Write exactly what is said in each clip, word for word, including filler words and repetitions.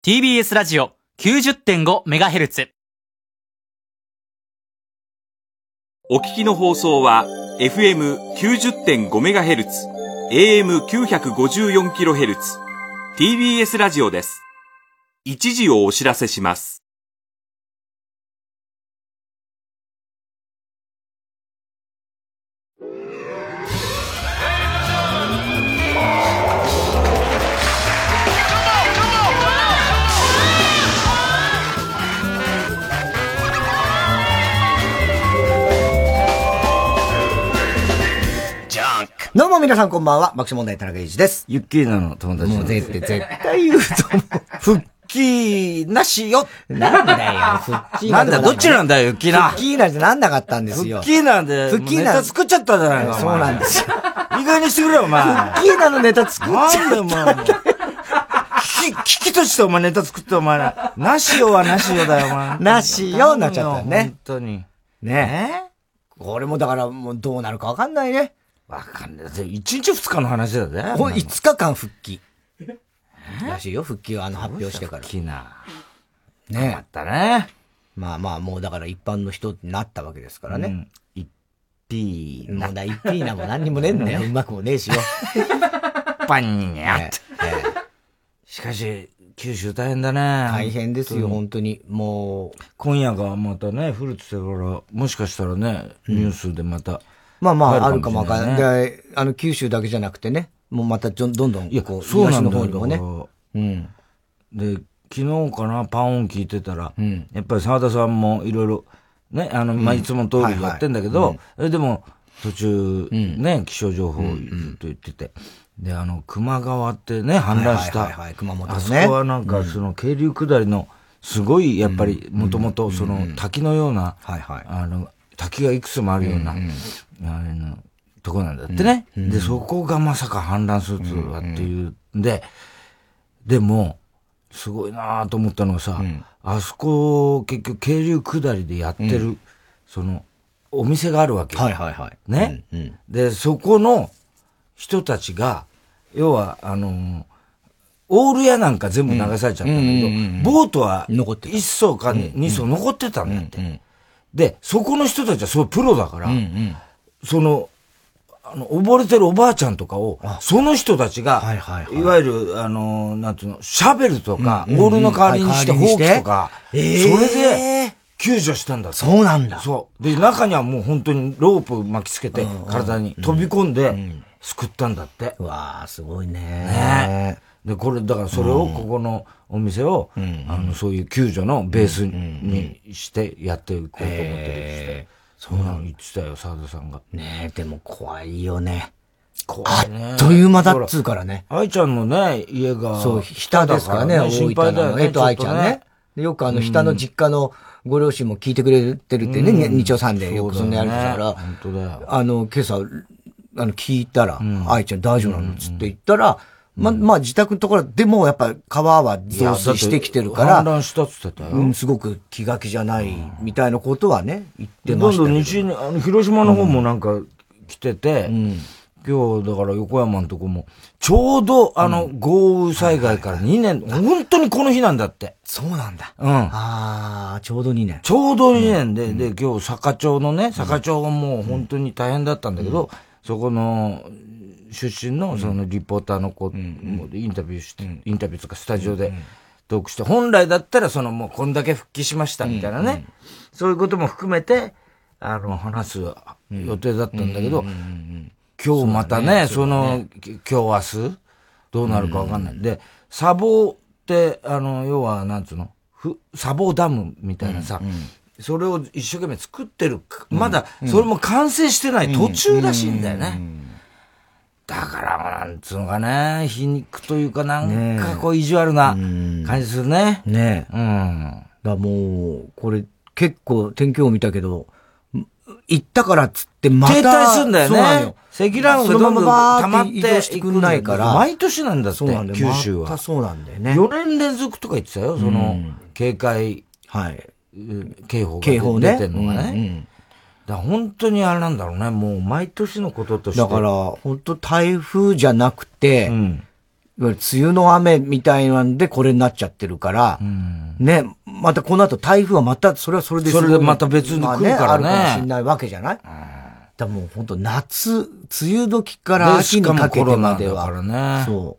ティービーエス ラジオ きゅうじゅってんごメガヘルツ。 お聞きの放送は エフエムきゅうじゅってんごメガヘルツ、エーエムきゅうひゃくごじゅうよんキロヘルツ、ティービーエス ラジオです。一時をお知らせします。 どうも皆さんこんばんは、爆笑問題田中裕二です。 ユッキーナの友達もう絶対、絶対言うと思う。 復帰なしよ。 なんだよ、復帰なんだ、どっちなんだよ、ユッキーナ。 復帰なんてなんなかったんですよ。 復帰なんで、復帰ネタ作っちゃったじゃないか。 そうなんですよ。 意外にしてくれよ、お前。 復帰なのネタ作っちゃった。 なんで、お前。危機としてお前ネタ作ってお前ら。なしよはなしよだよ、お前。 なしよなっちゃったね。 本当に。 ねえ。これもだからもうどうなるかわかんないね。 わかんない。一日二日の話だぜ。 これ五日間復帰。らしいよ、復帰をあの発表してから。 復帰な。 ねえ。 あったね。 まあまあ、もうだから一般の人になったわけですからね。うん、 一ピーナ。 もうだ、一ピーナも何にもねえんだよ。うまくもねえしよ。 パンにゃって。しかし、九州大変だね。 大変ですよ、本当に。もう。 今夜がまたね、降るって言ってから、もしかしたらね、ニュースでまた、うん、 まあまあ、あるかもわかんない。で、あの、九州だけじゃなくてね、もうまたどんどん、こう、東の方にもね。 うん。で、昨日かな、パンオン聞いてたら、うん、やっぱり沢田さんもいろいろ、ね、あの、まあ、いつも通りやってんだけど、でも、途中、ね、気象情報と言ってて、で、あの、球磨川ってね、氾濫した。はいはいはい、 熊本ね。 あそこはなんか、その、渓流下りの、すごい、やっぱり、もともと、その、滝のような、はいはい、あの、滝がいくつもあるような、あれの、とこなんだってね。で、そこがまさか氾濫するとはっていうんで、でも、すごいなぁと思ったのがさ、あそこ、結局、渓流下りでやってる、その、お店があるわけよ。 はいはいはい。 ね。で、そこの人たちが、要は、あの、オール屋なんか全部流されちゃったんだけど、ボートは、一層か二層残ってたんだって。で、そこの人たちはすごいプロだから、うんうん、その、あの、溺れてるおばあちゃんとかを、その人たちが、はいはいはい、いわゆる、あの、なんていうの、シャベルとか、うんうんうん、オールの代わりにしてほうきとか、えー、それで、救助したんだって。 そうなんだ。 そう。で、中にはもう本当にロープ巻きつけて、体に飛び込んで、救ったんだって。 うわー、すごいね。 ねで、これ、だからそれを、ここのお店を、うん、あの、そういう救助のベースにしてやっていこうと思ってるってそうなの言ってたよ、沢田さんが。 ねえ、でも怖いよね。 怖いね。 あっという間だっつうからね。 愛ちゃんのね、家が。 そう、下ですからね、 心配だよね。 えっと、愛ちゃんね。よくあの、下の実家のご両親も聞いてくれてるってね、日曜さんでよくそんなやるから。 本当だよ。 あの、今朝、あの、聞いたら、愛ちゃん大丈夫なのつって言ったら、ま、まあ、自宅のところでもやっぱ川は増水してきてるから、 氾濫したって言ってたよ。 うん、すごく気が気じゃないみたいなことはね、言ってましたけど。 どんどん西に、あの、広島の方もなんか来てて、うん、今日だから横山のとこも、ちょうどあの、豪雨災害からにねん、本当にこの日なんだって。 そうなんだ。 うん。 ああ、ちょうどにねん。 ちょうどにねんで、うん、で、今日坂町のね、坂町がもう本当に大変だったんだけど、うん、そこの、出身のそのリポーターの子、うん、インタビューして、うん、インタビューとかスタジオでトークして、本来だったらそのもうこんだけ復帰しましたみたいなね、うんうん、そういうことも含めて、あの、話す予定だったんだけど、今日またね、その、今日明日、どうなるかわかんない。で、砂防って、あの、要は、なんつうの、ふ砂防ダムみたいなさ、うんうん、それを一生懸命作ってる、まだ、それも完成してない途中らしいんだよね。うんうんうんだから、なんつうのかね、皮肉というか、なんかこう、意地悪な感じするね。 ねえ。うん。 だもう、これ、結構天気予報見たけど、行ったからっつってまた。 停滞するんだよね。そうなんよ。積乱雲がどんどん溜まって移動してくんないから。 毎年なんだって、九州は。 またそうなんだよね。 よねん連続とか言ってたよ、その、警戒、 はい。 警報が出てんのがね。だ本当にあれなんだろうね。もう毎年のこととして。 だから、本当台風じゃなくて、うん、 わゆる梅雨の雨みたいなんでこれになっちゃってるから、うん、ね、またこの後台風はまた、それはそれで、 それでまた別に来るからね。 まあね、あるかもしれないわけじゃない、うん、だもう本当夏、梅雨時から秋にかけてまでは。 からね。 そう、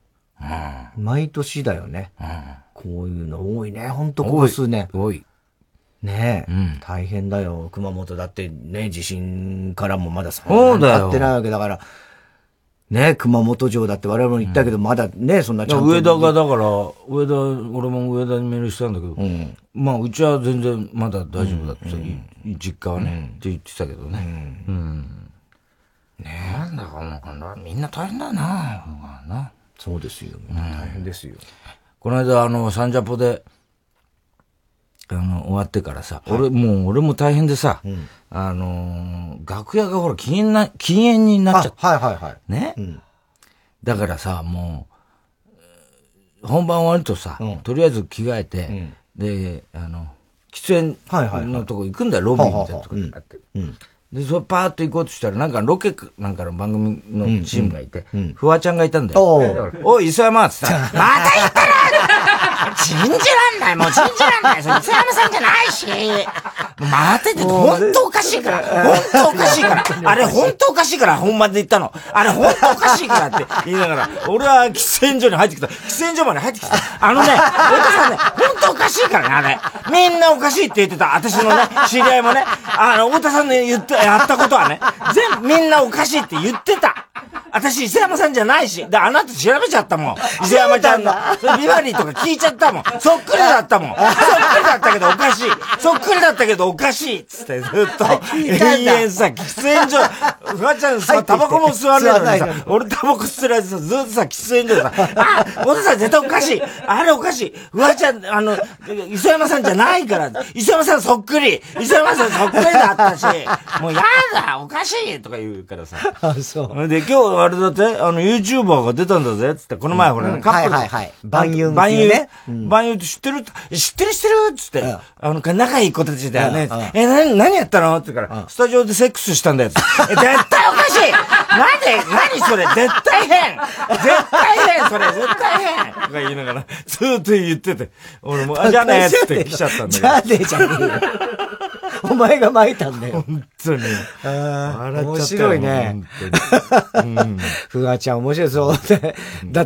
うん。毎年だよね。うん、こういうの多いね。本当ここ数年。 多い。 ねえ、うん、大変だよ。熊本だってね、地震からもまだそんなに経ってないわけだから。ね、熊本城だって我々も言ったけど、うん、まだね、そんなちゃんと。上田がだから、上田、俺も上田にメールしたんだけど、うん、まあ、うちは全然まだ大丈夫だって、うん、実家はね、うん、って言ってたけどね。うん。うん、ねえ。なんだかなんかみんな大変だな、な。 そうですよ。みんな大変ですよ。うん、 この間、あの、サンジャポで、あの、終わってからさ、はい、俺、もう、俺も大変でさ、うん、あのー、楽屋がほら、禁煙な、禁煙になっちゃった。 はいはいはい。 ね、うん、だからさ、もう、本番終わるとさ、うん、とりあえず着替えて、うん、で、あの、喫煙のとこ行くんだよ、ロビーみたいなとこにあって。で、それパーッと行こうとしたら、なんかロケなんかの番組のチームがいて、フワちゃんがいたんだよ。おい、磯山っつったら、また行ったな信じらんないもう信じらんないそれ磯山さんじゃないし待てて、ほんとおかしいからほんとおかしいからあれほんとおかしいから本番で言ったのあれほんとおかしいからって言いながら、俺は喫煙所に入ってきた。喫煙所まで入ってきた。あのね、太田さんね、ほんとおかしいからね、あれ。みんなおかしいって言ってた。私のね、知り合いもね、あの、太田さんの言って、やったことはね、全部みんなおかしいって言ってた。私、伊勢山さんじゃないし。で、あなた調べちゃったもん。伊勢山ちゃんの。ビバリーとか聞いちゃったもん。そっくりだったもん。そっくりだったけどおかしい。そっくりだったけどおかしい。つってずっと、永遠さ、喫煙所、フワちゃんさ、タバコも吸わないのにさ、俺タバコ吸ってられてさ、ずっとさ、喫煙所でさ、あ、太田さん絶対おかしい。あれおかしい。フワちゃん、あの、磯山さんじゃないから。磯山さんそっくり。磯山さんそっくりだったし、もうやだ、おかしいとか言うからさ。 あ、そう。 で、今日、あれだって、あの、YouTuber が出たんだぜ、つって、この前、ほら、カップル。 はいはいはい。万有万有ね。万有って知ってる知ってる知ってるつって、あの、仲いい子たちだよね。え、なに、何やったのって言うから、スタジオでセックスしたんだよ。え、絶対おかしいなんで、何それ絶対変絶対変それ絶対変とか言いながら、ずーっと言ってて、俺も、あ、じゃあねつって来ちゃったんだけど。 じゃあねじゃねえよ。お前が巻いたんだよ。 本当に。 あ面白いね。ふわちゃん面白いそうで。だって、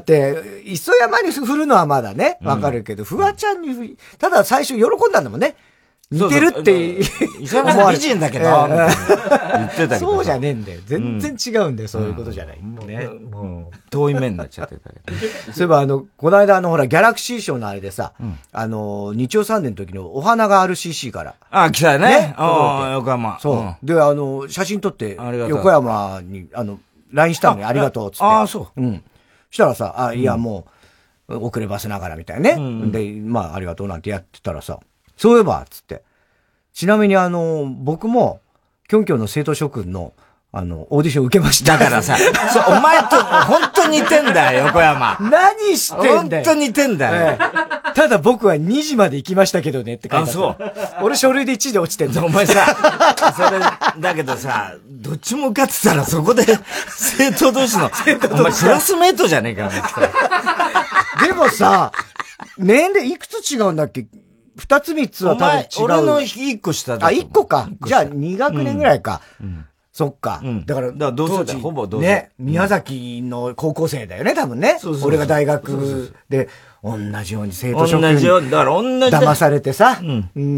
磯山に振るのはまだね、わかるけど、ふわちゃんに、ただ最初喜んだんだもんね。似てるって、 磯山さん美人だけど、言ってたけど。 そうじゃねえんだよ。全然違うんだよ、そういうことじゃない。ね。 もう、遠い面になっちゃってたけど。 そういえば、あの、この間、あの、ほら、ギャラクシー賞のあれでさ、あの、日曜サンデーの時のお花が アールシーシー から。 あ、来たよね。ああ、横山。 そう。で、あの、写真撮って、横山に、あの、ライン したのにありがとう、つって。 ああ、そう。 うん。したらさ、あ、いや、もう、遅ればせながらみたいなね。で、まあ、ありがとうなんてやってたらさ、そういえば、つって。ちなみにあの、僕も、キョンキョンの生徒諸君の、あの、オーディション受けました。 だからさ、そう、お前と、本当に似てんだよ、横山。 何してんだよ。 本当に似てんだよ。ええ、ただ僕はにじまで行きましたけどねって書いてあった。 あ、そう。 俺書類でいちで落ちてんの。 お前さ、それ、だけどさ、どっちも受かってたらそこで、生徒同士の、お前クラスメートじゃねえかよ、 でもさ、年齢いくつ違うんだっけ？二つ三つは多分違う。 俺の一個下だ。 あ、一個か。じゃあ二学年ぐらいか。うんうん、そっか。うん、 だから、だからどうせほぼどうせ。 ね、宮崎の高校生だよね、多分ね。そうそうそう俺が大学で、同じように生徒諸君に。同じように。だから同じ。騙されてさ。うん。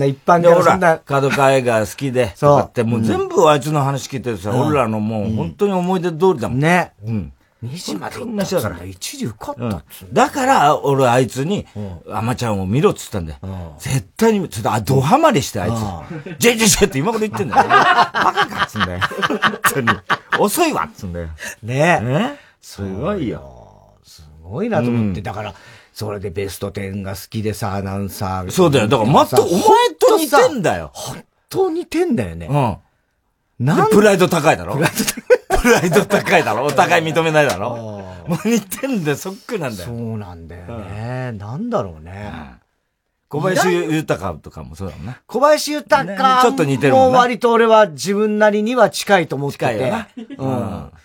一般でそんな。角川映画好きで。そう。ってもう全部あいつの話聞いてるさ、うん、俺らのもう本当に思い出通りだもん。 ね。 うん。 にじまで行っただから。一時受かったっつ、 うん、だから、俺あいつに、あまちゃんを見ろっつったんだよ。絶対に、ちょっと、あ、ドハマりしてあいつ。ジェジェジェって今頃言ってんだよ。バカかっつんだよ。本当に。遅いわっつんだよ。 ねえ。 ねすごいよ。 すごいなと思って。だから、それでベストテンが好きでさ、アナウンサー。 そうだよ。だから、まっと、お前と似てんだよ。 本当似てんだよね。 うん。なんでプライド高いだろプライド高い。プライド高いだろお互い認めないだろもう似てんだよ、そっくりなんだよ。 そうなんだよね。うん、なんだろうね。うん、 小林豊とかもそうだもんね。 小林豊、ね、ちょっと似てるもんね。もう割と俺は自分なりには近いと思ってて。近いよな。うん。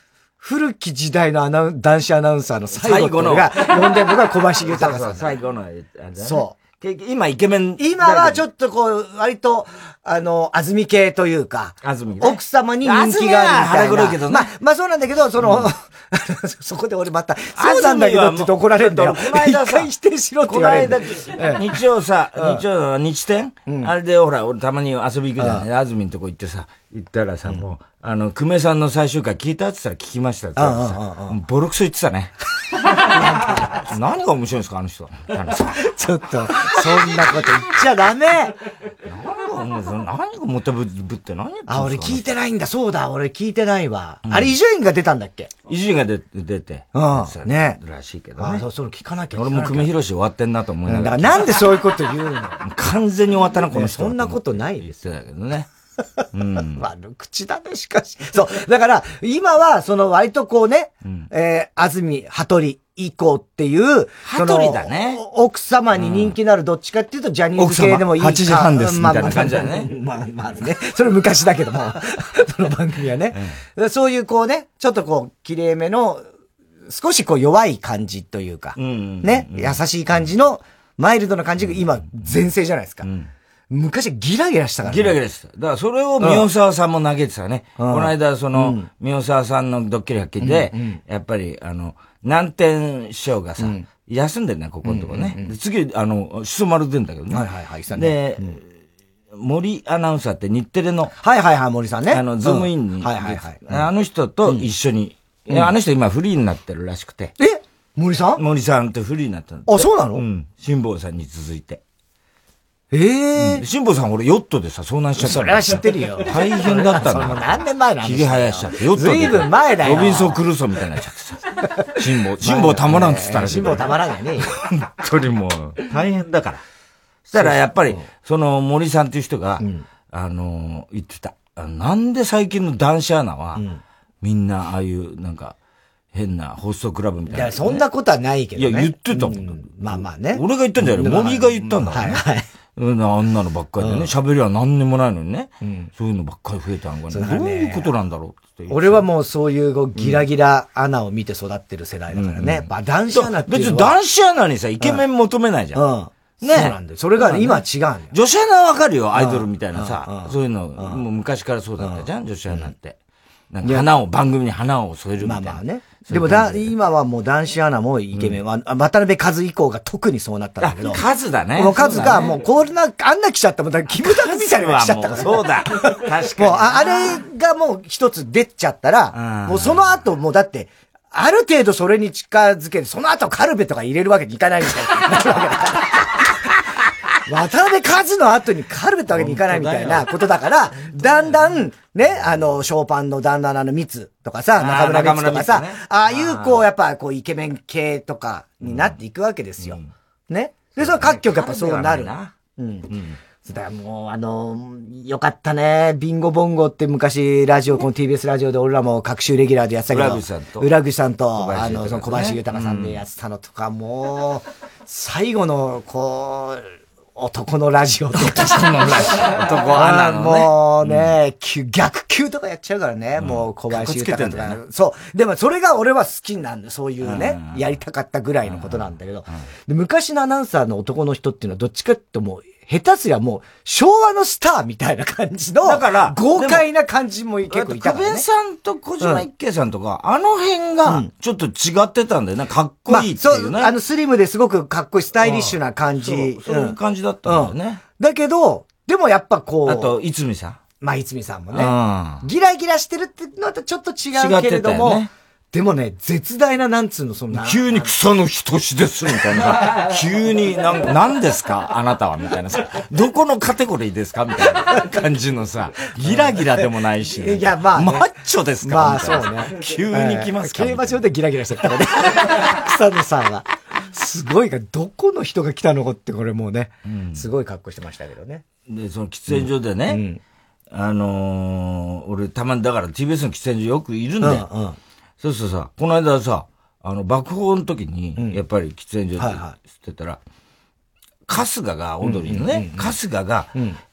古き時代のアナウン男子アナウンサーの最後のが、呼んでるのが小林豊さん。 そうそう、最後の、あれね、 そう。 今イケメン。 今はちょっとこう、割と、あの、安住系というか、 安住、ね、 奥様に人気があるみたいな。 腹黒いけどね。 まあ、まあそうなんだけど、その、うん、そこで俺また、そうなんだけどって言って怒られるんだよ。一回否定しろって言われる。 この間、日曜さ、日曜の日天、うん、あれでほら、俺たまに遊び行くじゃない、安住のとこ行ってさ、行ったらさ、うん、もう、あの、久米さんの最終回聞いたって言ったら聞きましたって言ったらさ、ボロクソ言ってたね。何が面白いんですか、あの人。 ちょっと、そんなこと言っちゃダメ。 何が、何がもったぶって何やってんですか。 あ、俺聞いてないんだ。そうだ、俺聞いてないわ。うん、あれ、伊集院が出たんだっけ？ 伊集院が出出て。 うん。ね。 らしいけどね。 あ、そう、それ聞かなきゃ。 俺も久米宏終わってんなと思いながら。 だからなんでそういうこと言うの？ 完全に終わったな、この人。 そんなことないですよ。だけどね。うん、 悪口だね、しかし。そう。だから、今は、その割とこうね、うん、えー、安住、羽鳥以降っていう、 羽鳥だね。 奥様に人気のあるどっちかっていうと、ジャニーズ系でもいいか。 はちじはんです、みたいな感じだね。 まあ、まあね。それ昔だけども、その番組はね、うん。そういうこうね、ちょっとこう、綺麗めの、少しこう弱い感じというか、うんうんうん、ね、優しい感じの、マイルドな感じが今、全盛じゃないですか。うん昔ギラギラしたからね。ギラギラした。だからそれを宮沢さんも投げてたね。うん、この間その、うん、宮沢さんのドッキリ発見で、うんうん、やっぱりあの、南天師匠がさ、うん、休んでるね、ここのとこね。うんうんうん、次、あの、しそ丸出んだけどね。 はいはいはい。 で、うん、森アナウンサーって日テレの、 はいはいはい、森さんね。 あの、ズームインに、うん、はいはいはい。あの人と一緒に、うん、あの人今フリーになってるらしくて。 え森さん森さんってフリーになったの。 あ、そうなの？ うん。辛坊さんに続いて。 ええー。辛坊さん俺ヨットでさ、遭難しちゃった。 それは知ってるよ。 大変だったんだ。 それも何年前なんだよ。 ひげ生やしちゃって。ヨットで。 ずいぶん前だよ。 ロビンソン・クルーソーみたいになっちゃってさ。辛坊、辛坊たまらんっつったら。 辛坊たまらんやね。 本当にもう、大変だから。そしたらやっぱり、その森さんっていう人が、あの、言ってた。なんで最近の男子アナは、みんなああいう、なんか、変なホストクラブみたいな、ね。 いや、そんなことはないけどね。 いや、言ってたもん。うん、 まあまあね。 俺が言ったんじゃない、森が言ったんだからね。はいはい。あんなのばっかりでね、喋、うん、りは何にもないのにね、うん。そういうのばっかり増えたのがね。どういうことなんだろうって。 俺はもうそういうギラギラアナを見て育ってる世代だからね。うん、まあ男子アナっていうのは。別に男子アナにさ、イケメン求めないじゃん。うん。 うん、ね。そうなんだよ。それが、ね、今は違うんだよ。 女子アナはわかるよ、アイドルみたいなさ。そういうの、もう昔からそうだったじゃん、女子アナって。なんか花を、番組に花を添えるみたいな。 まあまあね。でもだ、今はもう男子アナもイケメンは、うん、渡辺和以降が特にそうなったんだけど。 数だね。 もう数がもうこんな、あんな来ちゃったもん。キムタクみたいなのが来ちゃったから。 そうだ。確かに。 もうあ、あれがもう一つ出ちゃったら、もうその後もうだって、ある程度それに近づけて、その後カルベとか入れるわけにいかないみたいな。なるわけだから。渡辺和の後にカルベってわけにいかないみたいなことだから、だんだん、ね、あの、ショーパンの旦那の蜜とかさ、中村蜜とかさ、ね、ああいうこう、やっぱこう、イケメン系とかになっていくわけですよ。うん、ね。で、それ各局やっぱそうなる。なうん。うん。だからもう、あの、よかったね。ビンゴボンゴって昔、ラジオ、この ティービーエス ラジオで俺らも各週レギュラーでやってたけど、 浦口さんと、 浦口さんと、あの、その小林豊さんでやってたのとか、もう、最後の、こう、男のラジオとか、男のラジオ。男アナのね。もうね、うん、逆球とかやっちゃうからね、うん、もう小林豊とか、ね。そう。でもそれが俺は好きなんだ。そういうね、うん、やりたかったぐらいのことなんだけど、うん、で昔のアナウンサーの男の人っていうのはどっちかってもう、下手すりゃもう、昭和のスターみたいな感じの、だから、豪快な感じも結構いたからね。 久米さんと小島一慶さんとか、うん、あの辺が、ちょっと違ってたんだよね。かっこいいっていうね。まあ、 そう、あのスリムですごくかっこいい、スタイリッシュな感じ。 そう、そういう感じだったんだよね。 うん、だけど、でもやっぱこう。 あと、いつみさん。 まあ、いつみさんもね。うん、ギラギラしてるってのとちょっと違うけれども、違ってたよね。でもね、絶大な、なんつうの、そんな。 急に草の人志です、みたいな。急に、なん、なんですかあなたは、みたいなさ。どこのカテゴリーですかみたいな感じのさ、ギラギラでもないし、ね。 いや、まあ、ね。 マッチョですかまあ、そうね。 急に来ますか、 競馬場でギラギラしてたからね。草野さんは。すごいが、どこの人が来たのかって、これもうね、うん、すごい格好してましたけどね。 で、その喫煙所でね、うん、あのー、俺、たまに、だから ティービーエス の喫煙所よくいるんだよ。うんうんそうそうさ、この間さ、あの、爆砲の時に、やっぱり喫煙所で吸ってたら、春日が、オードリーのね、春日が、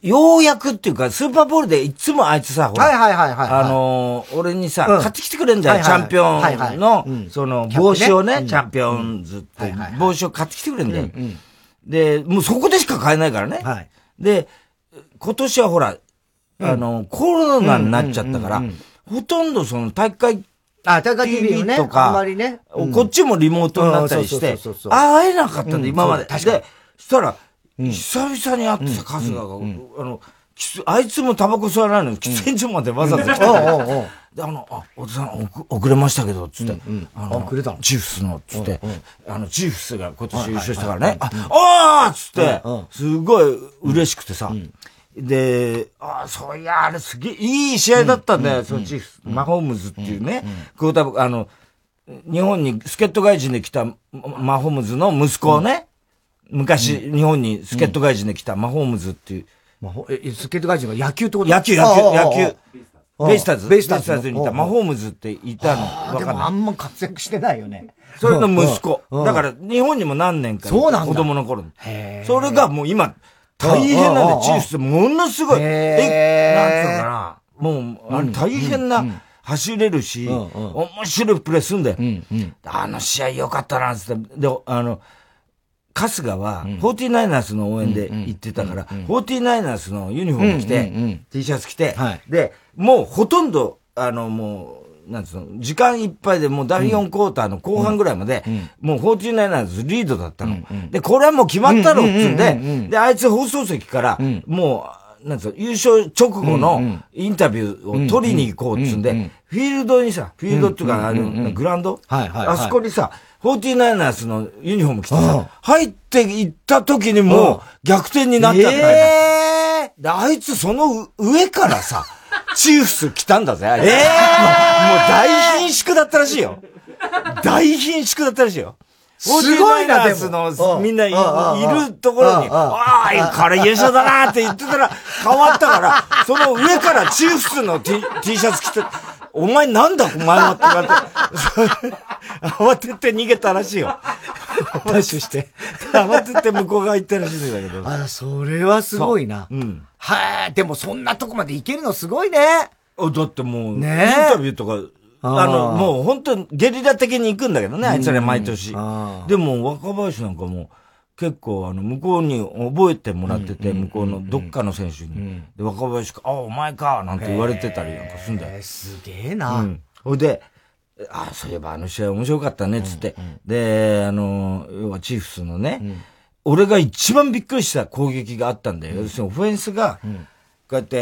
ようやくっていうか、スーパーボールでいつもあいつさ、ほら、 はいはいはいはい。 あのー、俺にさ、 うん買ってきてくれんだよ、 はいはいチャンピオはいはいンの、 うんその、 キャップね帽子をね、 うんチャンピオンズってはいはいはい、 帽子を買ってきてくれんだよ。 うんうんで、もうそこでしか買えないからね。 はい。 で、今年はほら、あの、コロナになっちゃったから、ほとんどその大会、 あ、大会 ティービー をね、 とかあんまりね。うんこっちもリモートになったりしてうんそうそうそうそう、 会えなかったんだ、 うん今まで。 そう確かにで、そしたら、久々に会ってさ、春日が、あの、きつあいつもタバコ吸わないのに、喫煙所までわざわざ来て、 おうおうおうで、あの、あ、おじさん、おく遅れましたけど、つって、あの、 遅れたのチーフスの、つって、あの、チーフスが今年優勝したからね、あ、あーつって、すごい嬉しくてさ、で、あ、そういや、あれすげえいい試合だったんだよ、そのチーフス、マホームズっていうね、クォーターバック、あの、日本に助っ人外人で来たマホームズの息子をね、昔、日本に助っ人外人で来たマホームズっていう、 まあ、ほえ、スケート外人が野球ってこと野球、野球、野球。 ああベイスターズベイスターズにいたマホームズっていたの。 あでもあんま活躍してないよね。 それの息子。 うんだから、日本にも何年かいたそうなんだ子供の頃に。 へーそれがもう今、大変なんうんで、チーフスものすごい。 へーえ、なんつうのかな。もう、あれ大変な、走れるし、 うんうん面白いプレーすんだよ。 うんうんあの試合良かったな、つって。で、あの、春日は、フォーティーナイナーズの応援で行ってたから、フォーティーナイナーズのユニフォーム着て、 うんうんうん T シャツ着て、 はいで、もうほとんど、あの、もう、なんつうの、時間いっぱいでもうだいよんクォーターの後半ぐらいまで、もうフォーティーナイナーズリードだったの。で、これはもう決まったろっつうんで、で、あいつ放送席から、もう、なんつうの、優勝直後のインタビューを取りに行こうっつうんで、フィールドにさ、フィールドっていうか、あの、グラウンドはいはいはいあそこにさ、フォーティーナイナーズのユニフォーム着てさ、入っていった時にもう逆転になったんだよ。 えで、あいつその上からさ、チーフス来たんだぜ、あいつ。ええもう大貧縮だったらしいよ。大貧縮だったらしいよ。 すごいな、でフォーティーナイナーズも。 のみんないうんいるところに、ああ、これ優勝だなって言ってたら変わったから、その上からチーフスの T, T シャツ着て、お前なんだお前はって言われて、慌てて逃げたらしいよ。 ダッシュして。 慌てて向こう側行ったらしいんだけど。 あら、それはすごいな。 うん。 はい、でもそんなとこまで行けるのすごいね。 あだってもう、インねえタビューとか、あの、もう本当にゲリラ的に行くんだけどね、あいつら毎年。 あでも若林なんかも結構あの、向こうに覚えてもらってて、向こうのどっかの選手に。で、若林か、あ、お前か、なんて言われてたりなんかするんだよ。 えーすげえな。 うん。ほいで、あ、そういえばあの試合面白かったね、つって。で、あの、要はチーフスのね、俺が一番びっくりした攻撃があったんだよ。要するにオフェンスが、こうやって、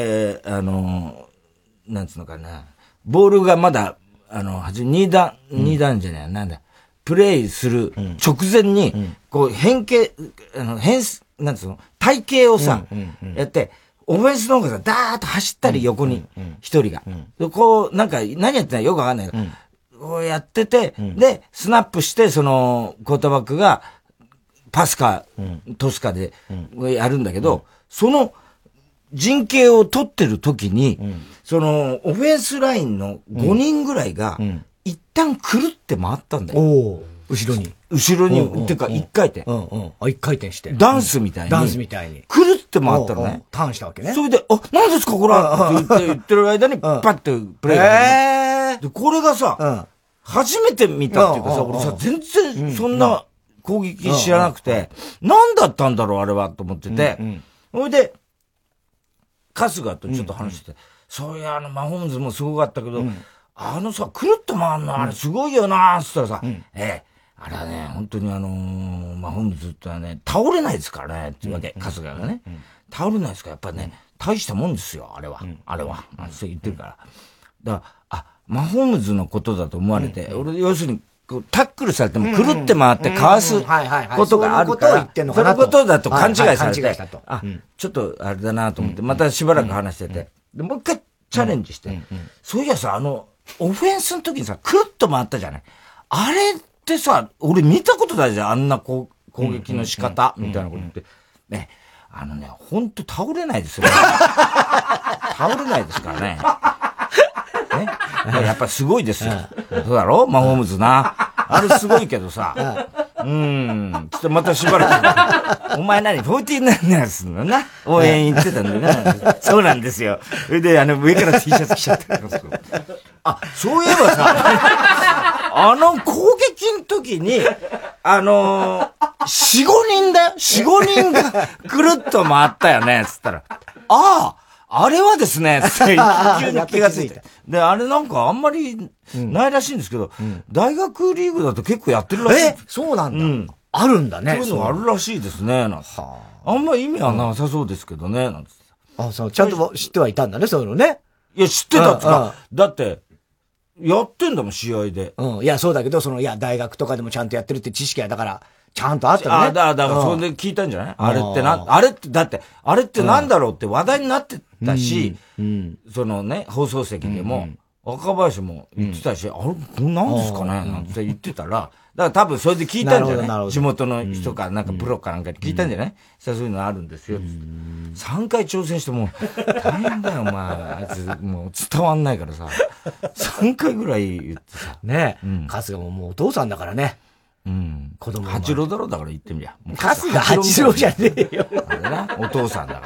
あの、なんつうのかな、ボールがまだ、あの、はじめ、二段、二段じゃない、なんだ、プレイする直前に、こう、変形、あの、変、なんつうの、体型をさ、やって、オフェンスの方がさ、ダーッと走ったり、横に、一人が。でこう、なんか、何やってんのよくわかんないけど、こうやってて、で、スナップして、その、クォーターバックが、パスか、トスかで、やるんだけど、その、陣形を取ってる時に、その、オフェンスラインのごにんぐらいが、一旦くるって回ったんだよ。 おお後ろに。 後ろに、っていうか一回転。 うんうん。あ、一回転して。 ダンスみたいに。 ダンスみたいに。 くるって回ったのね。 ターンしたわけね。 それで、あ、何ですかこれって言って言ってる間に、パッてプレイが始まる。で、これがさ、初めて見たっていうかさ、俺さ、全然そんな攻撃知らなくて、何だったんだろうあれはと思ってて。それで、春日とちょっと話してて、そういや、あの、マホームズもすごかったけど、あのさ、くるっと回るのあれすごいよなーっつったらさ、ええ、あれはね、本当にあのー、マホームズってのはね、倒れないですからね、っていうわけ、春日がね。倒れないですから、やっぱりね、大したもんですよ、あれは。あれは。そう言ってるから。だから、あ、マホームズのことだと思われて、俺、要するに、タックルされてもくるって回ってかわすことがあるから、そういうことだと勘違いされて、あ、ちょっとあれだなと思って、またしばらく話してて、で、もう一回チャレンジして、そういやさ、あの、オフェンスの時にさ、くるっと回ったじゃない。あれってさ、俺見たことないじゃん、あんなこう攻撃の仕方、みたいなこと言って。ね、あのね、ほんと倒れないですよ。倒れないですからね。ね、やっぱすごいですよ。そうだろマホームズな。あれすごいけどさ、 うん。ちょっとまたしばらく。お前何、フォーティーナイナーズのな、応援行ってたんだよな。そうなんですよ。それで、あの、上から T シャツ着ちゃった。あ、そういえばさ、あの攻撃の時に、あのー、四五人だよ。四五人がくるっと回ったよね、つったら。ああ、あれはですね、って急に気がついて。で、あれなんかあんまりないらしいんですけど、うん、大学リーグだと結構やってるらしい。 え、そうなんだ。うん、あるんだね。 そういうのがあるらしいですね、なんて。あんま意味はなさそうですけどね、なんて。 あ、そう、ちゃんと知ってはいたんだね、そういうのね。 いや、知ってたっつか、だって、やってんだもん、試合で。 うん。いや、そうだけど、その、いや、大学とかでもちゃんとやってるって知識は、だから、ちゃんとあったよね。 あ、だ、だから、それで聞いたんじゃない、うん、あれってな、あれって、だって、あれってなんだろうって話題になってたし、うんうん、そのね、放送席でも、うんうん、若林も言ってたし、うん、あれ、なんですかねなんて言ってたら、だから多分それで聞いたんじゃない地元の人か、なんかプロかなんかに聞いたんじゃない、うん、そういうのあるんですよ。さんかい挑戦しても、大変だよ、お前。あいつ、もう伝わんないからさ。さんかいぐらい言ってさ。 ねえ。うん、春日ももうお父さんだからね。 うん。子供。八郎だろうだから言ってみりゃ。 春日八郎じゃねえよ。 あれな、お父さんだから。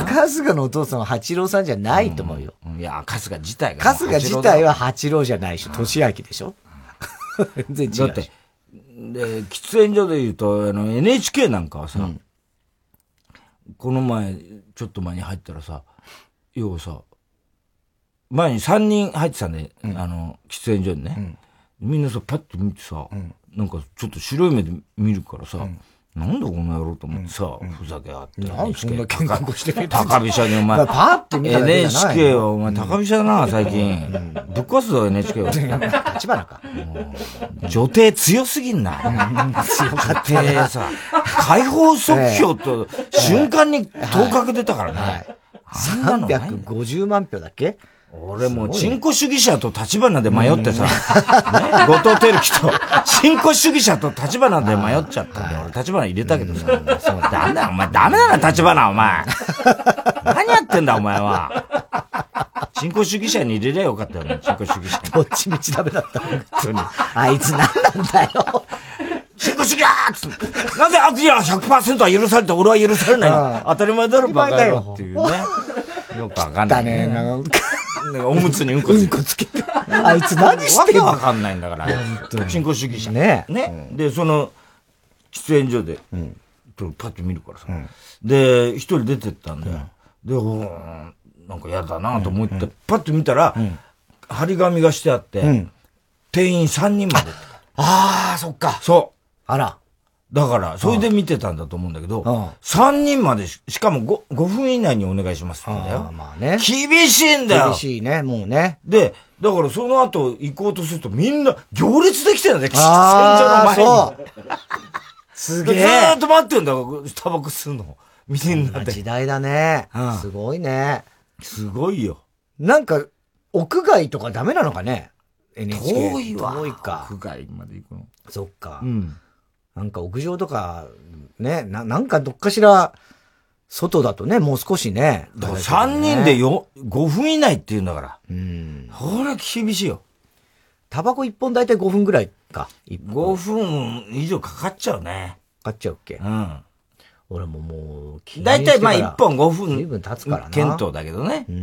春日のお父さんは八郎さんじゃないと思うよ。 うん、いや、春日自体が。 春日自体は八郎じゃないし、年明でしょ全然違う。 だって、で、喫煙所で言うと、あの、エヌエイチケー なんかはさ、うん、この前、ちょっと前に入ったらさ、要はさ、前にさんにん入ってたんで、うん、あの、喫煙所にね。うん、みんなさ、パッと見てさ、うん、なんかちょっと白い目で見るからさ、うん、なんだこの野郎と思ってさ、うん、ふざけあって。 なんでそんな見学してる高飛車にお前。 パッて見たらエヌエイチケー はお前高飛車だな、最近。うん、ぶっ壊すぞ、エヌエイチケーは。立花か。 女帝強すぎんな。強かったね。さ、解放即興と瞬間に頭角出たからね。 さんびゃくごじゅうまん票だっけ俺もう、チンコ主義者と立花で迷ってさ、ね、後藤輝樹と、チンコ主義者と立花で迷っちゃったんで、俺立花入れたけどさ、そう、ダメだよ、お前、ダメだな、立花、お前。何やってんだ、お前は。チンコ主義者に入れりゃよかったよね、チンコ主義者。 どっちみちダメだった、本当に。あいつ何なんだよ。 チンコ主義だーっつって、なぜあいや ひゃくパーセント は許されて、俺は許されない。当たり前だろ、バカ野郎っていうね。よくわかんない、ね。 だね、なんか。 おむつにうんこつけて。 うんこつけて。あいつ何してんのわけわかんないんだから。新興主義者。 ねね、うん。で、その、喫煙所で、うん、パッと見るからさ。うん、で、一人出てったんだよ。うん、で、なんか嫌だなと思って、うん、パッと見たら、うん、張り紙がしてあって、うん、店員さんにんまで。 ああ、そっか。 そう。 あら。 だから、それで見てたんだと思うんだけど、さんにんまでし、しかも ご, ごふん以内にお願いしますって言うんだよ。 あまあね。 厳しいんだよ。 厳しいね、もうね。 で、だからその後行こうとするとみんな行列できてるんだよ、喫煙所の前に。そう。すげえ。ずーっと待ってんだよ、タバコ吸うの。みんなで。 時代だね。うん、すごいね。 すごいよ。 なんか、屋外とかダメなのかね ?エヌエイチケー。 遠いわ。 遠いか。 屋外まで行くの。 そっか。 うん。 なんか屋上とか、ね、な、なんかどっかしら、外だとね、もう少しね。 だからさんにんでよ、ごふん以内って言うんだから。うん。これ厳しいよ。 タバコいっぽんだいたいごふんぐらいか。 ごふん以上かかっちゃうね。 かかっちゃうっけうん。 俺ももう、 だいたいまあいっぽんごふん。 随分経つからな。 検討だけどね。うん。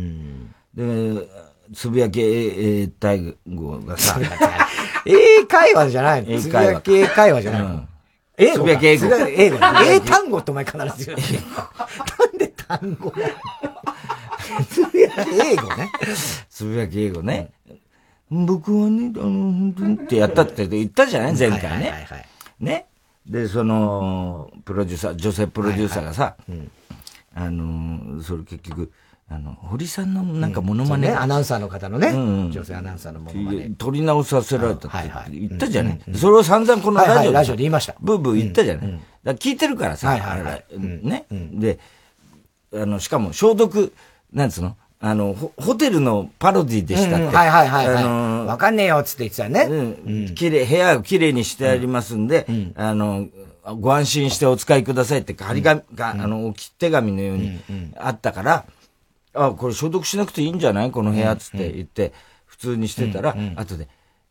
で、つぶやき英単語がさ。 英会話じゃないの。つぶやき英会話じゃないの。うん英語英語。英語。英単語ってお前必ず言う。なんで単語だよ。つぶやき英語ね。 つぶやき英語ね。僕はね、あの、本当にってやったって言ったじゃない前回ね。はいはいはい。ね。で、その、プロデューサー、女性プロデューサーがさ、あの、それ結局、あの、堀さんのなんかモノマネ、 うんね、アナウンサーの方のね、うん、女性アナウンサーのモノマネ。 取り直させられたって言ったじゃない。それを散々このラジオで、はいはい、 ラジオで言いました。 ブーブー言ったじゃない。うんうん、だから聞いてるからさ、はいはいはい、ね、うん。で、あの、しかも消毒、なんつうのあの、ホ、ホテルのパロディでしたって。うん、 はいはいはい、はい。あのー、わかんねえよっつって言ってたね。 うん。綺麗、部屋を綺麗にしてありますんで、うん、あの、ご安心してお使いくださいって、張り紙が、うん、あの、置き手紙のようにあったから、あ、これ消毒しなくていいんじゃないこの部屋つって言って、普通にしてたら、後で、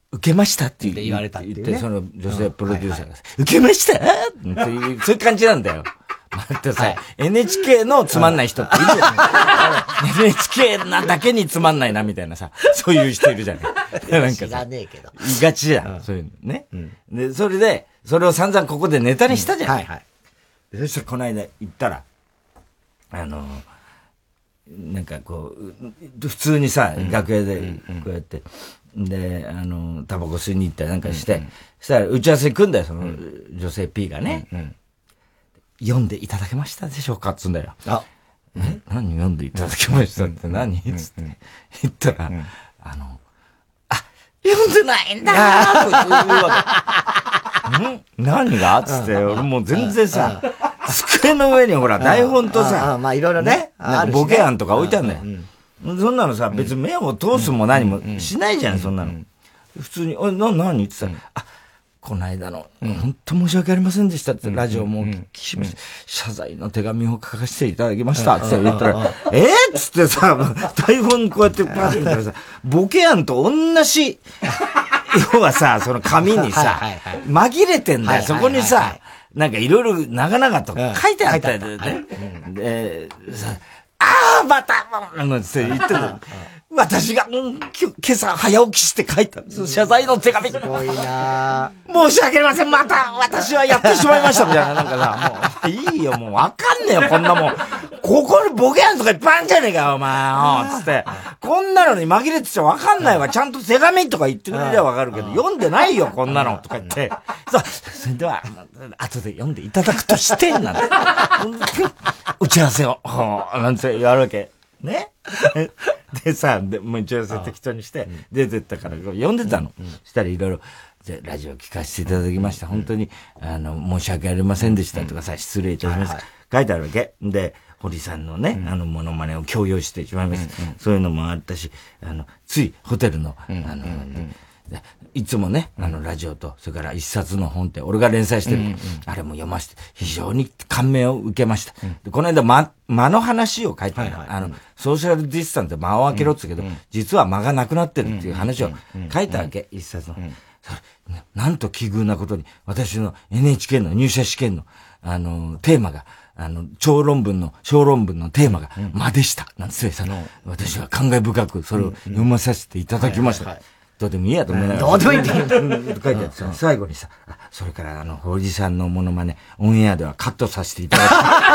受けましたって言われたって言って、 その女性プロデューサーが、受けましたっていう、そういう感じなんだよ。待ってさ、エヌエイチケー のつまんない人っているじゃん。エヌエイチケー なだけにつまんないなみたいなさ、そういう人いるじゃない。なんかさ、 知らねえけど。 言いがちじゃん、そういうのね。で、それで、それを散々ここでネタにしたじゃん。はいはい。そしたらこの間行ったら、あの、なんかこう、普通にさ、楽屋でこうやって、で、あの、タバコ吸いに行ったりなんかして、そしたら打ち合わせ行くんだよ、その女性 P がね。読んでいただけましたでしょうかっつうんだよ。あ、え何読んでいただけましたって何つって言ったら、あの、あ、読んでないんだーと言うわけ。ん何がつって、俺もう全然さ、机の上にほら、台本とさ、 まあいろいろね、 ボケ案とか置いてあるんだよ。そんなのさ、別に目を通すも何もしないじゃん、そんなの。普通に、あ、な、何って言ったら、あ、この間の、本当申し訳ありませんでしたって、ラジオも聞きしました。謝罪の手紙を書かせていただきましたって言ったら、えーっつってさ、台本こうやってパーって見たらさ、ボケ案と同じ、要はさ、その紙にさ、紛れてんだよ。そこにさ、なんかいろいろ長々と書いてあったよね。で、さ、ああ、また、なんて言ってた。私が、うん、今朝早起きして書いた謝罪の手紙。すごいな申し訳ありません、また私はやってしまいましたみたいな。なんかさ、もう、いいよ、もうわかんねえよ、こんなもん。ここにボケ案とかいっぱいあるんじゃねえかよ、お前。つって。こんなのに紛れてちゃわかんないわ。ちゃんと手紙とか言ってくれればわかるけど、読んでないよ、こんなの。とか言って。そう、それでは、後で読んでいただくとして、なんて。打ち合わせを、なんてやるわけ。ねでさ、で、もう打ち合わせ適当にして、出てったから、読んでたの。したらいろいろ、じゃラジオ聞かせていただきました。本当に、あの、申し訳ありませんでしたとかさ、失礼いたしました。書いてあるわけ。で、堀さんのね、あの、モノマネを強要してしまいました。そういうのもあったし、あの、ついホテルの、あの、いつもね、あの、ラジオと、それから一冊の本って、俺が連載してる、あれも読まして、非常に感銘を受けました。でこの間、間、間の話を書いてある。あの、ソーシャルディスタンスで間を開けろって言うけど、実は間がなくなってるっていう話を書いたわけ、一冊の。なんと奇遇なことに、私の エヌエイチケー の入社試験の、あの、テーマが、あの、超論文の、小論文のテーマが、間でした。なんつってさ、私は感慨深くそれを読まさせていただきました。どうでもいいやと思いながら。 どうでもいいって言う。 書いてあってさ、最後にさ、それからあの、堀さんのモノマネ、オンエアではカットさせていただき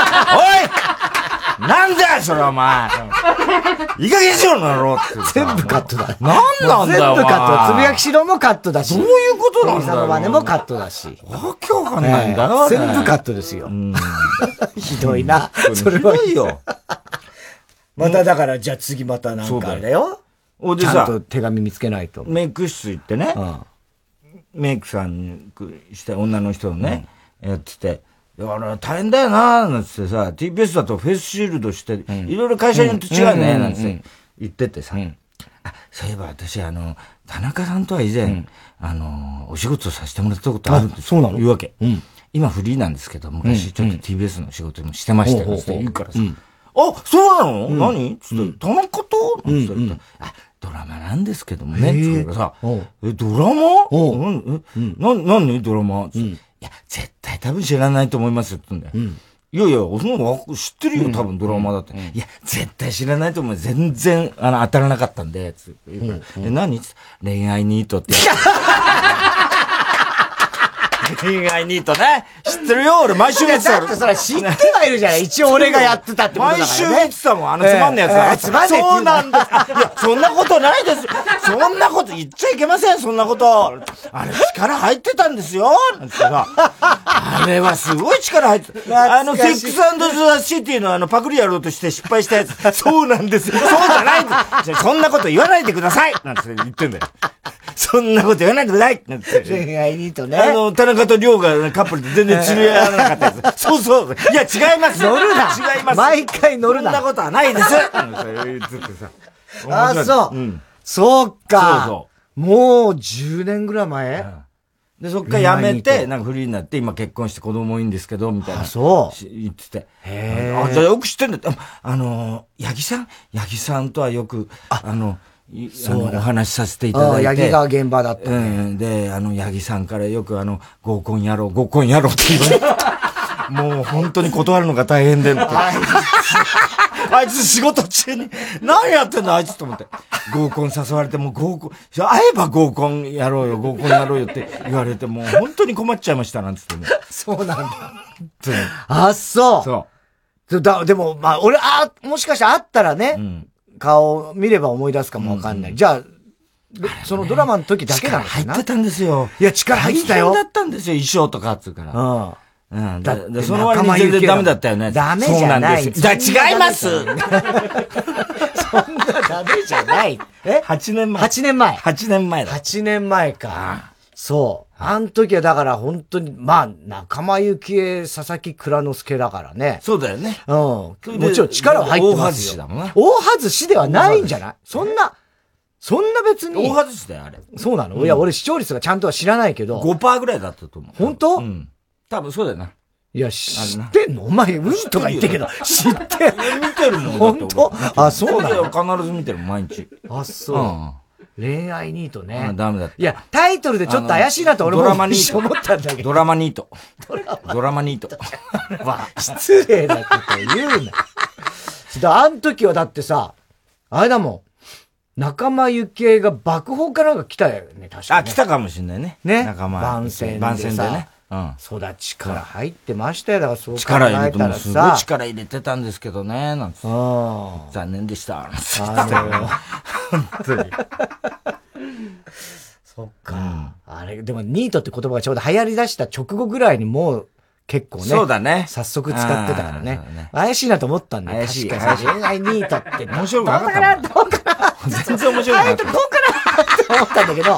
おいなんだよそれお前いい加減しろなろって全部カットだ。 なんなんだよ全部カット。つぶやきしろもカットだし。 どういうことなんだよ。 堀さんの真似もカットだし。 わけわかんないんだよ。 全部カットですよ。ひどいな。 それは。ひどいよ。 まただから、じゃあ次またなんかあれよ。ちゃんと手紙見つけないと。 メイク室行ってね、メイクさんにして女の人をね、やってて、あれ大変だよなーなんつってさ、ティーピーエス だとフェイスシールドして、いろいろ会社によって違うね、なんつって言っててさ、あ、そういえば私あの、田中さんとは以前、あの、お仕事させてもらったことあるんです。 そうなの？ 言うわけ。今フリーなんですけど、昔ちょっと ティービーエス の仕事もしてましたよ、って言うからさ、あ、そうなの、何つって、田中となんつって、あ、ドラマなんですけどもね、つってからさ、え、ドラマな、な、何ドラマつって、いや、絶対多分知らないと思いますよ、って言うんだよ。いやいや、そんなの知ってるよ、多分ドラマだって。いや、絶対知らないと思う。全然、あの、当たらなかったんで、つって言うから。え、何つって、恋愛ニートって。恋愛ニートね。知ってるよ、俺毎週見てた。 だってそれ知ってはいるじゃない。一応俺がやってたってことだからね。 毎週見てたもん、あのつまんないやつだ。 つまんないそうなんです。いや、そんなことないです。そんなこと言っちゃいけません、そんなこと。あれ力入ってたんですよ。なんてさ。あれはすごい力入ってた。あの、セックス&ザ・シティのあの、パクリやろうとして失敗したやつ。そうなんですよ。そうじゃないです。そんなこと言わないでくださいなんて言ってんだよ。そんなこと言わないでくださいなんて。 恋愛ニートね。 あの、田中と亮がカップルで全然釣り合わなかったやつ。そうそう。いや、違います。 乗るな。 違います。 毎回乗るな。 そんなことはないです。言ってさ。 あ、そう。うん、そうか。そうそう。もうじゅうねんぐらい前、 で、そっから辞めて、なんかフリーになって、今結婚して子供いいんですけど、みたいな。 あ、そう。 言ってて。 へあ、じゃあよく知ってんだって。あの、八木さん八木さんとはよく、あの、 あの、お話しさせていただいて。 八木が現場だった、ね。 うん。で、あの、八木さんからよくあの、合コンやろう、合コンやろうって言われて。もう本当に断るのが大変でって。あいつ仕事中に、何やってんだあいつと思って。合コン誘われて、もう合コン、会えば合コンやろうよ、合コンやろうよって言われて、もう本当に困っちゃいましたなんつってね。 そうなんだ。あ、そう。 そう。 だでも、まあ、俺、あ、もしかして会ったらね、うん、顔見れば思い出すかもわかんない。うんうん、じゃあ、そのドラマの時だけなのかな。 力入ってたんですよ。 いや、力入ってたよ。 大変だったんですよ、衣装とかっつうから。 うん。 うん。だってその割に全然ダメだったよね。 ダメじゃない。 じゃ違いますそんなダメじゃない。え ?はち 年前。はちねんまえ。 はちねんまえだ。 はちねんまえか。そう。あの時はだから本当に、まあ、仲間由紀恵、佐々木蔵之介だからね。 そうだよね。 うん。もちろん力は入ってますよ。 大外しだもんな。 大外しではないんじゃないそんな、そんな別に。 大外しだよ、あれ。 そうなの、うん、いや、俺視聴率がちゃんとは知らないけど。 ごパーセント ぐらいだったと思う。 本当？ うん。多分そうだよな。 いや、知ってんのお前、うんとか言ってけど、知ってる。 見てるもん。 本当？あ、そうなの必ず見てるもん、毎日。 あ、そう。うん恋愛ニートね。 あ、ダメだった。 いや、タイトルでちょっと怪しいなと俺もドラマニート思ったんだけど。 ドラマニート。ドラマニート。 まあ、失礼なこと言うな。だあの時はだってさ、あれだもん。仲間由紀恵が爆砲かなんか来たよね、確かに、ね。 あ、来たかもしんないね。 ね。 仲間。 番宣でさ。 番宣でね。 うん。育ちから入ってましたよ。だからそう考えたらさ。 力入れてもすごい力入れてたんですけどね、なんつって。残念でした。あの、本当に。そっか、うん。あれ、でもニートって言葉がちょうど流行り出した直後ぐらいにもう結構ね。 そうだね。 早速使ってたからね。ね怪しいなと思ったんだよ。 怪しい。 確かに。恋愛ニートって面白くなかった。 どうかなどうかな全然面白くなかった。 どうかなって思ったんだけど。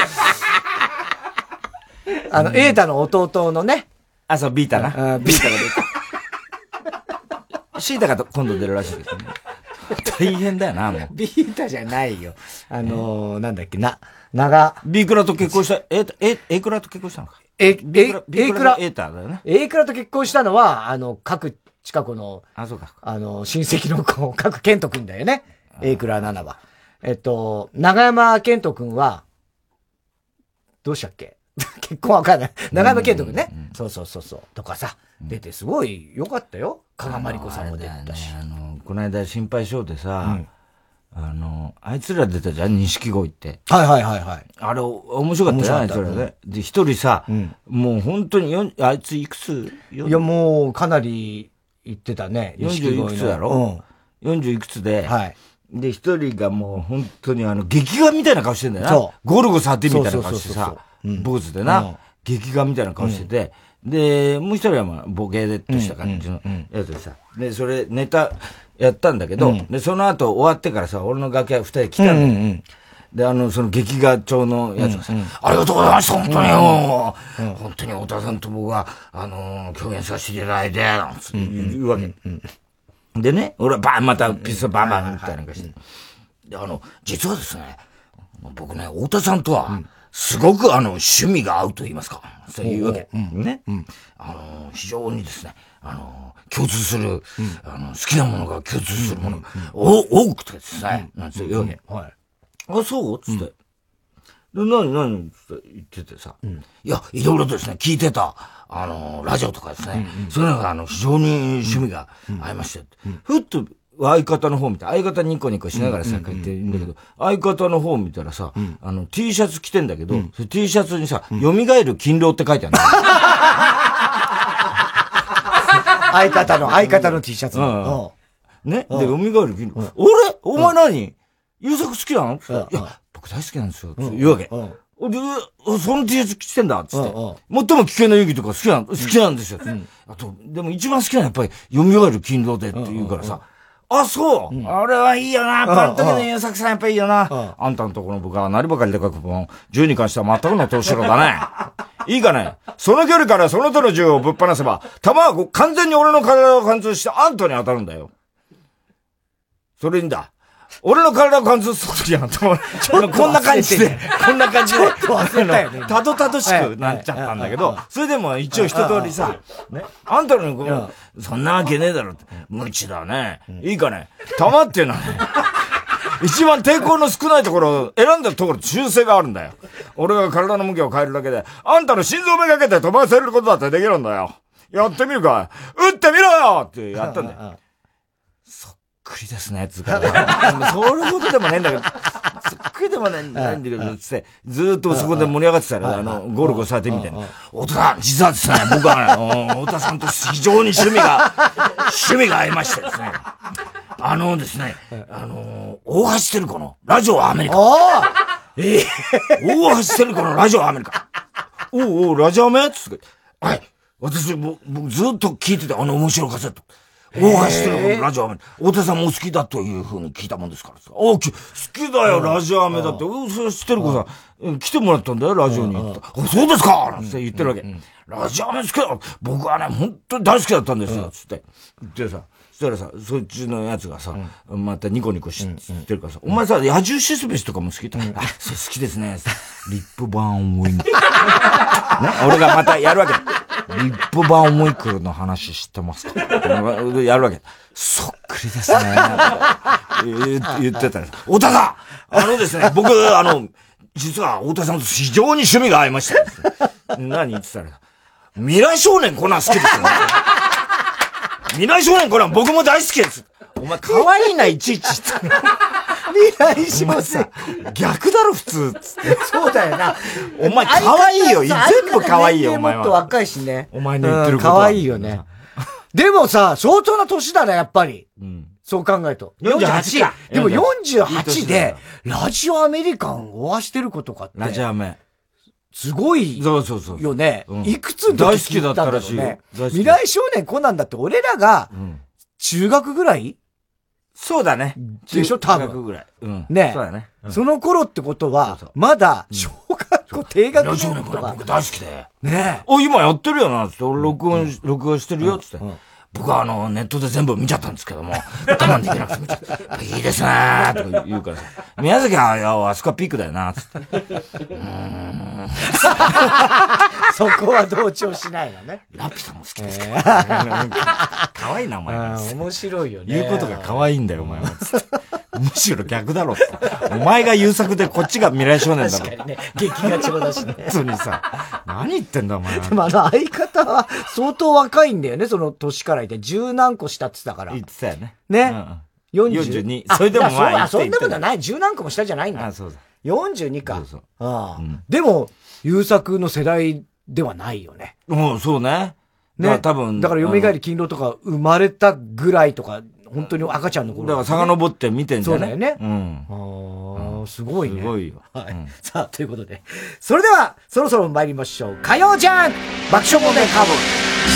あの、エータの弟のね。 あ、そう、ビータな。 ビータが出た。シータが今度出るらしいけどね。大変だよな、もう。 ビータじゃないよ。あのー、なんだっけ、な、長。 ビークラと結婚した、え、え、エクラと結婚したのか。 え、え、 ビークラ。エータだよね。 エークラと結婚したのは、あの、各近くの、 あ、そうか。 あの、親戚の子、各健人くんだよね。エークラななは。えっと、長山健人くんは、どうしたっけ結婚わかんない。長山健人くんね。そうそうそうそう。とかさ、出てすごい良かったよ。加賀まりこさんも出てたし。 あの、この間心配性でさ、あの、あいつら出たじゃん、錦鯉って。 はいはいはいはい。 あれ、面白かったよ、あいつらね。で、一人さ、もう本当によん、あいついくついや、もう、かなり言ってたね。 よんじゅういくつだろうん。よんじゅういくつで、はい。で、一人がもう本当にあの、劇画みたいな顔してんだよな。そう。ゴルゴさってみたいな顔してさ、坊主でな、劇画みたいな顔してて、で、もう一人はまあ、ボケでっとした感じのやつでさ、で、それ、ネタやったんだけど、で、その後終わってからさ、俺の楽屋二人来たんだよ。で、あの、その劇画調のやつがさ、ありがとうございました、本当によ、本当に太田さんと僕が、あの、共演させていただいて、なんつって言うわけ。でね、俺はバーン、またピストバンバンみたいな感じで。で、あの、実はですね、僕ね、太田さんとは、すごくあの、趣味が合うと言いますか。そういうわけ。ね。あの、非常にですね、あの、共通する、あの、好きなものが共通するものが、多くてですね、なんて言うわけ。はい。あ、そうつって。で、何、何って言っててさ。いや、いろいろとですね、聞いてた、あの、ラジオとかですね。そういうのが、あの、非常に趣味が合いまして。ふっと、相方の方見て、相方ニコニコしながらさ、言ってるんだけど、相方の方見たらさ、あの、T シャツ着てんだけど、T シャツにさ、蘇る勤労って書いてあるんだよ。 相方の、相方の T シャツ。 ね。で、蘇る勤労。俺お前何優作好きなのいや、僕大好きなんですよ。言うわけ。で、その T シャツ着てんだっつって。最も危険な遊戯とか好きな、好きなんですよ。あと、でも一番好きなのはやっぱり、蘇る勤労でって言うからさ、あ、そう、うん、あれはいいよな。パントキの優作さんやっぱいいよな。あ, あんたのところの部下は何ばかりでかくも、銃に関しては全くの投資ろだね。いいかね。その距離からその手の銃をぶっ放せば、弾は完全に俺の体を貫通してあんたに当たるんだよ。それにだ。俺の体を貫通するじゃん。こんな感じで、こんな感じで、たどたどしくなっちゃったんだけど、それでも一応一通りさ、ね、あんたのこそんなわけねえだろって、無知だね。いいかね。弾っていうのはね、 一番抵抗の少ないところを選んだところ修正があるんだよ。俺が体の向きを変えるだけで、あんたの心臓めがけて飛ばせることだってできるんだよ。やってみるか。撃ってみろよってやったんだよ。そっくりですね、つうか。そういうことでもねえんだけど、そっくりでもねえんだけど、つって、ずーっとそこで盛り上がってたら、あの、ゴルゴされてみたいな。太田さん、実はですね、僕はね、太田さんと非常に趣味が、趣味が合いましてですね。あのですね、あの、大橋照子のラジオアメリカ。ええ大橋照子のラジオアメリカ。おうおう、ラジオアメつって。はい。私、僕、ずっと聞いてて、あの面白カセット。大橋照子のラジオアメ。太田さんもお好きだという風に聞いたもんですからさ。お好きだよ、ラジオアメだって。おそれ知ってる子さ、来てもらったんだよ、ラジオに。あ、そうですかなんて言ってるわけ。ラジオアメ好きだ。僕はね、本当に大好きだったんですよ。つって。言ってさ。そしたらさ、そっちのやつがさ、またニコニコしてるからさ、お前さ、野獣シスベシとかも好きだ。あ、そう好きですね。リップバーンウィンク。ね、俺がまたやるわけ。リップバーンウィンクルの話知ってますかやるわけ。そっくりですね。言ってたら、太田さんあのですね、僕、あの、実は太田さんと非常に趣味が合いました。何言ってたら、未来少年コナン好きですよね。未来少年コナン僕も大好きです。お前可愛いな、いちいち。 未来しません。 逆だろ、普通。つって。 そうだよな。 お前可愛いよ。全部可愛いよ、お前は。 もっと若いしね。 お前の言ってることは。 可愛いよね。でもさ、相当な年だね、やっぱり。うん、そう考えると。 よんじゅうはちか。 でもよんじゅうはちで、ラジオアメリカンを追わしてることかって。 ラジオアメ。 すごい。 そうそうそう。 よね。 うん、 いくつの時聞いたんだろうね。大好きだったらしい。未来少年コナンだって俺らが、中学ぐらい、うん、 そうだね。 でしょ多分。 中学ぐらい。うん。 ね。 そうだね。 うん、その頃ってことは、そうそうまだ、小学校低学年とか。 僕大好きで。 ねお、今やってるよな、つって。俺録音、うん、録音してるよ、つって。うんうん僕はあの、ネットで全部見ちゃったんですけども、我慢できなくて見ちゃった。いいですねーとか言うからさ、宮崎は、いや、あそこはピークだよなーつって。うーんそこは同調しないのね。 ラピュタも好きですから、ね。可愛いな、お前は。 面白いよね。 言うことが可愛いんだよ、お前は。むしろ逆だろって。お前が優作でこっちが未来少年だろ。 確かにね。劇がちょうだしね。 普通にさ、何言ってんだ、お前は。 でもあの相方は相当若いんだよね、その年からいて。十何個下って言ってたから。 言ってたよね。 ね。 よんじゅう。よんじゅうに。それでもまあ、そんなことない。十何個も下じゃないんだ。 あ、そうだ。 よんじゅうにか。 そうそう。 ああ。でも、優作の世代ではないよね。 うん、そうね。ね。多分。 だから、蘇り勤労とか生まれたぐらいとか、本当に赤ちゃんの頃、 ね。だから、遡って見てんじゃね。 そうだよね。 うん。 ああ、すごいね。 すごいよ。 はい。さあ、ということで。それでは、そろそろ参りましょう。火曜ジャンク爆笑問題カーボーイ。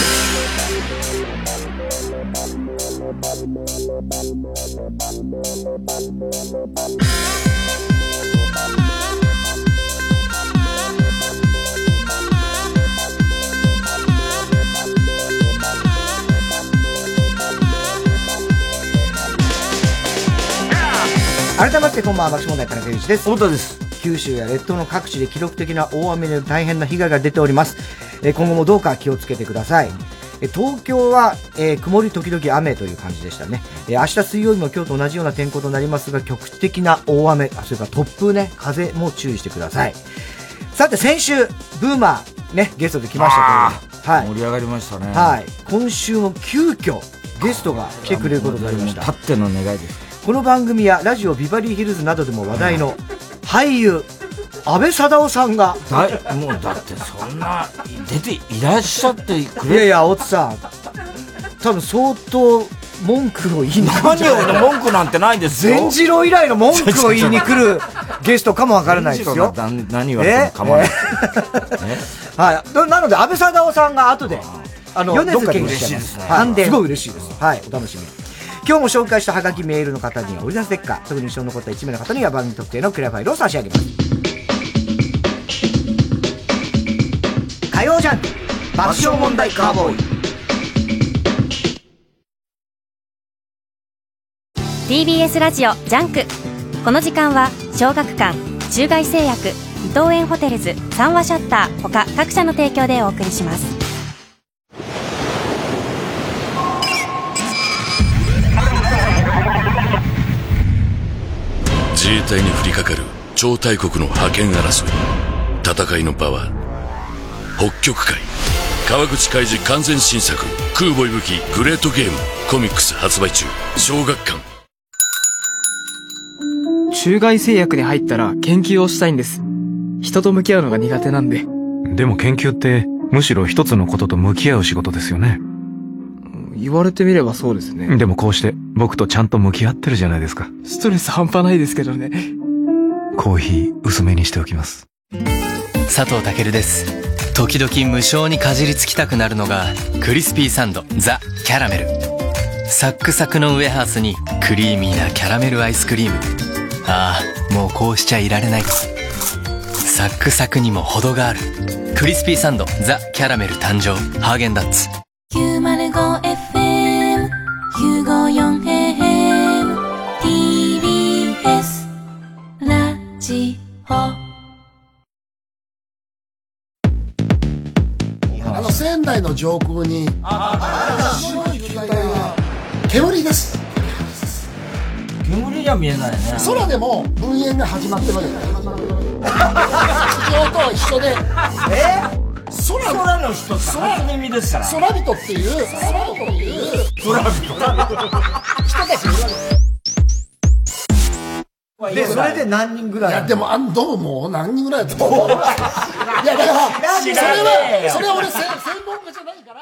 改めましてこんばんは、爆笑問題田中裕二です。 太田です。 九州や列島の各地で記録的な大雨で大変な被害が出ております。えー、今後もどうか気をつけてください。えー、東京は、えー、曇り時々雨という感じでしたね。えー、明日水曜日も今日と同じような天候となりますが、局地的な大雨、あ、それから突風ね、風も注意してください。さて先週ブーマーねゲストで来ましたけど、 はい、盛り上がりましたね。 はい。今週も急遽ゲストが来てくれることになりました。 たっての願いです。 この番組やラジオビバリーヒルズなどでも話題の俳優安倍貞夫さんがだいもうだってそんな出ていらっしゃってくれ。 いやいや大津さん多分相当文句を言いに来る。 何を文句なんてないですよ。 善次郎以来の文句を言いに来るゲストかもわからないですよ。 何言われても構わない。 はい。なので安倍貞夫さんが後であの米津玄師です。 すごい嬉しいです。はい。お楽しみに。今日も紹介したハガキメールの方にはオリジナルステッカー、特に印象に残ったいち名の方には番組特定のクリアファイルを差し上げます。火曜ジャンク爆笑問題カーボーイ。 ティービーエス ラジオジャンク。この時間は小学館、中外製薬、伊東園ホテルズ、三話シャッター他各社の提供でお送りします。 自衛隊に降りかかる超大国の覇権争い。戦いの場は北極海。川口海事完全新作空母息吹グレートゲームコミックス発売中。小学館。 中外製薬に入ったら研究をしたいんです。人と向き合うのが苦手なんで。 でも研究ってむしろ一つのことと向き合う仕事ですよね。 言われてみればそうですね。 でもこうして僕とちゃんと向き合ってるじゃないですか。 ストレス半端ないですけどね。 コーヒー薄めにしておきます。 佐藤健です。時々無性にかじりつきたくなるのがクリスピーサンドザ・キャラメル。サックサクのウエハースにクリーミーなキャラメルアイスクリーム。ああ、もうこうしちゃいられない。サックサクにも程がある。クリスピーサンドザ・キャラメル誕生。ハーゲンダッツ。 きゅうまるごエフエム きゅうごよんエーエム ティービーエス ラジオ。 あの仙台の上空に白い機体が煙です。 煙じゃ見えないね。 空でも分煙が始まってるわけだよ。地上とは一緒で、 え空空の人って初耳ですから。 空人っていう空人っていう空人人たちいるわけで、それで何人ぐらい？ いや、でも、あん、どうも、何人ぐらいだと思う。いや、だから、それは、それは俺、専門家じゃないから。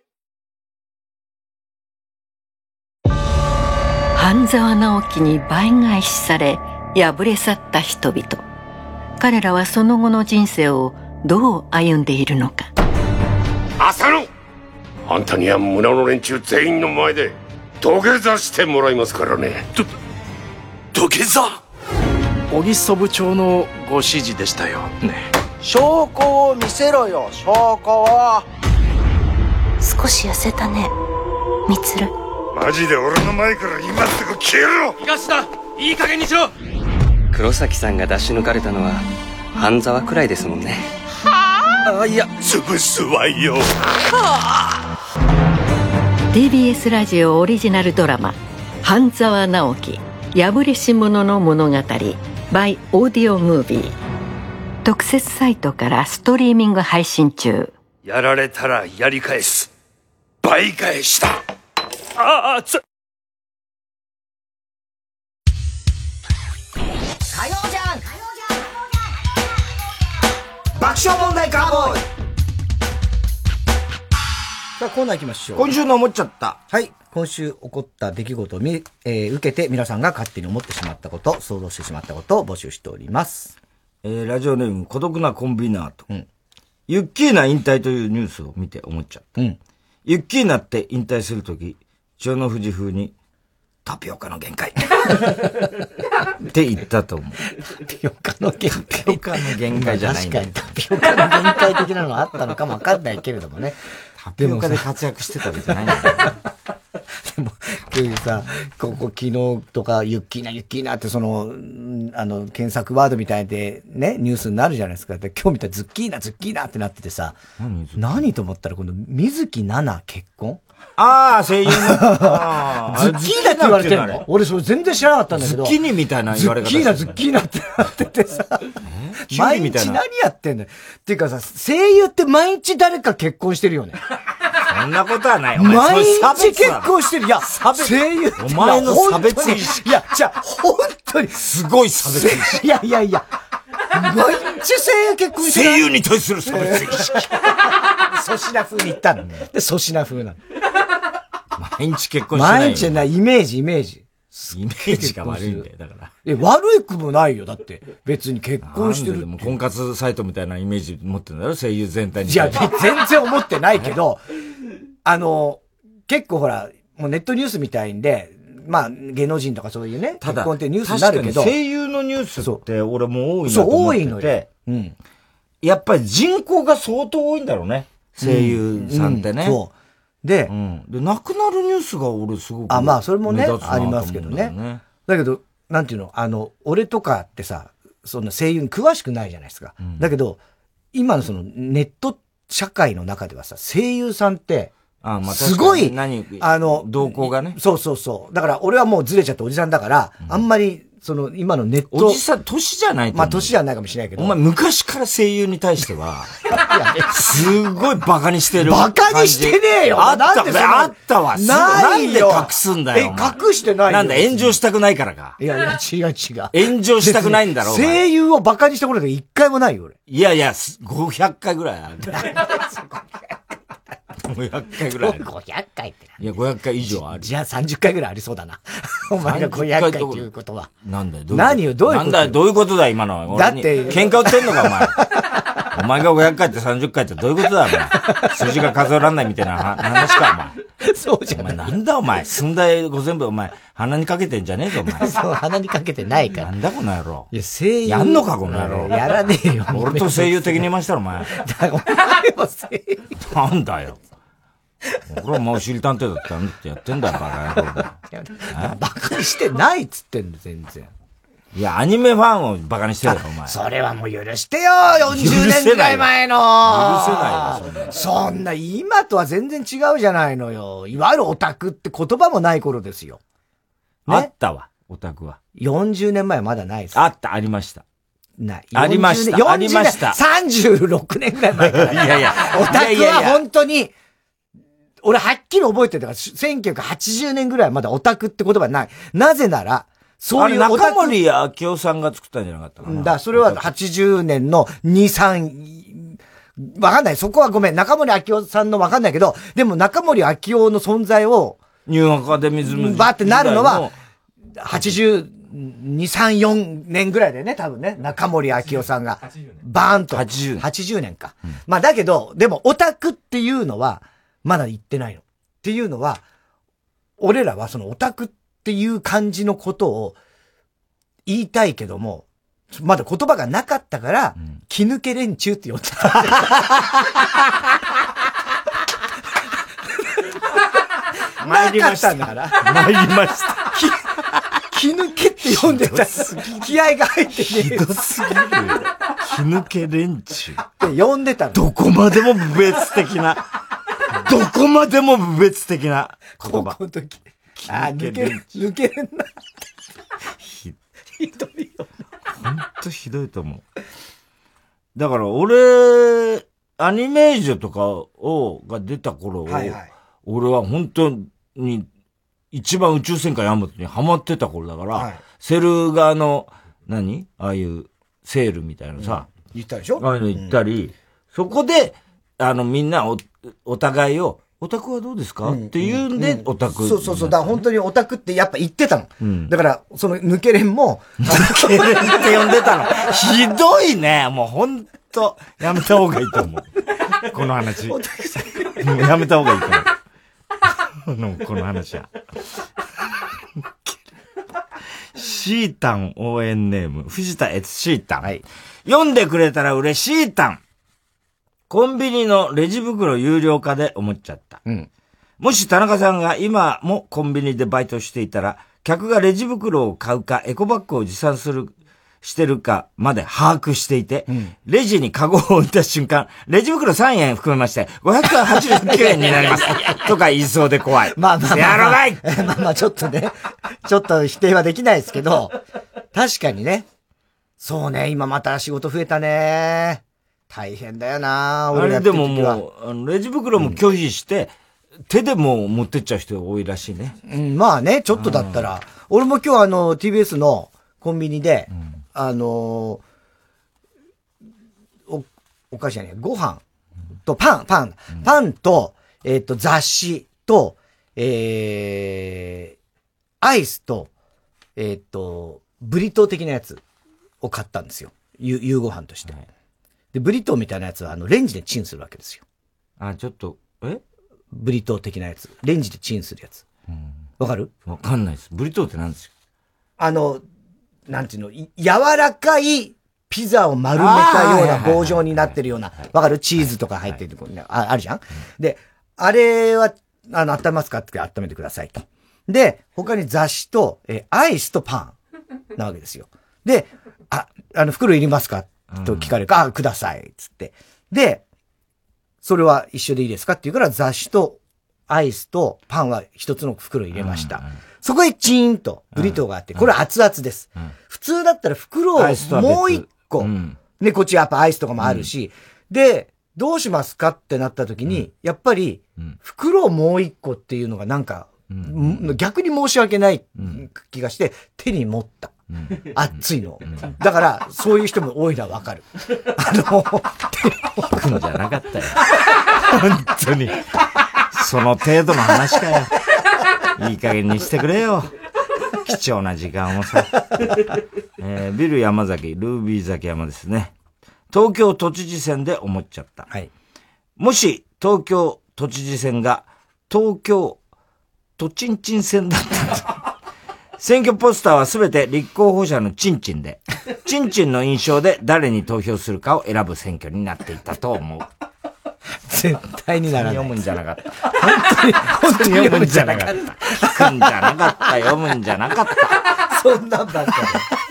半沢直樹に倍返しされ、敗れ去った人々。彼らはその後の人生をどう歩んでいるのか。 浅野、あんたには村の連中全員の前で土下座してもらいますからね。土下座？ 小木曽部長のご指示でしたよね。 証拠を見せろよ、証拠を。 少し痩せたね、みつる。 マジで俺の前から今すぐ消えろ。 東田、いい加減にしろ。 黒崎さんが出し抜かれたのは半沢くらいですもんね。 はあ、いや、潰すわよ。はあ、ティービーエス ラジオオリジナルドラマ「半沢直樹破れし者の物語 by オーディオムービー」特設サイトからストリーミング配信中。 やられたらやり返す。倍返しだ。ああ、つ火曜じゃん爆笑問題カーボーイ。さあ、コーナー行きましょう。 今週の思っちゃった。 はい。今週起こった出来事を見、えー、受けて皆さんが勝手に思ってしまったこと、想像してしまったことを募集しております。 えー、ラジオネーム孤独なコンビナート。うん。ユッキーナ引退というニュースを見て思っちゃった。うん。ユッキーナって引退するとき、千代の富士風に、タピオカの限界って言ったと思う。 タピオカの限界。 タピオカの限界じゃないんだ。 確かにタピオカの限界的なのがあったのかもわかんないけれどもね。 タピオカで活躍してたわけじゃないんだよ。 でも、結局さ、ここ昨日とか、ユッキーナ、ユッキーナってその、あの、検索ワードみたいでね、ニュースになるじゃないですか。で、今日見たらズッキーナ、ズッキーナってなっててさ、何何と思ったら、今度、水木奈々結婚ああ、声優の。ズッキーナって言われてるの？俺それ全然知らなかったんだけど。 ズッキーニみたいな言われ方。 ズッキーナ、ズッキーナってなっててさ。毎日何やってんのよ。っていうかさ、声優って毎日誰か結婚してるよね。 そんなことはない。 毎日結婚してる。いや、声優って。 お前の差別意識。 いや、じゃあ、本当に。 すごい差別意識。 いやいやいや。毎日声優結婚してる。 声優に対する差別意識。 粗品風に言ったの。で、粗品風なの。 毎日結婚してない。 毎日な、イメージ、イメージ。 イメージが悪いんだよ、だから。 え、悪くもないよ、だって。別に結婚してる。 でも婚活サイトみたいなイメージ持ってるんだろ、声優全体に。 いや、全然思ってないけど、あの、結構ほら、もうネットニュースみたいんで、まあ、芸能人とかそういうね、結婚ってニュースになるけど。 声優のニュースって俺も多いなと思ってて。 そう、多いのよ。うん。 やっぱり人口が相当多いんだろうね。声優さんってね。 そう。で、 うん、で、亡くなるニュースが俺すごく。 あ、まあ、それもね、ありますけどね。だけど、なんていうの、あの、俺とかってさ、その声優に詳しくないじゃないですか。うん、だけど、今のそのネット社会の中ではさ、声優さんって、 あまあ、 すごい、 何あの、 動向がね。 そうそうそう。だから俺はもうずれちゃったおじさんだから、うん、あんまりその、今のネット。 おじさん、年じゃないと思う。 まあ、年じゃないかもしれないけど。 お前、昔から声優に対しては、すごいバカにしてる。 バカにしてねえよあった、 なんでそんなあったわ。 ないよなんで隠すんだよ。 え、隠してないよ。 なんだ、炎上したくないからか。 いやいや、違う違う。 炎上したくないんだろ、 声優をバカにしたことで一回もないよ、俺。 いやいや、ごひゃっかいぐらいある。ごひゃっかいぐらいある。 ごひゃっかいって。 いや、ごひゃっかい以上ある。 じゃあさんじゅっかいぐらいありそうだな。お前がごひゃっかいっていうことは。 なんだよ、どういうこと何よ、どういうことなんだよ、どういうことだ、今の。 だって、 喧嘩売ってんのか、お前。お前がごひゃっかいってさんじゅっかいってどういうことだ、お前。数字が数えらんないみたいな話か、お前。 そうじゃん。 お前なんだ、お前。寸大ご全部、お前、鼻にかけてんじゃねえぞ、お前。 そう、鼻にかけてないから。 なんだ、この野郎。 いや、声優。 やんのか、この野郎。 やらねえよ。 俺と声優的に言いましたろ、お前。 お前も声優。 なんだよ。俺はもうおしり探偵だってなんだってやってんだよ、バカ野郎。 バカにしてないっつってんだ、全然。 いや、アニメファンをバカにしてるよ、お前。 それはもう許してよ、よんじゅうねんぐらい前の。 許せないよ、 そんな、今とは全然違うじゃないのよ。いわゆるオタクって言葉もない頃ですよ。 ね、あったわ、オタクは。 よんじゅうねんまえはまだないです。 あった、ありました。 ない。 ありました。ありました。 さんじゅうろくねんぐらい前から。 いやいや。 オタクは本当に、俺はっきり覚えてるから、せんきゅうひゃくはちじゅうねんぐらいはまだオタクって言葉ない。なぜなら、そういうオタク。中森明夫さんが作ったんじゃなかったかな。 だ、それははちじゅうねんのに、さん、わかんない。そこはごめん。中森明夫さんのわかんないけど、でも中森明夫の存在を、 ニューアカデミズム。 バーってなるのは、はちじゅうに、さん、よねんぐらいだよね、多分ね。中森明夫さんが。バーンと。 はちじゅうねん。 はちじゅうねんか。うん、まあだけど、でもオタクっていうのは、まだ言ってないの。っていうのは、俺らはそのオタクっていう感じのことを言いたいけども、まだ言葉がなかったから、うん、気抜け連中って呼んでた。 参りました。 なかったんだから。参りました。 気抜けって呼んでた。気合が入ってねえ。 ひどすぎるよ。気抜け連中。 って呼んでたの。 どこまでも部別的な。どこまでも部別的な言葉。 高校の時。あ、抜ける、抜けるな。 ひ、 ひどいよ。 ほんとひどいと思う。だから俺、アニメージュとかを、が出た頃を、はいはい、俺は本当に、一番宇宙戦艦ヤマトにハマってた頃だから、はい、セル側の、何ああいうセールみたいなさ、 うん、言ったでしょああいうの言ったり、うん、そこで、あのみんなお、お互いを、オタクはどうですか、うん、って言うんで、うん、オタク。 そうそうそう。だから本当にオタクってやっぱ言ってたの。 うん、 だから、その抜けれんも、 抜けれんって呼んでたの。ひどいね。もうほんと、やめた方がいいと思う。この話。やめた方がいいと思う。この話は。シータン応援ネーム、藤田悦シータン。はい。読んでくれたら嬉しいタン。コンビニのレジ袋有料化で思っちゃった。 うん。 もし田中さんが今もコンビニでバイトしていたら、客がレジ袋を買うかエコバッグを持参する、してるかまで把握していて、うん、レジにカゴを置いた瞬間、レジ袋さんえん含めまして、ごひゃくはちじゅうきゅうえんになります。とか言いそうで怖い。 まあまあまあ、 やろがいまあまあちょっとね、ちょっと否定はできないですけど、確かにね。そうね、今また仕事増えたね。大変だよな俺あれでももう、あのレジ袋も拒否して、うん、手でも持ってっちゃう人が多いらしいね。 うん、まあね、ちょっとだったら。俺も今日あの、ティービーエス のコンビニで、うん、あのー、お、お菓子じゃねえ、ご飯とパン、パン、うん、パンと、えっと、雑誌と、えー、アイスと、えっと、ブリトー的なやつを買ったんですよ。夕、夕ご飯として。はい、で、ブリトーみたいなやつは、あの、レンジでチンするわけですよ。 あ、ちょっと、えブリトー的なやつ。レンジでチンするやつ。わ、うん、かる？ わかんないです。ブリトーって何ですか？ あの、なんていうの、柔らかいピザを丸めたような棒状になってるような、わかる？チーズとか入ってるところに、あ、あるじゃん、うん、で、あれは、あの、温めますかって温めてくださいと。で、他に雑誌と、え、アイスとパンなわけですよ。で、あ、あの、袋いりますかと聞かれるか、うん、あ、ください、つって。で、それは一緒でいいですかって言うから雑誌とアイスとパンは一つの袋入れました。うんうん、そこへチーンとブリトーがあって、これ熱々です。うんうん、普通だったら袋をもう一個、うん、で、こっちやっぱアイスとかもあるし、うん、で、どうしますかってなった時に、うん、やっぱり、袋をもう一個っていうのがなんか、うん、逆に申し訳ない気がして、手に持った。うん、熱いの、うん。だから、そういう人も多いのはわかる。あの、 手を。んじゃなかったよ。本当に。その程度の話かよ。いい加減にしてくれよ。貴重な時間をさ。えー、ビル山崎、ルービー崎山ですね。東京都知事選で思っちゃった。はい。もし、東京都知事選が、東京都チンチン選だったら、選挙ポスターはすべて立候補者のチンチンで、チンチンの印象で誰に投票するかを選ぶ選挙になっていたと思う。 絶対にならない。 読むんじゃなかった。本当に、本当に読むんじゃなかった。聞くんじゃなかった。読むんじゃなかった。 そんなんばっかり。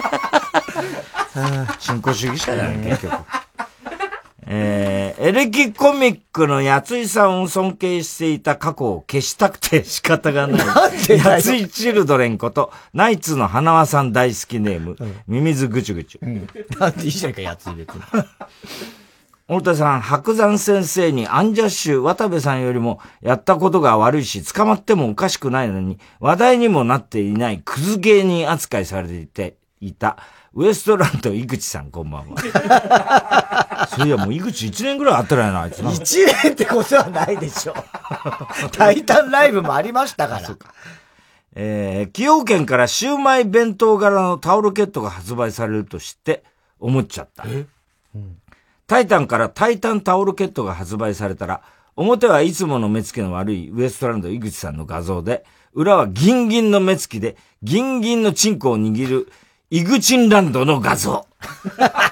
新興主義者だね、結局。えー、エレキコミックのやついさんを尊敬していた過去を消したくて仕方がない。なんでやついチルドレンこと、ナイツの花輪さん大好きネーム、うん、ミミズぐちゅぐちゅ。うん、 なんでいいじゃんか、やつい別に。 太田さん、白山先生にアンジャッシュ渡部さんよりもやったことが悪いし、捕まってもおかしくないのに、話題にもなっていないクズ芸人扱いされていて、いた。ウエストランド井口さんこんばんは。そういやもう井口いちねんぐらい会ってないな、あいつな。 いちねんってことはないでしょ。タイタンライブもありましたから。 えー、崎陽軒からシウマイ弁当柄のタオルケットが発売されると知って思っちゃった。え、うん、タイタンからタイタンタオルケットが発売されたら、表はいつもの目つきの悪いウエストランド井口さんの画像で、裏はギンギンの目つきで、ギンギンのチンコを握るイグチンランドの画像。 なんだよ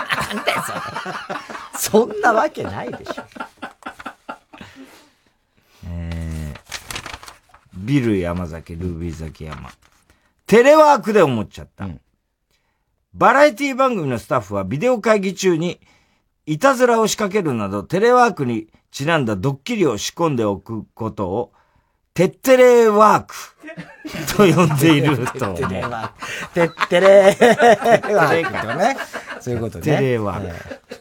それ。そんなわけないでしょ。 えー、ビル山崎、ルービー崎山。テレワークで思っちゃった。うん、バラエティ番組のスタッフはビデオ会議中にいたずらを仕掛けるなどテレワークにちなんだドッキリを仕込んでおくことをテッテレワークと呼んでいると思う。テッテレワーク。 テッテレワークとね。そういうことね。 テレワーク。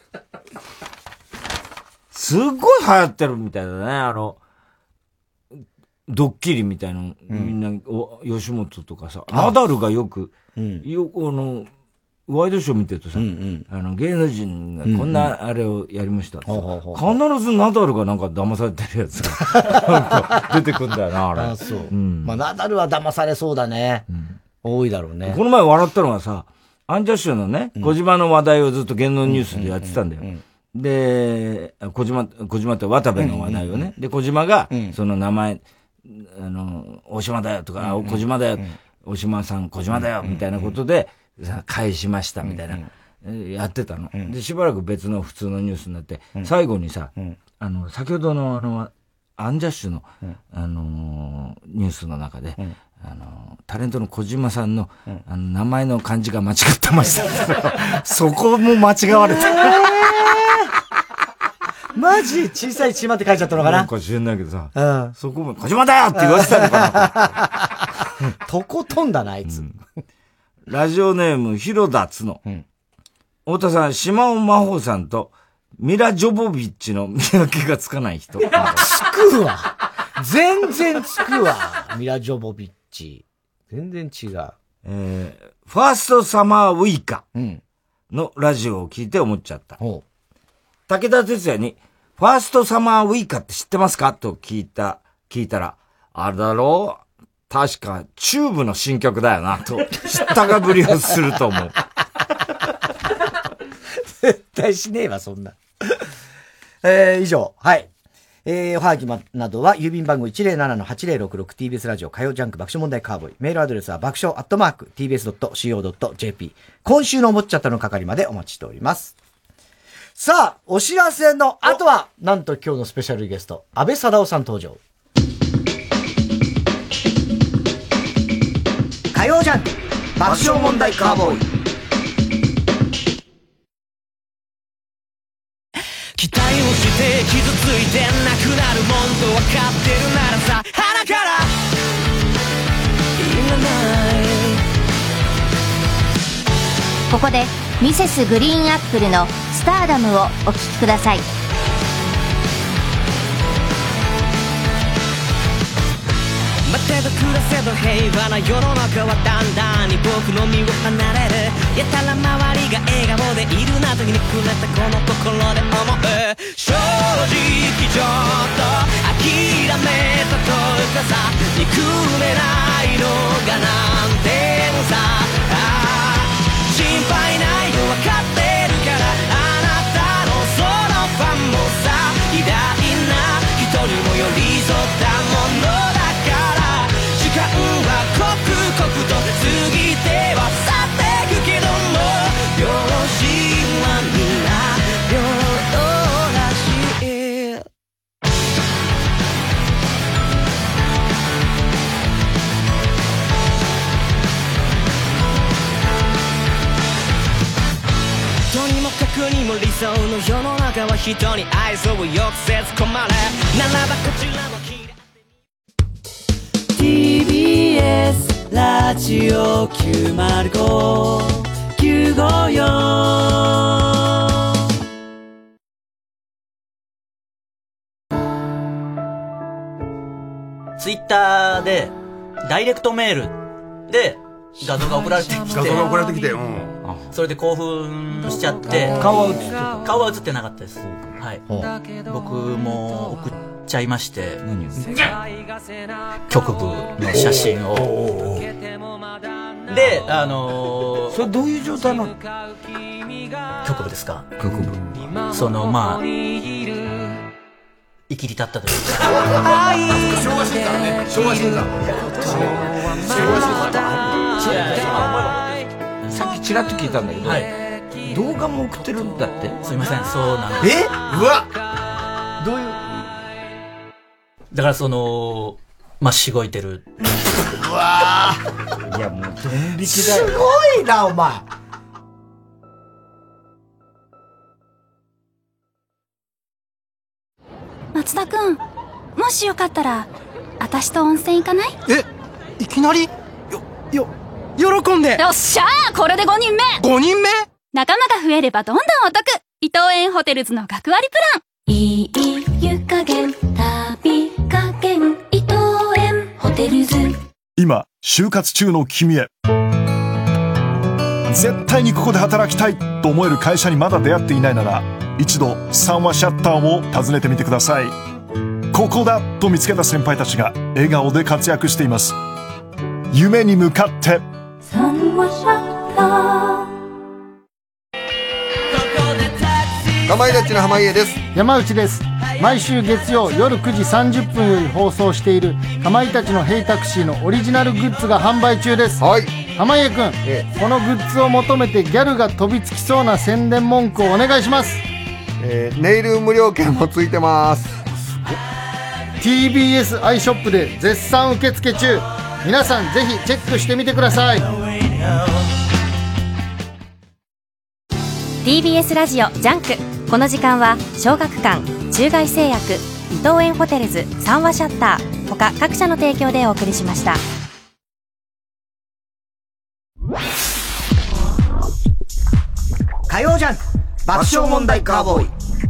すっごい流行ってるみたいだね、あの、ドッキリみたいなの、うん、みんな、お吉本とかさ、ナダルがよく、うん、よくあの、ワイドショー見てるとさ、うんうん、あの、芸能人がこんなあれをやりましたって、うんうん、必ずナダルがなんか騙されてるやつが出てくんだよな、あれ。 あ、そう。うん、まあ、ナダルは騙されそうだね。うん、多いだろうね。 この前笑ったのがさ、アンジャッシュのね、小島の話題をずっと芸能ニュースでやってたんだよ。で、小島、小島って渡部の話題をね。うんうんうん、で、小島が、その名前、あの、大島だよとか、うんうん、小島だよ、うん、大島さん小島だよ、みたいなことで、返しました、みたいな、うんうん、やってたの、うん。で、しばらく別の普通のニュースになって、うん、最後にさ、うん、あの、先ほどのあの、アンジャッシュの、うん、あのー、ニュースの中で、うん、あの、タレントの小島さんの、うん、あの、名前の漢字が間違ってました。そこも間違われて。 マジ小さい島って書いちゃったのかな。 なんか知らないけどさ、うん、そこも小島だよって言わせたのかな。とことんだな、あいつ。うん、 ラジオネーム、広田つの。うん、太田さん、島尾真帆さんと、ミラ・ジョボビッチの見分けがつかない人。 つくわ。全然つくわ。ミラ・ジョボビッチ。全然違う。 えー、ファーストサマーウイカのラジオを聞いて思っちゃった。うん、武田鉄矢に、ファーストサマーウイカって知ってますかと聞いた、聞いたら、あれだろう確か、チューブの新曲だよな、と、知ったかぶりをすると思う。 絶対しねえわ、そんな。えー、以上。はい。えー、おはぎなどは、郵便番号 いちゼロななのはちゼロろくろく ティービーエス ラジオ火曜ジャンク爆笑問題カーボーイ。メールアドレスは爆笑アットマーク ティービーエスドットシーオードットジェーピー。今週の思っちゃったの係までお待ちしております。さあ、お知らせの後は、なんと今日のスペシャルゲスト、安倍貞夫さん登場。火曜ジャンク爆笑問題カーボーイ。 期待をして傷ついてなくなるもんと分かってるならここでミセスグリーンアップルのスターダムをお聴きください。 待てど暮らせど平和な世の中はだんだんに僕の身を離れる。やたら周りが笑顔でいるなとひねくれたこの心で思う。正直ちょっと諦めたとかさ、憎めないのがなんてのさ、あー心配ないよ分かってるから、あなたのそのファンもさ、偉大な人にも寄り添ったものだ。時間は刻々と過ぎては去ってくけども、両親はみんな平等らしい。とにもかくにも理想の世の中は人に愛想をよくせず込まれ、ならばこちらもティービーエス ラジオきゅうまるご きゅうごよん。 ツイッターでダイレクトメールで画像が送られてきて、 画像が送られてきて、うん、 それで興奮しちゃって、 顔は映ってた？ 顔は映ってなかったです。はい。僕も送っちゃいまして、局部の写真を。で、あのー、 それどういう状態なの？ 局部ですか？ 局部。 その、まあ、生きり立ったというか。 昭和してたね。昭和してた。昭和してた。 さっきちらっと聞いたんだけど、はい、動画も送ってるんだって。 すいません、そうなんです。 え？うわ！ どういう？ だからその、まあ、しごいてる。 うわー！いや、もうドン引きだよ。 すごいな、お前。 松田くん、もしよかったら、私と温泉行かない？ え、いきなり？よ、よ、喜んで。 よっしゃー、これでごにんめ。 ごにんめ？ 仲間が増えればどんどんお得。伊藤園ホテルズの学割プラン。いい湯加減、旅加減、伊藤園ホテルズ。 今、就活中の君へ。絶対にここで働きたいと思える会社にまだ出会っていないなら、一度三話シャッターを訪ねてみてください。ここだと見つけた先輩たちが笑顔で活躍しています。夢に向かって三話シャッター。 かまいたちの濱家です。 山内です。毎週月曜夜くじさんじゅっぷんより放送しているかまいたちのヘイタクシーのオリジナルグッズが販売中です。 はい。 濱家くん、ええ、このグッズを求めてギャルが飛びつきそうな宣伝文句をお願いします。 えー、ネイル無料券もついてます。 ティービーエス アイショップで絶賛受付中。皆さんぜひチェックしてみてください。 ティービーエス ラジオジャンク。この時間は小学館、中外製薬、伊藤園ホテルズ、三話シャッター他各社の提供でお送りしました。 火曜ジャンク爆笑問題カーボーイ。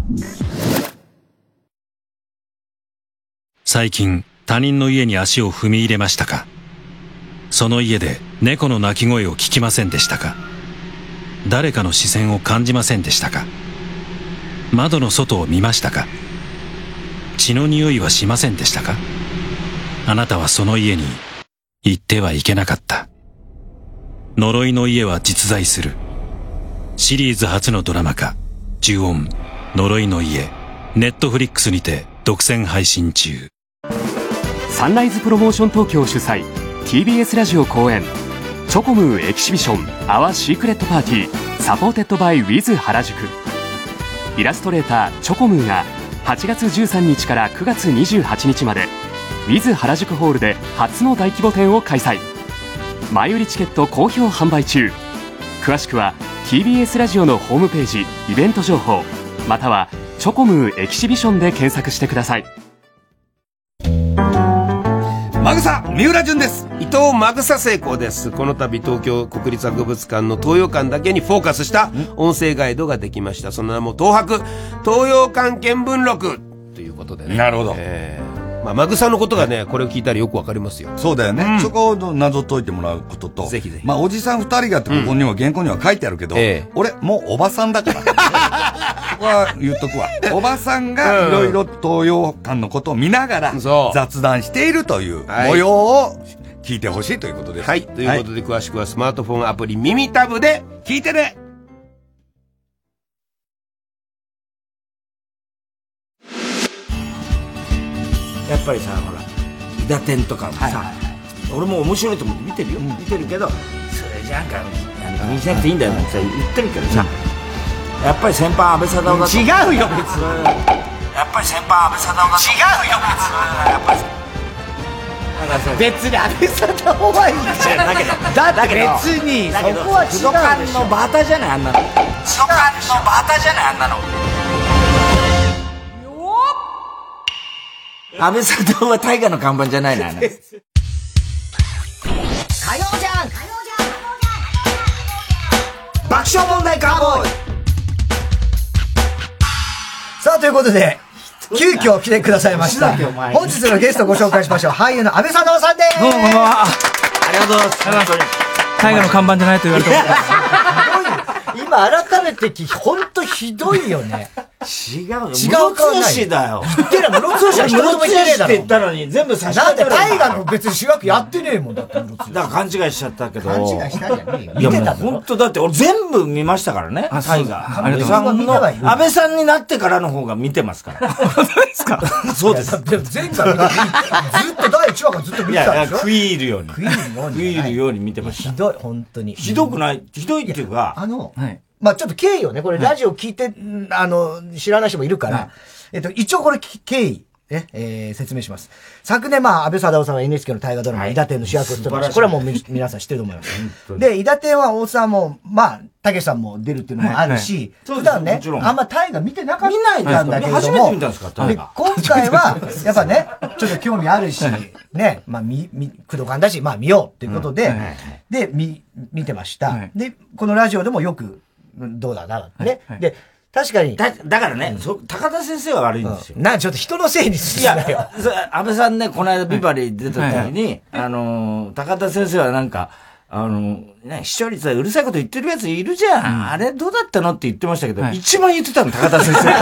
最近他人の家に足を踏み入れましたか？その家で猫の鳴き声を聞きませんでしたか？誰かの視線を感じませんでしたか？窓の外を見ましたか？血の匂いはしませんでしたか？あなたはその家に行ってはいけなかった。呪いの家は実在する。シリーズ初のドラマ化、呪怨、呪いの家、ネットフリックスにて独占配信中。 サンライズプロモーション東京主催 ティービーエス ラジオ公演チョコムーエキシビションアワーシークレットパーティーサポーテッドバイウィズ原宿。イラストレーターチョコムーがはちがつじゅうさんにちからくがつにじゅうはちにちまでウィズ原宿ホールで初の大規模展を開催。前売りチケット好評販売中。詳しくは ティービーエス ラジオのホームページイベント情報またはチョコムーエキシビションで検索してください。 ママグサ三浦淳です。 伊藤マグサ成功です。この度東京国立博物館の東洋館だけにフォーカスした音声ガイドができました。その名も東博東洋館見聞録ということでね。 なるほど。 えーまあ、マグサのことがね、これを聞いたらよくわかりますよ。 そうだよね。うん、そこを謎解いてもらうことと。 ぜひぜひ。 まあ、おじさん二人がってここには、原稿には書いてあるけど、ええ、俺、もうおばさんだから。そこは言っとくわ。おばさんがいろいろ東洋館のことを見ながら、雑談しているという模様を聞いてほしいということです。 はい。ということで、詳しくはスマートフォンアプリ耳タブで聞いてね。 やっぱりさ、ほら、伊達天とかもさ、はいはい、俺も面白いと思って見てるよ、うん、見てるけど、それじゃんか、気にしなくていいんだよって言ってるけどさ、うん、やっぱり先輩安倍貞夫だと。 違うよ、別に。 やっぱり先輩安倍貞夫だと。 違うよ、別に。別に安倍貞夫はいいじゃん。だけど、だって別に、そこは違うでしょ。 工藤館のバタじゃない、あんなの。工藤館のバタじゃない、あんなの。安倍貞夫は大河の看板じゃないな。火曜じゃん爆笑問題カーボーイ。 さあ、ということで、急遽来てくださいました。本日のゲストをご紹介しましょう。俳優の安倍貞夫さんです。 どうもこんばんは。 ありがとうございます。 大河の看板じゃないと言われてます。 今改めて聞き、ほんとひどいよね。 違うよ。 違うかない。 だよ。 言ってる、ムロツヨシは一言も言ってねえだろ。 って言ったのに、全部差し替えたら。なんで大河の別に主役やってねえもんだって、ムロツヨシ。 だから勘違いしちゃったけど。 勘違いしたんじゃねえよ。 いや、もうほんとだって俺全部見ましたからね。大河。安倍さんの、安倍さんになってからの方が見てますから。 本当ですか？ そうです。 でも前回見て、ずっとだいいちわからずっと見てたんでしょ。 いや、食い入るように。 食い入るように。 食い入るように見てました。 ひどい、ほんとに。 ひどくない、ひどいっていうか。 あの、まあちょっと経緯をね、これラジオ聞いて、はい、あの、知らない人もいるから、はい、えっと、一応これ経緯、ね、えー、説明します。昨年、まあ、安倍貞夫さんは エヌエイチケー の大河ドラマ、伊達天の主役を務めました。これはもう皆さん知ってると思います。で、伊達天は大津さんも、まあ、たけしさんも出るっていうのもあるし、はいはい、普段ね、あんま大河見てなかったんだけれども、 初めて見たんですか、大河。 今回は、やっぱね、ちょっと興味あるし、ね、まあ、み、み、工藤館だし、まあ見ようっていうことで、うんはいはい、で、み、見てました、はい。で、このラジオでもよく、どうだな、ね、はいはい。で、確かに。 だ、だからね、うん、そ、高田先生は悪いんですよ。 うん、な、ちょっと人のせいにするなよ。いや、 安倍さんね、この間ビバリー出た時に、はいはい、あの、高田先生はなんか、あの、ね、視聴率はうるさいこと言ってるやついるじゃん。うん、あれどうだったのって言ってましたけど、はい、一番言ってたの、高田先生。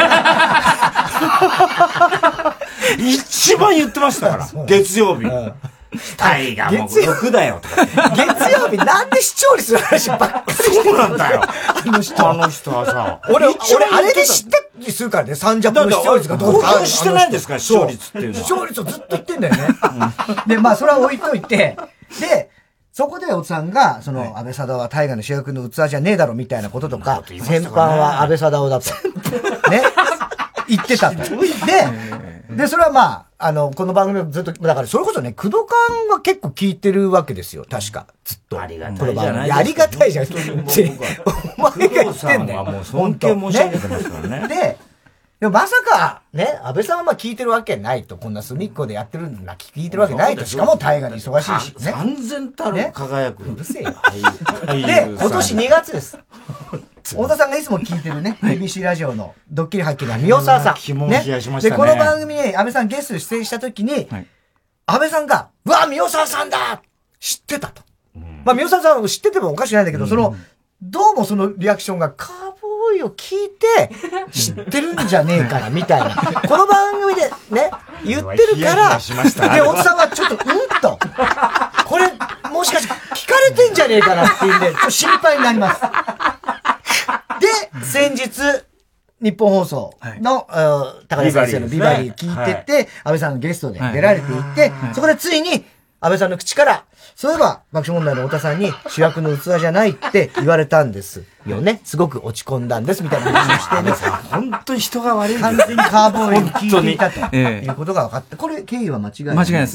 一番言ってましたから、月曜日。うん大河もろくだよとか。 月曜日なんで視聴率の話ばっかりそうなんだよ。 あの人。 あの人はさ。 俺、俺、あれで知ったりするからね、サンジャポの視聴率がどうか。公表してないんですか、視聴率っていうのは。 視聴率をずっと言ってんだよね。で、まあ、それは置いといて、で、そこでおつさんが、その、安倍貞夫は大河の主役の器じゃねえだろみたいなこととか、先般は安倍貞夫だと。ね。言ってたと。で、で、それはまあ、あの、この番組をずっと、だからそれこそね、工藤館は結構聞いてるわけですよ、確か。ずっと。 ありがたいじゃない。 ありがたいじゃん。お前が言ってんだよ。 もう尊敬申し上げてますからね。 で、でもまさか、ね、安倍さんはまあ聞いてるわけないと。こんな隅っこでやってるんだ、聞いてるわけないと。しかも大河に忙しいし。ね。 完全たる輝く。 うるせえよ。で、今年にがつです。太田さんがいつも聞いてるね、エービーシー ラジオのドッキリ発見の三尾沢さん。 ね。 で、この番組に安倍さんゲストで出演した時に、安倍さんが、うわ、三尾沢さんだ知ってたと。まあ、三尾沢さんは知っててもおかしくないんだけど、その、どうもそのリアクションが、カーボーイを聞いて、知ってるんじゃねえかな、みたいな。この番組でね、言ってるから、で、太田さんはちょっと、うんと、これ、もしかして聞かれてんじゃねえかなっていうんで、ちょっと心配になります。で、先日、日本放送の、はい、高田先生のビバリー聞いてて、はい、安倍さんのゲストで出られていて、はい、そこでついに、安倍さんの口から、そういえば、爆笑問題の太田さんに主役の器じゃないって言われたんですよね。すごく落ち込んだんです、みたいな話をしてね。 本当に人が悪い。 完全にカーボーイに聞いていたということが分かって、これ経緯は間違いない。 間違いないです。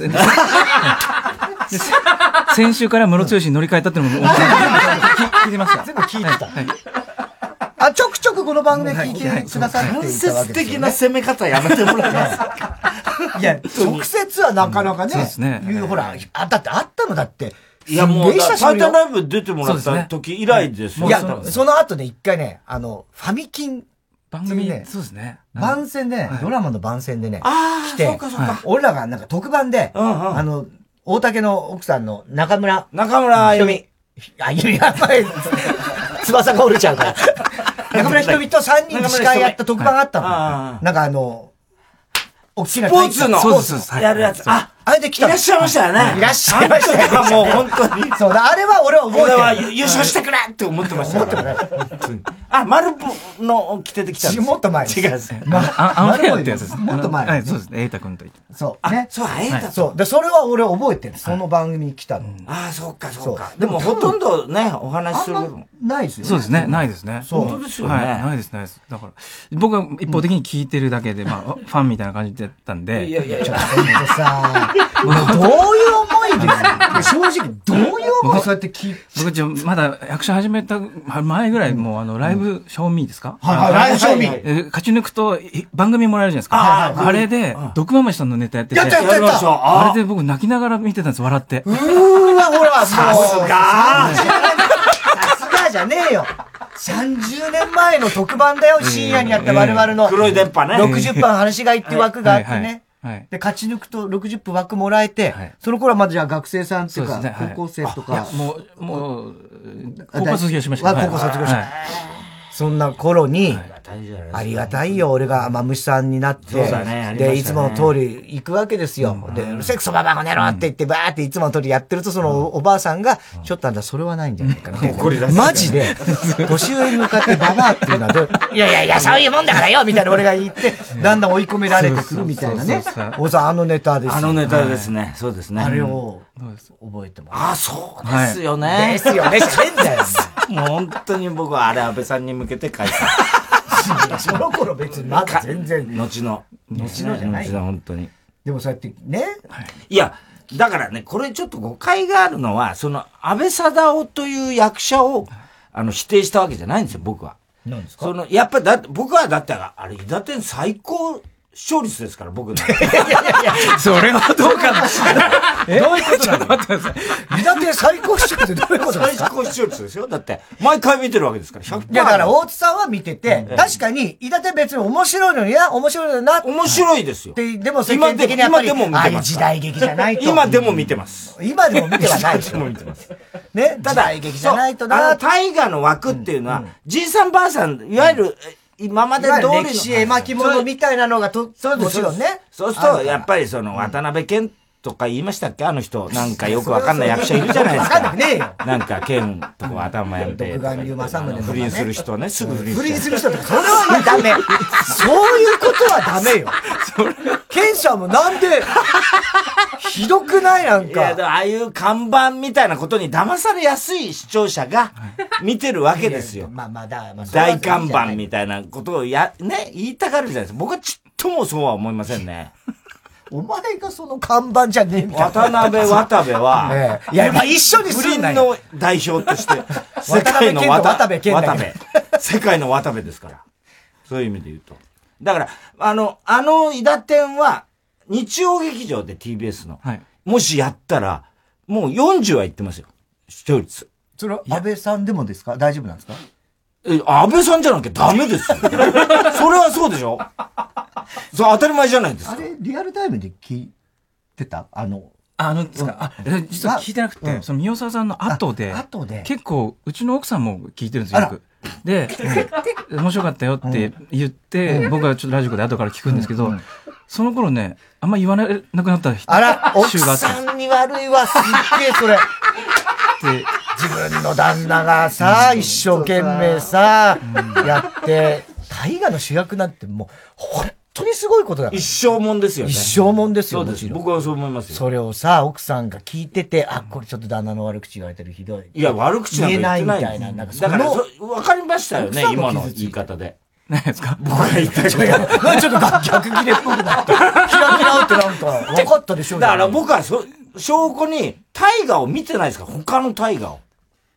先週からムロツヨシに乗り換えたっていうのも、聞いてました。 全部聞いてた。安あ、ちょくちょくこの番組で聞いてくださっていたわけですよね。 間接的な攻め方やめてもらえますか。 いや、直接はなかなかね、 そうですね。 いう、ほら、あ、だってあったのだって。 いや、もう、タイタンライブ出てもらった時以来ですよ。 いや、その後ね、一回ね、あの、ファミキン、 番組ね、そうですね。 番宣でね、ドラマの番宣でね、 来て、俺らがなんか特番で、あの、大竹の奥さんの中村。 中村あゆみ。 あゆみ、やばい。翼が折れちゃうから。中村ひとみとさんにんで司会やった特番があったの。なんかあの、大きなスポーツの、 そうですやるやつ。あ、 あれで来た。 いらっしゃいましたよね。 いらっしゃいましたよ。 もう本当に。 そうだ、あれは俺は覚えてる。 俺は優勝してくれって思ってました。思ってました。あ、丸の着ててきたんです。 もっと前。 違う。 アンフェアってやつです。 もっと前。 はい、そうです。瑛太君と言って。 そう。ね。 そう、瑛太。 そう。で、それは俺覚えてる。その番組に来たの。 ああ、そうか、そうか。でもほとんどね、お話しすることも。 ないですよね。 そうですね。ないですね。 本当ですよね。 はい。ないです、ないです。だから、僕は一方的に聞いてるだけで、まあ、ファンみたいな感じだったんで。 いやいやいや、 さ、どういう思いです正直、どういう思いそうやって聞いて。 僕ちょ、まだ役者始めた前ぐらい、もうあの、ライブショーミーですか？ はいはい、ライブショーミー。 勝ち抜くと、番組もらえるじゃないですか。あれで、毒まましさんのネタやってて。 やったやったやった。 あれで僕泣きながら見てたんです、笑って。 うーわ、ほら、 さすがさすがじゃねえよ。さんじゅうねんまえの特番だよ、深夜にやった我々の。 黒い電波ね。 ろくじゅっぷん話しがいっていう枠があってね。 はい。 で、勝ち抜くとろくじゅっぷん枠もらえて、その頃はまずじゃあ学生さんっていうか、高校生とか。 もう、もう、高校卒業しました。 高校卒業した。そんな頃に、ありがたいよ、俺が、まむしさんになって、で、いつもの通り行くわけですよ。で、うるせえクソババアが寝ろって言って、バーっていつもの通りやってると、そのおばあさんが、ちょっとあんたそれはないんじゃないかな。マジで、年上に向かってババアっていうのはどう、いやいやいや、そういうもんだからよみたいな俺が言って、だんだん追い込められてくるみたいなね。おさん、あのネタです。 あのネタですね。そうですね。 あれを、覚えてます。 あ、そうですよね。 ですよね。してんだよ。 もう本当に僕はあれ安倍さんに向けて書いた。 その頃別にまだ全然。 後の。 後のじゃない。 後の本当に。 でもそうやってね。 いや、だからね、これちょっと誤解があるのは、その安倍貞夫という役者を、あの、否定したわけじゃないんですよ、僕は。 何ですか？ その、やっぱりだって、僕はだって、あれ、伊達天最高、視聴率ですから、僕の。いやいやいや、それはどうかもしれない。 えどういうことなの？ちょっと待ってください。伊達最高視聴率ってどういうことですか？ 最高視聴率ですよ。だって、毎回見てるわけですから、ひゃくパーセント。 いや、だから大津さんは見てて、確かに、伊達別に面白いのにな、面白いのにな。 面白いですよ。 で、でも世間的にやっぱり、 今でも見てます。 ああいう時代劇じゃないと。 今でも見てます。 今でも見てはないでしょ。 今でも見てます。 ね、時代劇じゃないとな。 あの、大河の枠っていうのは、じいさんばあさん、いわゆる、今まで通りの。 歴史絵巻物みたいなのがと、 そうです。 もちろんね。 そうすると、やっぱりその、渡辺謙とか言いましたっけあの人。なんかよくわかんない役者いるじゃないですか。 わかんなくねえよ。 なんか、謙とか頭やめて。 独眼竜正宗とかね。 不倫する人ね、すぐ不倫する。不倫する人とか、それはダメ。そういうことはダメよ。謙さんもなんで、ひどくないなんか。 いや、ああいう看板みたいなことに騙されやすい視聴者が見てるわけですよ。 まあまあだ、まあ、 大看板みたいなことをや、ね、言いたがるじゃないですか。僕はちっともそうは思いませんね。 お前がその看板じゃねえみたいな。 渡辺渡部は、 ええ、いや、まあ一緒にすんなよ。不倫の代表として、世界の渡部、渡部。世界の渡部ですから。そういう意味で言うと。だから、あの、あの伊達天は、日曜劇場で ティービーエス の、はい、もしやったら、もうよんじゅうはいってますよ。視聴率。 それは安倍さんでもですか？大丈夫なんですか？ え、安倍さんじゃなきゃダメですよ。それはそうでしょ？そう、当たり前じゃないですか。 あれ、リアルタイムで聞いてた？あの、 あのですか、あ、実は聞いてなくて、うん、その宮沢さんの後で、 後で、 結構、うちの奥さんも聞いてるんですよ、よく。で、面白かったよって言って、うん、僕はちょっとラジオで後から聞くんですけど、うんうん、その頃ね、あんま言わなくなったあら、奥さんに悪いわ、すっげえ、それ。で、自分の旦那がさ、一生懸命さ、やって、大河の主役なんてもう、本当にすごいことだから。 一生もんですよね。 一生もんですよ。 そうです。僕はそう思いますよ。 それをさ、奥さんが聞いてて、あ、これちょっと旦那の悪口言われてる、ひどい。 いや、悪口なんか言ってない。 言えないみたいな。なんかだから、わかりましたよね、今の言い方で。 何ですか？ 僕が言ったけど。 ちょっと逆切れっぽくなった。開き直ってなんか、分かったでしょうだから僕はそ、証拠に、大河を見てないですから、他の大河を。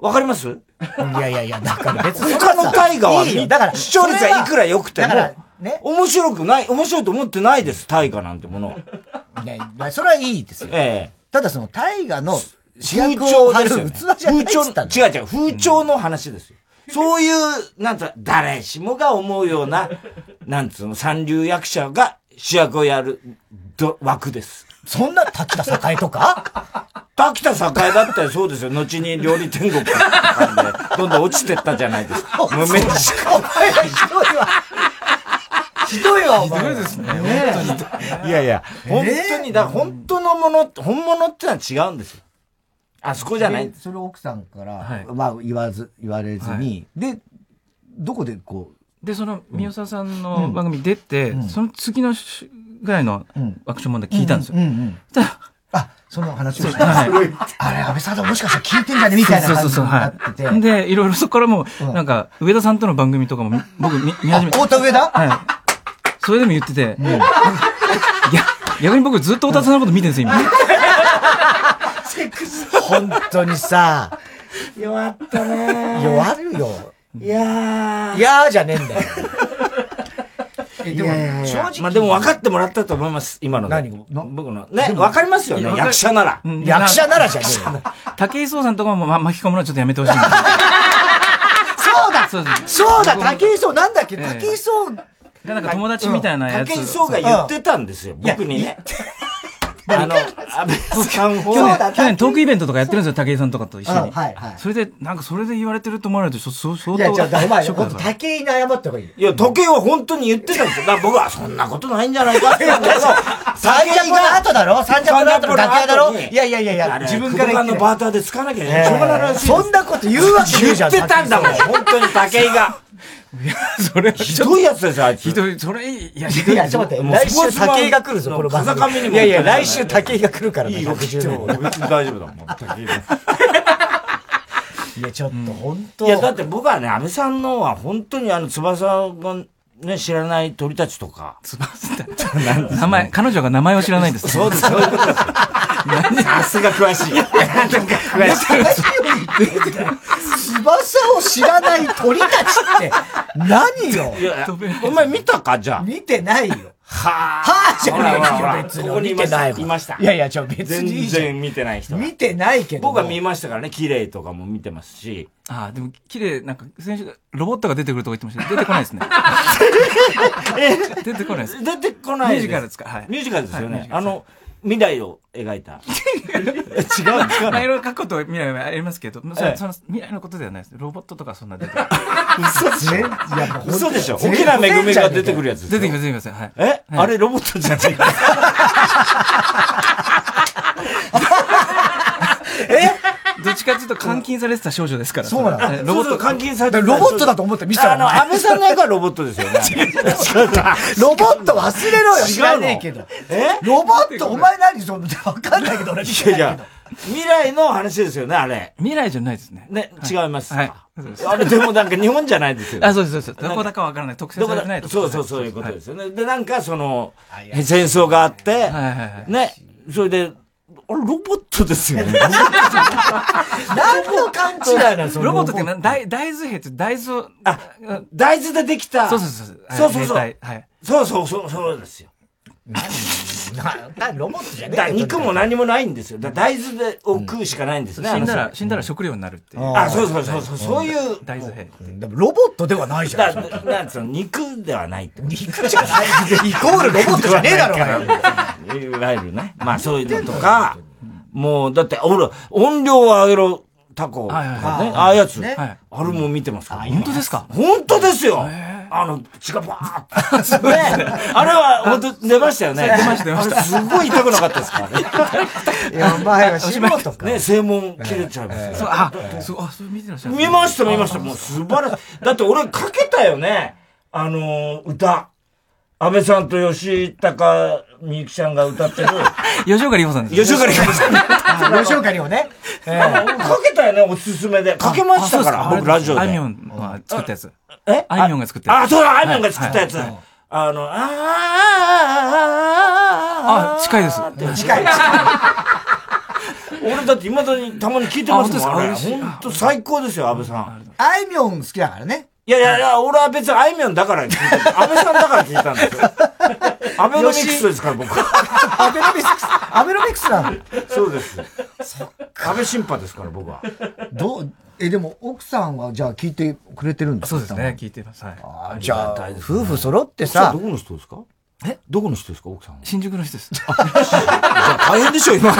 わかります？ いやいやいや、だから別に。 他の大河は、 いいよだから視聴率はいくら良くてもだから、ね、 面白くない、面白いと思ってないです、大河なんてもの。 ね、それはいいですよ。 ええ。 ただその大河の主役風潮を張るですよね。 器じゃないっつったんだ風潮、違う違う、風潮の話ですよ。そういう、なんつうの、誰しもが思うような、なんつうの、三流役者が主役をやるど枠です。 そんな滝田栄とか滝田栄だったらそうですよ。後に料理天国なんで、どんどん落ちてったじゃないですか。無名しか。 お前らひどいわ。ひどいわ、お前。 ひどいですね。いやいや、本当に、だ本当のもの、本物ってのは違うんですよ。あそこじゃない。 それ奥さんから、 はい、 まあ言わず、言われずに、はい、で、どこでこう。 で、その、宮沢さんの番組出て、うん、その次のぐらいのアクション問題聞いたんですよ。 あ、その話をした。はい、あれ、安倍さんもしかしたら聞いてんじゃねみたいな感じになってて。 そうそうそう、はい。で、いろいろそこからもう、なんか、上田さんとの番組とかも、僕見、見始めて。 太田上田はい。それでも言ってて、うん、逆に僕ずっと太田さんのこと見てるんですよ、今。 セックス。本当にさ、 弱ったね弱るよ。 いやー。 いやーじゃねえんだよ。 でも、正直。まあでも分かってもらったと思います、今の。 何僕の。ね、分かりますよね、役者なら。 役者ならじゃねえよ。 武井壮さんとかも巻き込むのはちょっとやめてほしい。 そうだそうだ武井壮なんだっけ武井壮なんか友達みたいなやつ。 武井壮が言ってたんですよ、僕にね。あの、安倍さん去年、去年トークイベントとかやってるんですよ、武井さんとかと一緒に。 はいはい。 それで、なんかそれで言われてると思われると、相当。 いや、じゃあ、お前、武井に謝った方がいい。 いや、武井は本当に言ってたんですよ。だから僕はそんなことないんじゃないかって言うんだけど、 サンジャポの後だろサンジャポの後の楽屋だろいやいやいやいや、 自分からのバーターで使わなきゃいけない。しょうがないらしい。 そんなこと言うわけ言ってたんだもん、本当に武井が。 いや、それひどいやつですよ、あいつ。 ひどい、それ、いや、 ひどい。いや、ちょっと待って、来週武井が来るぞ、この番組。いやいや、来週武井が来るからね、ひゃくじゅうねん。 別に大丈夫だもん、武井で。 いや、ちょっと、本当いや、だって僕はね、安倍さんのは本当にあの、翼がね、知らない鳥たちとか。 翼名前、彼女が名前を知らないんです。 そうです、そういうことですよ。さすが詳しい。詳しい。 翼を知らない鳥たちって何よお前見たかじゃあ。 見てないよ。 はぁ。はぁじゃないよ、別に。 ここにいました。いました。 いやいや、ちょ、別にいいじゃん。 全然見てない人。 見てないけど。 僕は見ましたからね、綺麗とかも見てますし。 ああ、でも綺麗、なんか、先週、ロボットが出てくるとか言ってましたけど、出てこないですね。 え出てこないです。 出てこないミュージカルですかはい。 ミュージカルですよね。あの、未来を描いた。違う、違う。 まあ、いろいろ過去と未来はありますけど、その未来のことではないです。ロボットとかそんな出てくる。 嘘でしょ嘘でしょ大きな恵みが出てくるやつ出てきます、出てきます。はい。 えあれロボットじゃないえどっちかっていうと監禁されてた少女ですから。 そうなのロボット監禁されてた。 ロボットだと思って見せたら。あの、安倍さんの役はロボットですよね。 ロボット忘れろよ。知らねえけど。 えロボットお前何そんなわかんないけど俺見てないけど。 未来の話ですよね、あれ。 未来じゃないですね。 ね、違います。 はい。 あれでもなんか日本じゃないですよね。 あ、そうです、そうです。どこだかわからない。特定されてないと。 そうそう、そういうことですよね。で、なんかその、戦争があって、ね、それで、あれ、ロボットですよね。 何の勘違いなんですロボットって大、大豆兵って大豆を、 あ、大豆でできた。 そうそうそう。 そうそうそう。 はい。 そうそうそう、そうですよ。 な、ロボットじゃねえ肉も何もないんですよ。大豆でを食うしかないんですね。 死んだら、死んだら食料になるっていう。 あ、そうそうそう、そういう。 大豆兵。 でもロボットではないじゃん。 なんつうの、肉ではないって。 肉じゃない。イコールロボットじゃねえだろうがよ。いわゆるね。まあそういうのとか、もう、だって、ほら、音量を上げろ、タコ。ね。ああいうやつ。あれも見てますから。 本当ですか本当ですよ。あの、血がバーッと。ね。あれは、本当出ましたよね。 出ました、出ました。 すごい痛くなかったですからね。 いや、お前は素人か。 ね、正門切れちゃいますそう、あ、そう、あ、それ見てらっしゃる。 見ました、見ました。もう素晴らしい。だって俺かけたよね。あの、歌。安倍さんと吉高みゆきちゃんが歌ってる。 吉岡里帆さんです。 吉岡里帆さん。吉岡里帆ね。 かけたよね、おすすめで。かけましたから、僕ラジオで。 あいみょんが作ったやつ。 えあいみょんが作ったやつ。 あ、そうだ、あいみょんが作ったやつ。あの、ああ、近いです。 近い。 俺だって未だにたまに聞いてますもん、あれ。ほんと最高ですよ、安倍さん。 あいみょん好きだからね。 いやいやいや、俺は別にあいみょんだから聞いた。安倍さんだから聞いたんですよ。アベノミクスですから、僕。 アベノミクス、アベノミクスなの？ そうです。安倍審判ですから、僕は。 どう、え、でも、奥さんは、じゃあ聞いてくれてるんですか？ そうですね、聞いてます。はい。 あじゃあ、夫婦揃ってさ。 どこの人ですか？えどこの人ですか、奥さんは？ 新宿の人です。 じゃあ大変でしょ、今。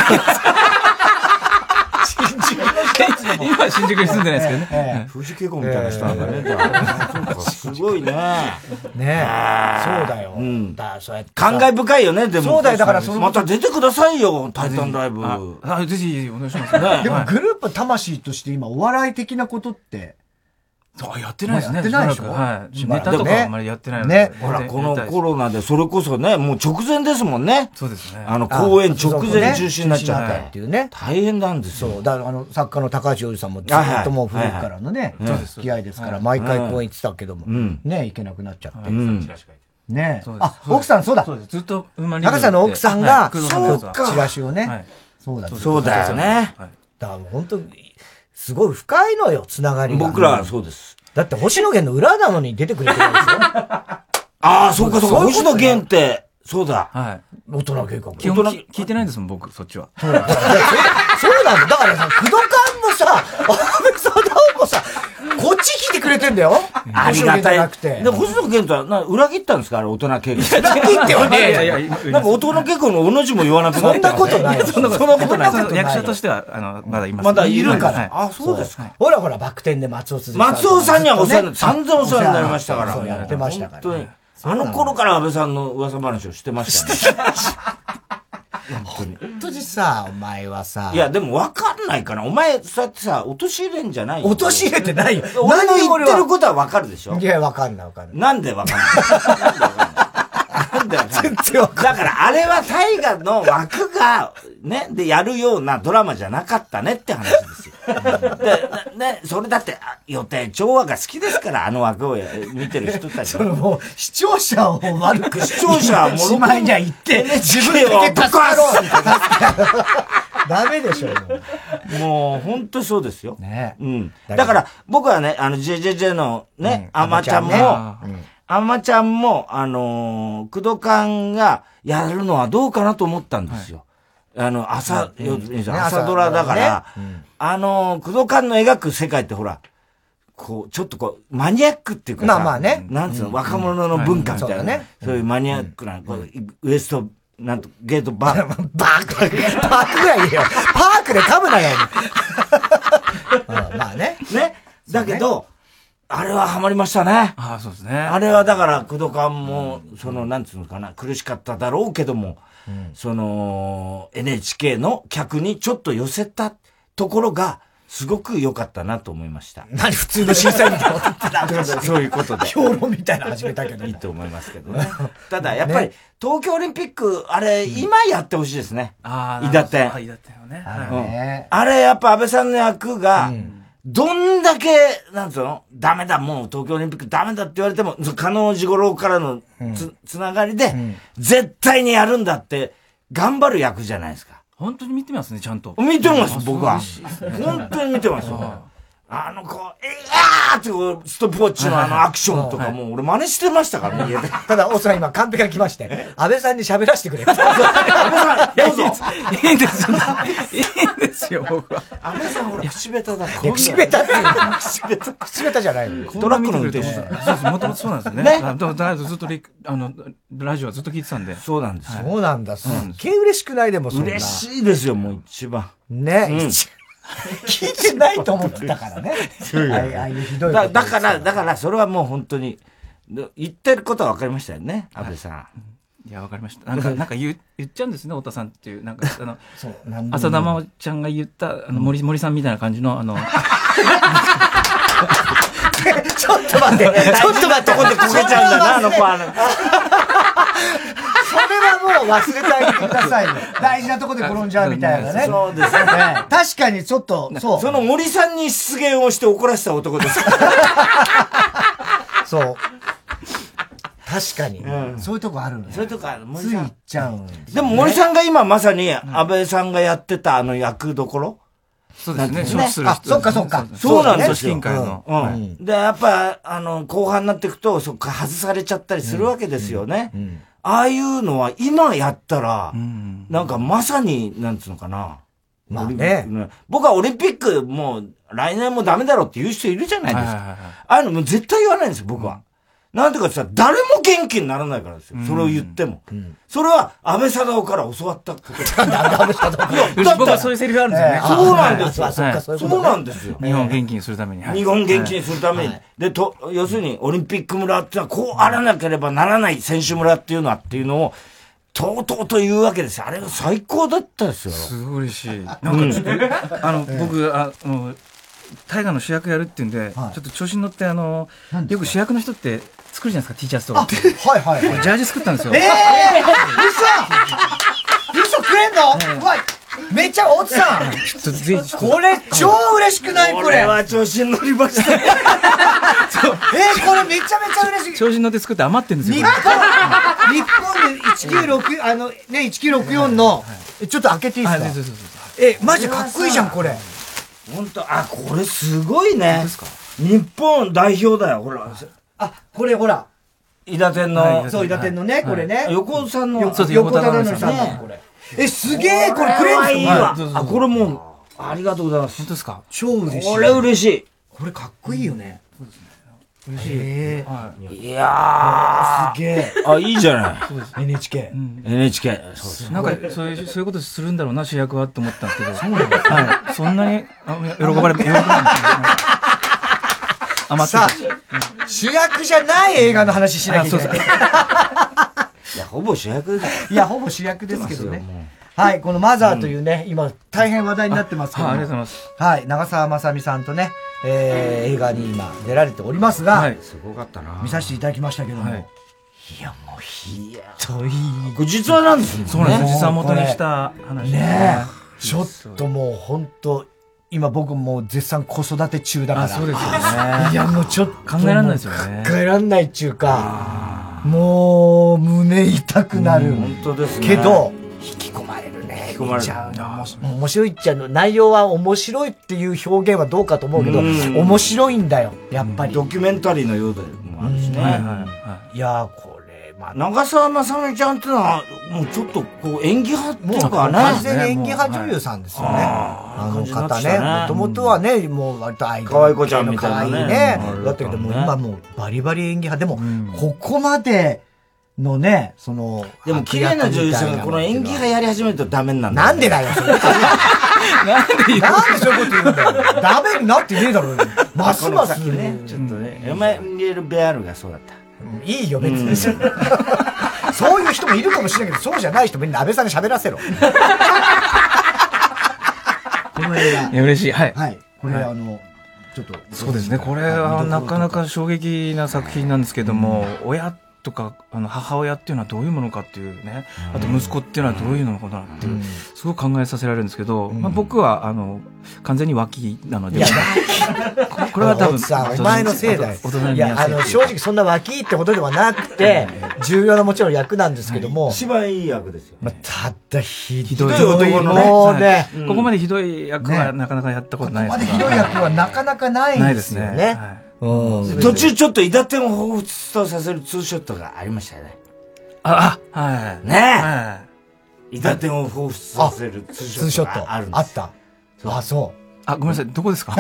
新宿今、新宿に住んでないですけどね。 藤恵子みたいな人なんだね。すごいね。 ねそうだよ。だそうやって。 感慨深いよね、でも。 そうだよ、だからその。 また出てくださいよ、タイタンライブ。 あ、ぜひ、お願いします。 でも、グループ魂として今、お笑い的なことって、 そう、やってないですね。 やってないでしょ？ はい。ネタとかあんまりやってないので。ね。 ほら、このコロナで、それこそね、もう直前ですもんね。 そうですね。 あの、公演直前中止になっちゃったっていうね。 大変なんですよ。 そう。だから、あの、作家の高橋洋二さんもずっともう古くからのね、付き合いですから、毎回公演行ってたけども、ね、行けなくなっちゃって。ね。あ、奥さん、そうだ。 ずっと馬に。 高橋さんの奥さんが、 そうか。チラシをね。 そうだ。そうだよね。 だから、本当すごい深いのよ、つながりが。 僕らはそうです。 だって星野源の裏なのに出てくれてるんですよ。 ああ、そうかそうか。星野源って、そうだ。 はい。 大人計画。 基本聞いてないんですもん、僕、そっちは。 そうなんだ。そうなんだ。だからさ、工藤館もさ、安倍貞夫もさ、こっち来てくれてんだよ。 ありがたい。で、星野源とは、な、裏切ったんですかあれ、大人計画。 裏切ってはね。 いやいやいや。 なんか大人計画の同じも言わなくなった。 そんなことない。 そんなことない。役者としては、あの、まだいます。 まだいるから。あ、そうですか。 ほらほら、バク転で松尾鈴木さん。松尾さんにはお世話になって、散々お世話になりましたから。 そうやってましたから。 本当に。あの頃から安倍さんの噂話をしてましたね。 本当にさ、お前はさ。 いや、でも分かんないかな。お前、そうやってさ、落とし入れんじゃないよ。 落とし入れてないよ。 俺の言ってることは分かるでしょ？ いや、分かんない分かんない。 なんで分かんないなんで分かんないなんで分かんない全然分かんない。だから、あれは大河の枠が、ね、でやるようなドラマじゃなかったねって話ですよ。で、ね、それだって、予定調和が好きですから、あの枠を見てる人たち。 それもう、視聴者を悪く、 視聴者はもしまいには言って、自分で助かろうダメでしょ、 もう、本当にそうですよ。ね。うん。だから、僕はね、あの、ジェジェジェ のね、あまちゃんも、あまちゃんも、あの、工藤館がやるのはどうかなと思ったんですよ。あの、朝、朝ドラだから、あの、工藤館の描く世界ってほら、こう、ちょっとこう、マニアックっていうかさ、 まあまあね。 なんつうの、若者の文化みたいなね。そういうマニアックな、ウエスト、なんと、ゲートバー。 バーク、パークぐらい言えよ。パークで噛むなよ。まあね。 ね。だけど、あれはハマりましたね。 ああ、そうですね。 あれはだから、工藤館も、その、なんつうのかな、苦しかっただろうけども、その、エヌエイチケー の客にちょっと寄せたところが、すごく良かったなと思いました。 何普通の審査員みたいなこと言ってたそういうことで。 評論みたいなの始めたけど。 いいと思いますけどね。ただ、やっぱり、東京オリンピック、あれ、今やってほしいですね。 ああ、 伊達天。 伊達天をね。あれ、やっぱ安倍さんの役が、どんだけ、なんつうのダメだ、もう東京オリンピックダメだって言われても、加納治五郎からのつ、つながりで、絶対にやるんだって、頑張る役じゃないですか。 本当に見てますね、ちゃんと。 見てます、僕は。本当に見てますよ。あの、こう、えーってこう、ストップウォッチのあのアクションとかも、俺真似してましたからね、家で。 ただ、大さん今、カンペが来まして、安倍さんに喋らせてくれ。安倍さん、どうぞ。 いいんですよ。いいんですよ、僕は。 安倍さん、ほら、口下手だ。 口下手っていう口下手。口下手じゃないの。 トラックの運転手。 そうです、もともとそうなんですよね。ね。だからずっと、あの、ラジオはずっと聞いてたんで。 そうなんです。 そうなんだ。すっげえ嬉しくないでも、そんな。 嬉しいですよ、もう一番。 ね。聞いてないと思ってたからね。ああいうひどいだ。だから、だから、それはもう本当に、言ってることは分かりましたよね、安倍さん。 いや、分かりました。なんか、なんか言う、言っちゃうんですね、太田さんっていう、なんか、あの、浅田真央ちゃんが言った、あの、森、森さんみたいな感じの、あの、 ちょっと待って、ちょっと待って、 ここで焦げちゃうんだな、あの子は。 それはもう忘れてあげてくださいよ。大事なとこで転んじゃうみたいなね。 そうですね。 確かにちょっと、そう。 その森さんに失言をして怒らせた男です。 そう。 確かに、うん。そういうとこあるね。 そういうとこある。 つい行っちゃうんでも森さんが今まさに安倍さんがやってたあの役どころ、 そうですね。 あ、そっかそっか。 そうなんですよ。 組織委員会の。 うん。で、やっぱ、あの、後半になっていくと、そっか外されちゃったりするわけですよね。ああいうのは今やったら、なんかまさに、なんつうのかな。 まあね。 僕はオリンピックもう来年もダメだろって言う人いるじゃないですか。ああいうのも絶対言わないんですよ、僕は。なんでかって言ったら、誰も元気にならないからですよ。それを言っても。それは、安倍貞夫から教わったことです。なんで安倍貞夫僕はそういうセリフあるんですよね。 そうなんですよ。そうなんですよ。 日本を元気にするために。 日本元気にするために。で、と、要するに、オリンピック村ってのは、こうあらなければならない選手村っていうのはっていうのを、とうとうと言うわけですよ。あれが最高だったですよ。 すごい嬉しい。なんかちょっと、あの、僕、あの、大河の主役やるっていうんで、ちょっと調子に乗って、あの、よく主役の人って作るじゃないですか、T シャツとか。 はいはい。 ジャージ作ったんですよ。 ええー嘘嘘くれんのうわめっちゃ、大津さんこれ超嬉しくないこれ。 これは調子に乗りました。 えー、これめちゃめちゃ嬉しい。 調子に乗って作って余ってんですよ。 日本、日本でいちきゅうろく、あの、ね、いちきゅうろくよんの、ちょっと開けていいですか？え、マジかっこいいじゃん、これ。 本当あ、これすごいね。日本代表だよ、ほら。 あ、これほら。 伊達天の。 そう、伊達天のね、これね。 横尾さんの。 横田忠則さんの、これ。え、すげえ、これくれんすか？ いいわ。あ、これもう、ありがとうございます。 本当ですか？ 超嬉しい。 これ嬉しい。 これかっこいいよね。そうですね。 嬉しい。 ええ。いやー。すげえ。 あ、いいじゃない。 エヌエイチケー。エヌエイチケー。そうです。 なんか、そういう、そういうことするんだろうな、主役はって思ったんですけど。そうなんですはい。そんなに、喜ばれ、喜ばれない。 あ、さあ、主役じゃない映画の話しなきゃいけない。 いや、ほぼ主役です。 いや、ほぼ主役ですけどね。はい、このマザーというね、今、大変話題になってますけど。 ありがとうございます。 はい、長澤まさみさんとね、えー、映画に今出られておりますが、はい、 すごかったな。 見させていただきましたけども。 はい、 いや、もう、ひどいい。これ実話なんですね。 そうなんです。実話元にした話ね。ちょっともう、本当今僕もう絶賛子育て中だから。 そうですよね。 いや、もうちょっと。 考えられないですよね。 考えられないっていうか、もう、胸痛くなる。 本当ですね。 けど、引き込まれるね。 引き込まれる。 面白いっちゃの、内容は面白いっていう表現はどうかと思うけど、面白いんだよ、やっぱり。 ドキュメンタリーのようでもあるしね。 はいはいはい。いやー、これ、 まあ、長澤まさみちゃんってのは、もうちょっとこう演技派っていうかね。 完全に演技派女優さんですよね。あの方ね。もともとはね、もう割とアイドル。 可愛い子ちゃんみたいなね。 可愛いね。だったけども、今もうバリバリ演技派。でも、ここまで、のね、その、 でも綺麗な女優さんがこの演技派やり始めるとダメになる。 なんでだよ、それ。なんでなんでそういうこと言うんだよ。ダメになってねえだろ。ますますね。ちょっとね、エマニエル・ベアルがそうだった。 いいよ、別に。そういう人もいるかもしれないけど、そうじゃない人みんな安倍さんに喋らせろ。この映画。 いや、嬉しい。はい。 はい。これ、あの、ちょっと。 そうですね。これはなかなか衝撃な作品なんですけども、親とかあの母親っていうのはどういうものかっていうね、あと息子っていうのはどういうのかなっていう、すごく考えさせられるんですけど、まあ、僕はあの完全に脇なので、いやこれは多分さお前のせいだよ。 大人にいやあの正直そんな脇ってことではなくて重要なもちろん役なんですけども、 一番いい役ですよ。 まあ、たったひどい男のね、 ここまでひどい役はなかなかやったことないです。 ここまでひどい役はなかなかないですよね。 途中ちょっと伊達天を彷彿とさせるツーショットがありましたよね。 あ、はい。 ねえ。伊達天を彷彿とさせるツーショットがあるんです。 あった。あ、そう。 あ、ごめんなさい、どこですか？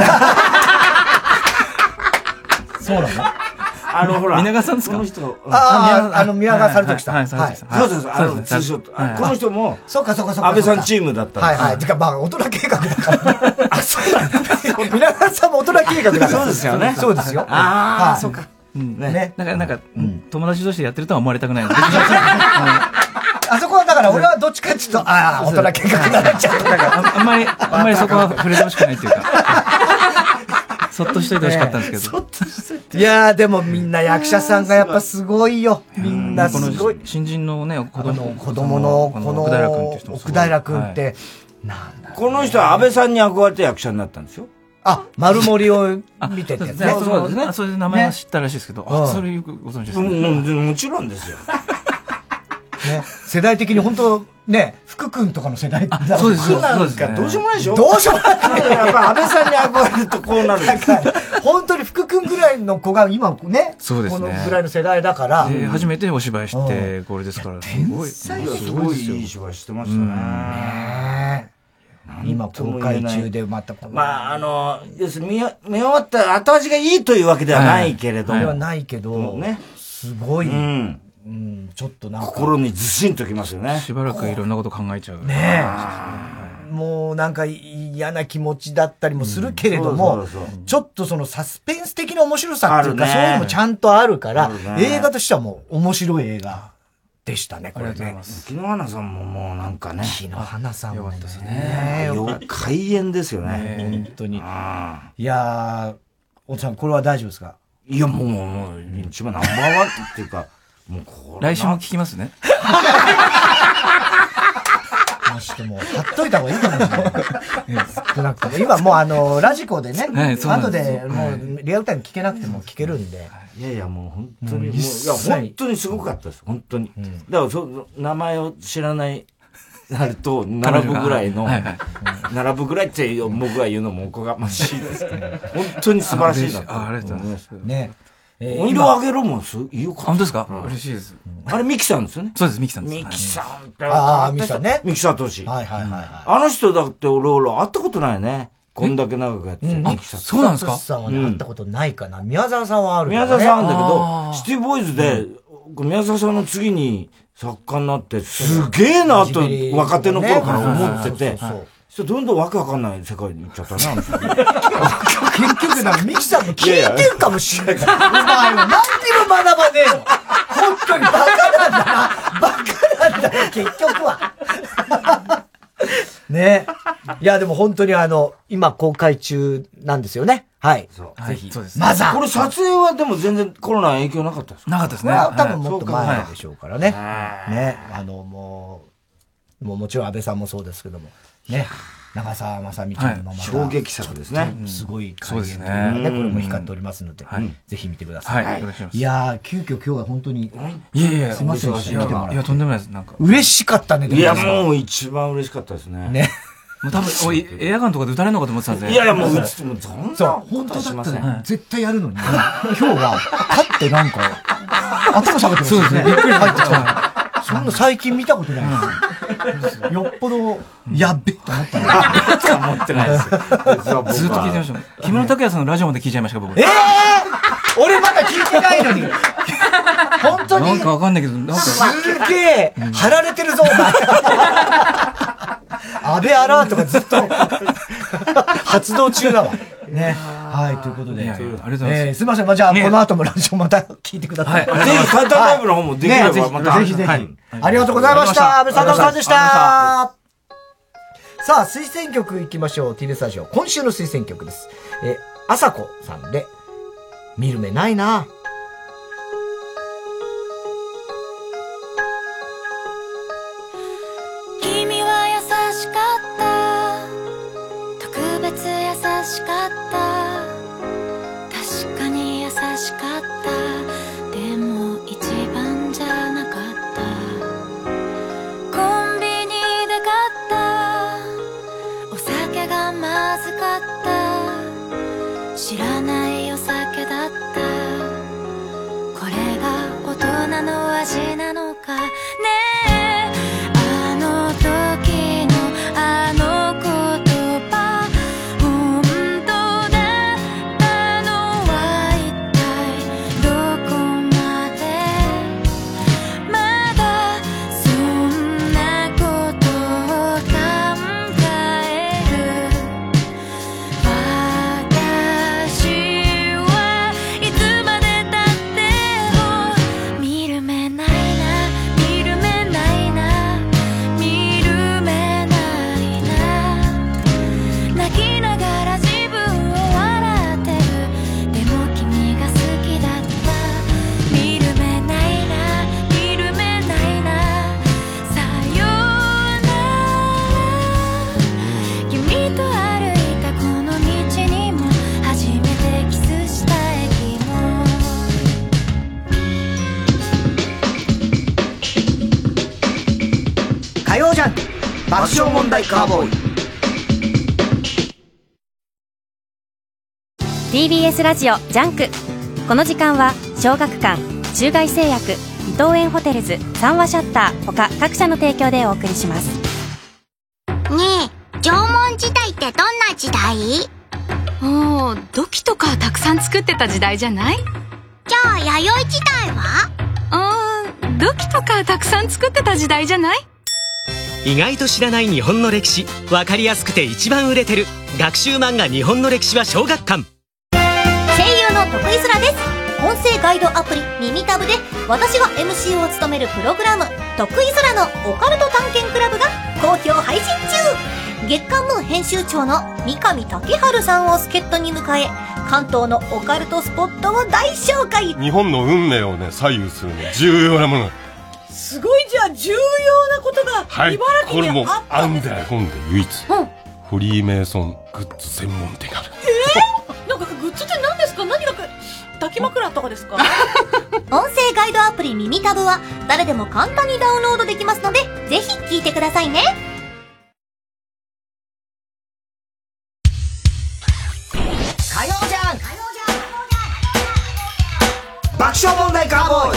そうなの？ あの、ほら。 皆川さんですか？ ああ、あの、宮川さるときさん。 はい、 そうそうそう、あの、ツーショット。この人も、 そうかそうかそうか。 安倍さんチームだったんです。 はいはい。てか、まあ、大人計画だから。あ、そうなんだ。宮川さんも大人計画だから。 そうですよね。 そうですよ。 ああ、そうか。 ね。なんか、なんか、友達同士でやってるとは思われたくない。 あそこはだから俺はどっちかっていうと、ああ、大人計画になっちゃう。 なんか、あんまり、あんまりそこは触れてほしくないっていうか。そっとしといてほしかったんですけど。 いやー、でもみんな役者さんがやっぱすごいよ。みんなすごい。 新人のね、子供子供の、この、奥平君って、なんだ。 この人は安倍さんに憧れて役者になったんですよ。 あ、丸森を見ててね。 そうですね。それで名前は知ったらしいですけど、あ、それよくご存知ですね。 もちろんですよ。 ね、世代的に本当ね、福君とかの世代だ。 そうです。 福なんかどうしようもないでしょ。 どうしようもない。 やっぱ安倍さんに憧れるとこうなる。 本当に福君ぐらいの子が今ね、 そうですね。 このぐらいの世代だから。 初めてお芝居して、これですから。 すごい。 すごいいい芝居してましたね。 今公開中でまたまあ、あの、要するに見、見終わった後味がいいというわけではないけれども。 ではないけど、ね。すごい。うんうん、 ちょっとなんか。 心にずしんときますよね。 しばらくいろんなこと考えちゃう。 ねえ。もうなんか嫌な気持ちだったりもするけれども、ちょっとそのサスペンス的な面白さっていうか、そういうのもちゃんとあるから、映画としてはもう面白い映画でしたね、これね。 木野花さんももうなんかね。 木野花さんもよかったですね。 開演ですよね。 本当に。いやー、おさん、これは大丈夫ですか？ いや、もう、もう、一番ナンバーワンっていうか、もうこれ来週も聞きますね。 もしても貼っといた方がいいかもしれない。少なくとも今もうあのラジコでね、はい、後でもうリアルタイム聞けなくても聞けるんで。 いやいやもう本当にもういや本当にすごかったです本当に。うん、だからそ名前を知らないなると並ぶぐらいの、はいはい、並ぶぐらいって僕が言うのもおこがましいですけど、本当に素晴らしいなと。 ありがとうございます。 ね。 音量上げろもすいいよかった。 本当ですか？嬉しいです。 あれミキさんですよね。 そうですミキさんです。 ミキさんってああミキさんね。 ミキさんとし。 はいはいはい。 あの人だって俺俺会ったことないね。こんだけ長くやってるミキさん。 そうなんですか？ ミキさんは会ったことないかな。宮沢さんはある。 宮沢さんあるんだけど、シティボーイズで宮沢さんの次に作家になってすげえなと若手の頃から思ってて。どんどんわけわかんない世界に行っちゃったな。 結局な、ミキさんも聞いてるかもしれない。お前は何にも学ばねえの。本当にバカなんだな。バカなんだよ、結局は。ねいや、でも本当にあの、今公開中なんですよね。はい。 そう。 ぜひ。そうです。 まだ。これ撮影はでも全然コロナ影響なかったですか？ なかったですね。 多分もっと前でしょうからね。ね。あの、もう、もうもちろん安倍さんもそうですけども。ね、長澤まさみちゃんのまま衝撃作ですね。 すごいそうですね。 これも光っておりますので、ぜひ見てください。 はい、お願いします。 いやー、急遽今日は本当に、 いやいや、 すみませんでした。 いや、とんでもないです。なんか。 嬉しかったね、 いや、もう一番嬉しかったですね。 ね。 もう多分、エアガンとかで撃たれるのかと思ってたんで。 いやいや、もう撃つってもそんな。 そう、本当だったら絶対やるのに、今日は、立ってなんか、頭下げてますよね。びっくり入ってきた。そんな最近見たことないですよ。よっぽど、やっべって思ったの。思ってないですよ。 ずっと聞いてました。木村拓哉さんのラジオまで聞いちゃいました、僕。 ええ俺まだ聞いてないのに。本当に。 なんかわかんないけど、なんか。 すげえ、貼られてるぞ、お前。安倍アラートがずっと、発動中だわ。ね。はい、ということで。 ありがとうございます。 すいません。まあ、じゃあ、この後もラジオまた聞いてください。 ぜひ、タイタライブの方もできればまた。 ぜひぜひ。ありがとうございました。安倍さんさんでした。さあ、推薦曲行きましょう。ティービーエス ラジオ。今週の推薦曲です。え、あさこさんで、見る目ないな。 君は優しかった。特別優しかった。確かに優しかった。でも一番じゃなかった。コンビニで買ったお酒がまずかった。知らないお酒だった。これが大人の味なのかねえ。あの時のあの言葉本当だったのは一体どこまで。まだそんなことを考える。私はいつまで経っても見る目爆笑問題カーボーイ。 ティービーエス ラジオジャンク。この時間は小学館、中外製薬、伊藤園ホテルズ、三話シャッター他各社の提供でお送りします。 ねえ、縄文時代ってどんな時代？ おー、土器とかたくさん作ってた時代じゃない？ じゃあ弥生時代は？ あー、土器とかたくさん作ってた時代じゃない？ 意外と知らない日本の歴史、わかりやすくて一番売れてる学習漫画日本の歴史は小学館。 声優の徳井空です。音声ガイドアプリ耳タブで私が エムシー を務めるプログラム徳井空のオカルト探検クラブが好評配信中。月刊ムー編集長の三上竹春さんを助っ人に迎え、関東のオカルトスポットを大紹介。 日本の運命をね左右するね重要なもの。 すごい、じゃあ重要なことがはい茨城これもにあったあんだよ。本で唯一、 うん、 フリーメイソングッズ専門店がある。 えー、なんかグッズって何ですか？何が抱き枕とかですか？ 音声ガイドアプリ耳タブは誰でも簡単にダウンロードできますので、ぜひ聞いてくださいね。 火曜じゃん爆笑問題カーボーイ。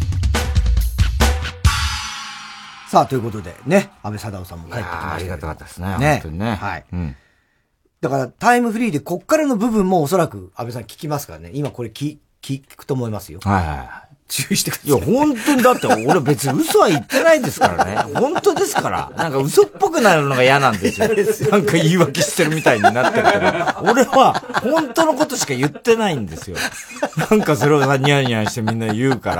さあ、ということでね、安倍貞夫さんも帰ってきました。 ありがたかったですね。 ね。 本当にね。 はい。 うん。 だからタイムフリーでこっからの部分もおそらく安倍さん聞きますからね。今これ聞、聞くと思いますよ。 はいはい。 注意してください。 いや、本当にだって俺別に嘘は言ってないですからね。本当ですから。なんか嘘っぽくなるのが嫌なんですよ。なんか言い訳してるみたいになってるけど。俺は本当のことしか言ってないんですよ。なんかそれをさ、ニヤニヤしてみんな言うから。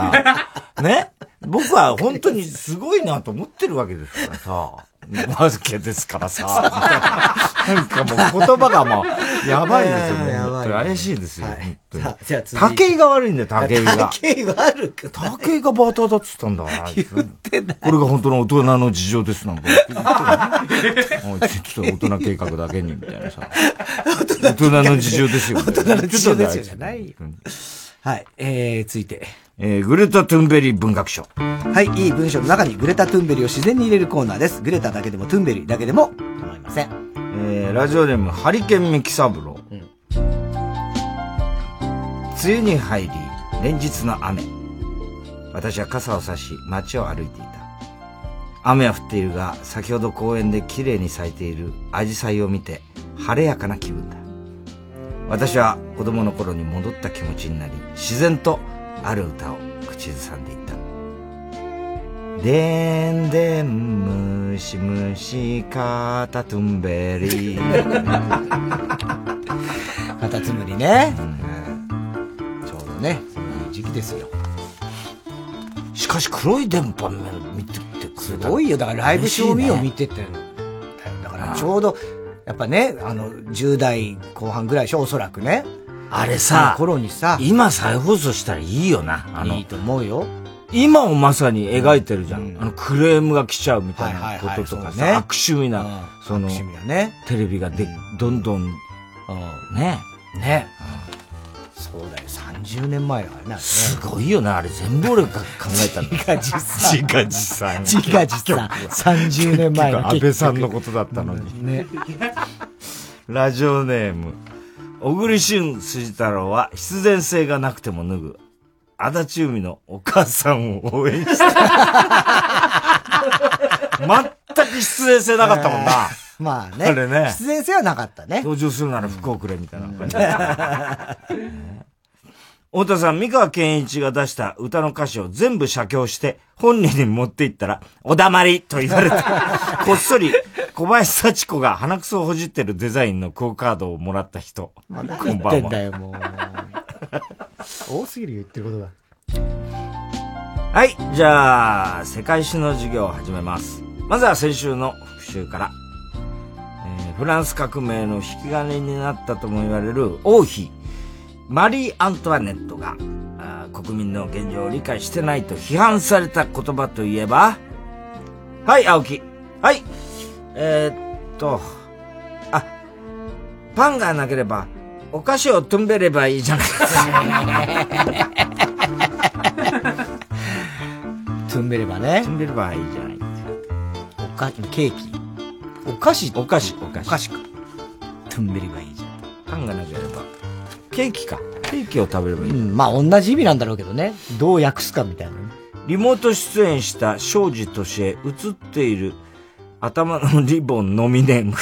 ね。僕は本当にすごいなと思ってるわけですからさ。わけですからさ。なんかもう言葉がもう、やばいですよね。やばい。怪しいですよ。本当に。竹井が悪いんだよ、竹井が。 竹井悪く。 竹井がバーターだって言ったんだから。言ってない。これが本当の大人の事情ですなんか。言ってないちょっと大人計画だけにみたいなさ。大人の事情ですよ。 大人の事情ですよじゃないよ。はい。えー、続いて。 えー、グレタ・トゥンベリ文学賞。 はい、いい文章の中にグレタ・トゥンベリを自然に入れるコーナーです。グレタだけでもトゥンベリだけでも構いません。 えー、ラジオネーム、ハリケーン・ミキサブロー。うん、梅雨に入り、連日の雨。私は傘を差し、街を歩いていた。雨は降っているが、先ほど公園で綺麗に咲いているアジサイを見て、晴れやかな気分だ。私は子供の頃に戻った気持ちになり、自然とある歌を口ずさんでいた。でんでんむしむしかたトゥンベリカタツムリね、うん、ちょうどねいい時期ですよ。 しかし黒い電波見ててくれた。 すごいよ。だからライブショーミーを見てて、だからちょうどやっぱね、あのじゅう代後半ぐらいでしょ、おそらくね。 あれさ、 頃にさ、 今再放送したらいいよな。 あのいいと思うよ。 今をまさに描いてるじゃん。うん、あのクレームが来ちゃうみたいなこととかさ、ね、悪趣味な、うん、その、 悪趣味なね、 テレビがで、うん、どんどん、うん、ね。 ね。うん、そうだよ、さんじゅうねんまえだからね。 すごいよな、あれ全部俺が考えたの。 自画自賛。 自画自賛。 自画自賛。さんじゅうねんまえの。 安倍さんのことだったのに。ね。ラジオネーム。小栗旬筋太郎は必然性がなくても脱ぐ足立海のお母さんを応援した全く必然性なかったもんな、 えー、まあね、 あれね必然性はなかったね。 登場するなら服をくれみたいな感じ、うん、太田さん、三河健一が出した歌の歌詞を全部写経して本人に持っていったらおだまりと言われてこっそり小林幸子が鼻くそをほじってるデザインのクオカードをもらった人。 こんばんは。言ってんだよ、もう。多すぎるよ、言ってることが。 はい、じゃあ、世界史の授業を始めます。まずは先週の復習から。えー、フランス革命の引き金になったとも言われる王妃、マリー・アントワネットが、国民の現状を理解してないと批判された言葉といえば、はい、青木。はい。えー、っと、あ、パンがなければ、お菓子をトゥンベればいいじゃないですか。 トゥンベればね。 トゥンベればいいじゃない。 お菓子、ケーキ。 お菓子お菓子、お菓子。 お菓子か。トゥンベリがいいじゃん。 パンがなければ。ケーキか。ケーキを食べればいい。 うん、まあ同じ意味なんだろうけどね。どう訳すかみたいなね。 リモート出演した庄司敏恵、映っている頭のリボンノミネーム。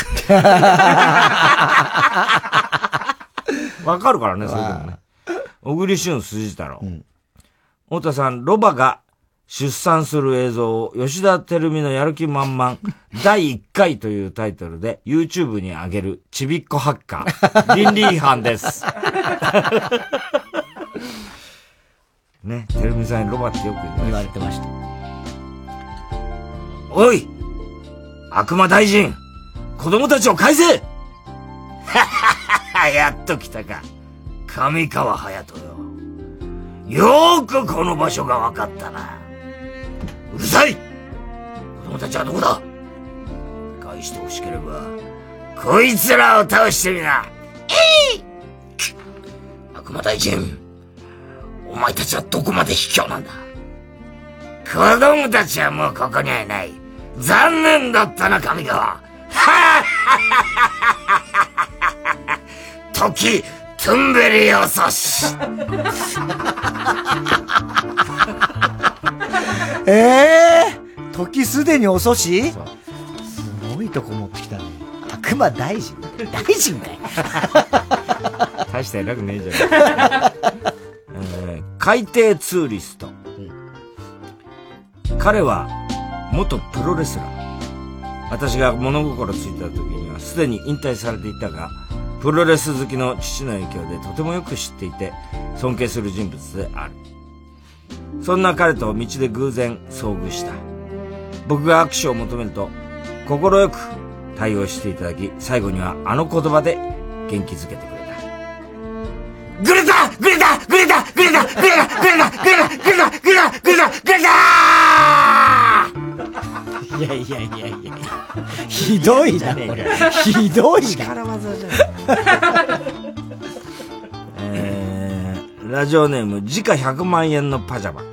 わかるからね、それでもね。小栗旬辻太郎。うん、太田さん、ロバが出産する映像を吉田照美のやる気満々だいいっかいというタイトルで YouTube に上げるちびっこハッカー。倫理違反です。ね、照美さんにロバってよく言われてました。 おい悪魔大臣子供たちを返せやっと来たか。上川隼人よ。よーくこの場所が分かったな。うるさい子供たちはどこだ。返してほしければ、こいつらを倒してみな。えい悪魔大臣、お前たちはどこまで卑怯なんだ。子供たちはもうここにはいない。残念だったな、上川。は時、トゥンベリ遅し。 ええー、時すでに遅し？すごいとこ持ってきたね。悪魔大臣大臣かい。 大した偉くねえじゃん。えー、海底ツーリスト。うん、彼は元プロレスラー。私が物心ついた時にはすでに引退されていたが、プロレス好きの父の影響でとてもよく知っていて尊敬する人物である。そんな彼と道で偶然遭遇した。僕が握手を求めると快く対応していただき、最後にはあの言葉で元気づけてくれた。グレタグレタグレタグレタグレタグレタグレタグレタグレタグレタグレタいやいやいやいやひどいな、これ。ひどいな。 力技じゃない。えー、ラジオネーム、時価ひゃくまんえんのパジャマ。うん、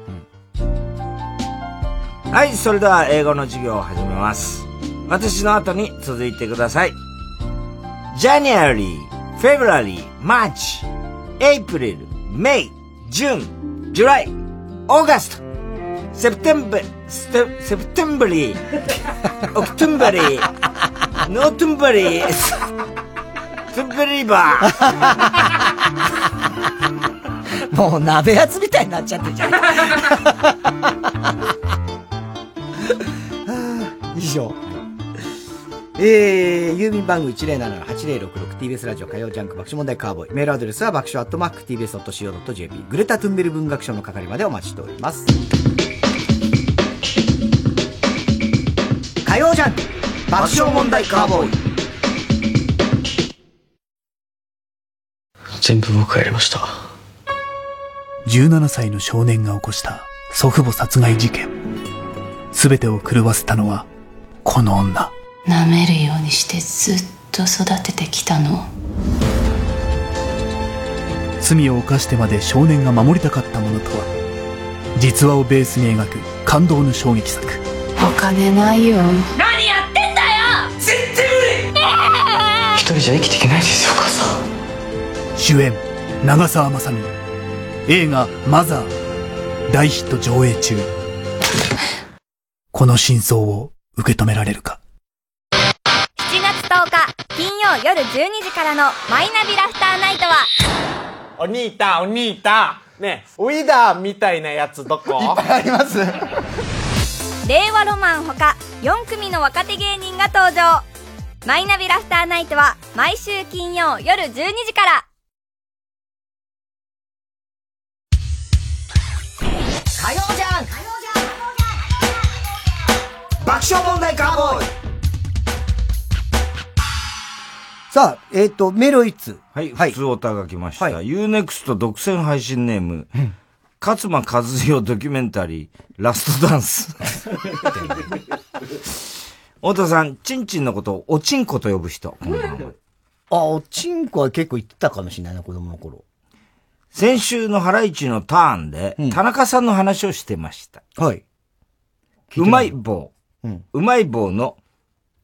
はい、それでは英語の授業を始めます。私の後に続いてください。January, February, March, April, May, June, July, August, September, September, October, November, September。 もう鍋やつみたいになっちゃってんじゃん。以上。えー、郵便番号 いちゼロななはちゼロろくろく ティービーエス ラジオ火曜ジャンク爆笑問題カーボーイ。メールアドレスは爆笑アットマーク ティービーエスドットシーオードットジェーピー。グレタ・トゥンベル文学賞の係までお待ちしております。火曜ジャンク爆笑問題カーボーイ。 全部僕がやりました。 じゅうななさいの少年が起こした祖父母殺害事件。すべてを狂わせたのはこの女。 舐めるようにしてずっと育ててきたの。 罪を犯してまで少年が守りたかったものとは。実話をベースに描く感動の衝撃作。 お金ないよ。 何やってんだよ。 絶対無理。一人じゃ生きていけないですよ、お母さん。 主演長澤まさみ。映画マザー大ヒット上映中。この真相を受け止められるか。 しちがつとおか金曜夜じゅうにじからのマイナビラフターナイトは、 お兄たお兄たねえウィダーみたいなやつどこ？ いっぱいあります。 令和ロマンほかよん組の若手芸人が登場。マイナビラフターナイトは毎週金曜夜じゅうにじから。 火曜じゃん爆笑問題カーボーイ。さあ、えっ、ー、と、メールいつはい、はい、普通オタが来ました。はい、ユーネクスト 独占配信ネーム、うん、勝間和代ドキュメンタリー、ラストダンス。太田さん、チンチンのことをおちんこと呼ぶ人。こんばんは。 あ、おちんこは結構言ってたかもしれないな、子供の頃。 先週のハライチのターンで、うん、田中さんの話をしてました。 はい。 うまい棒。うん、うまい棒の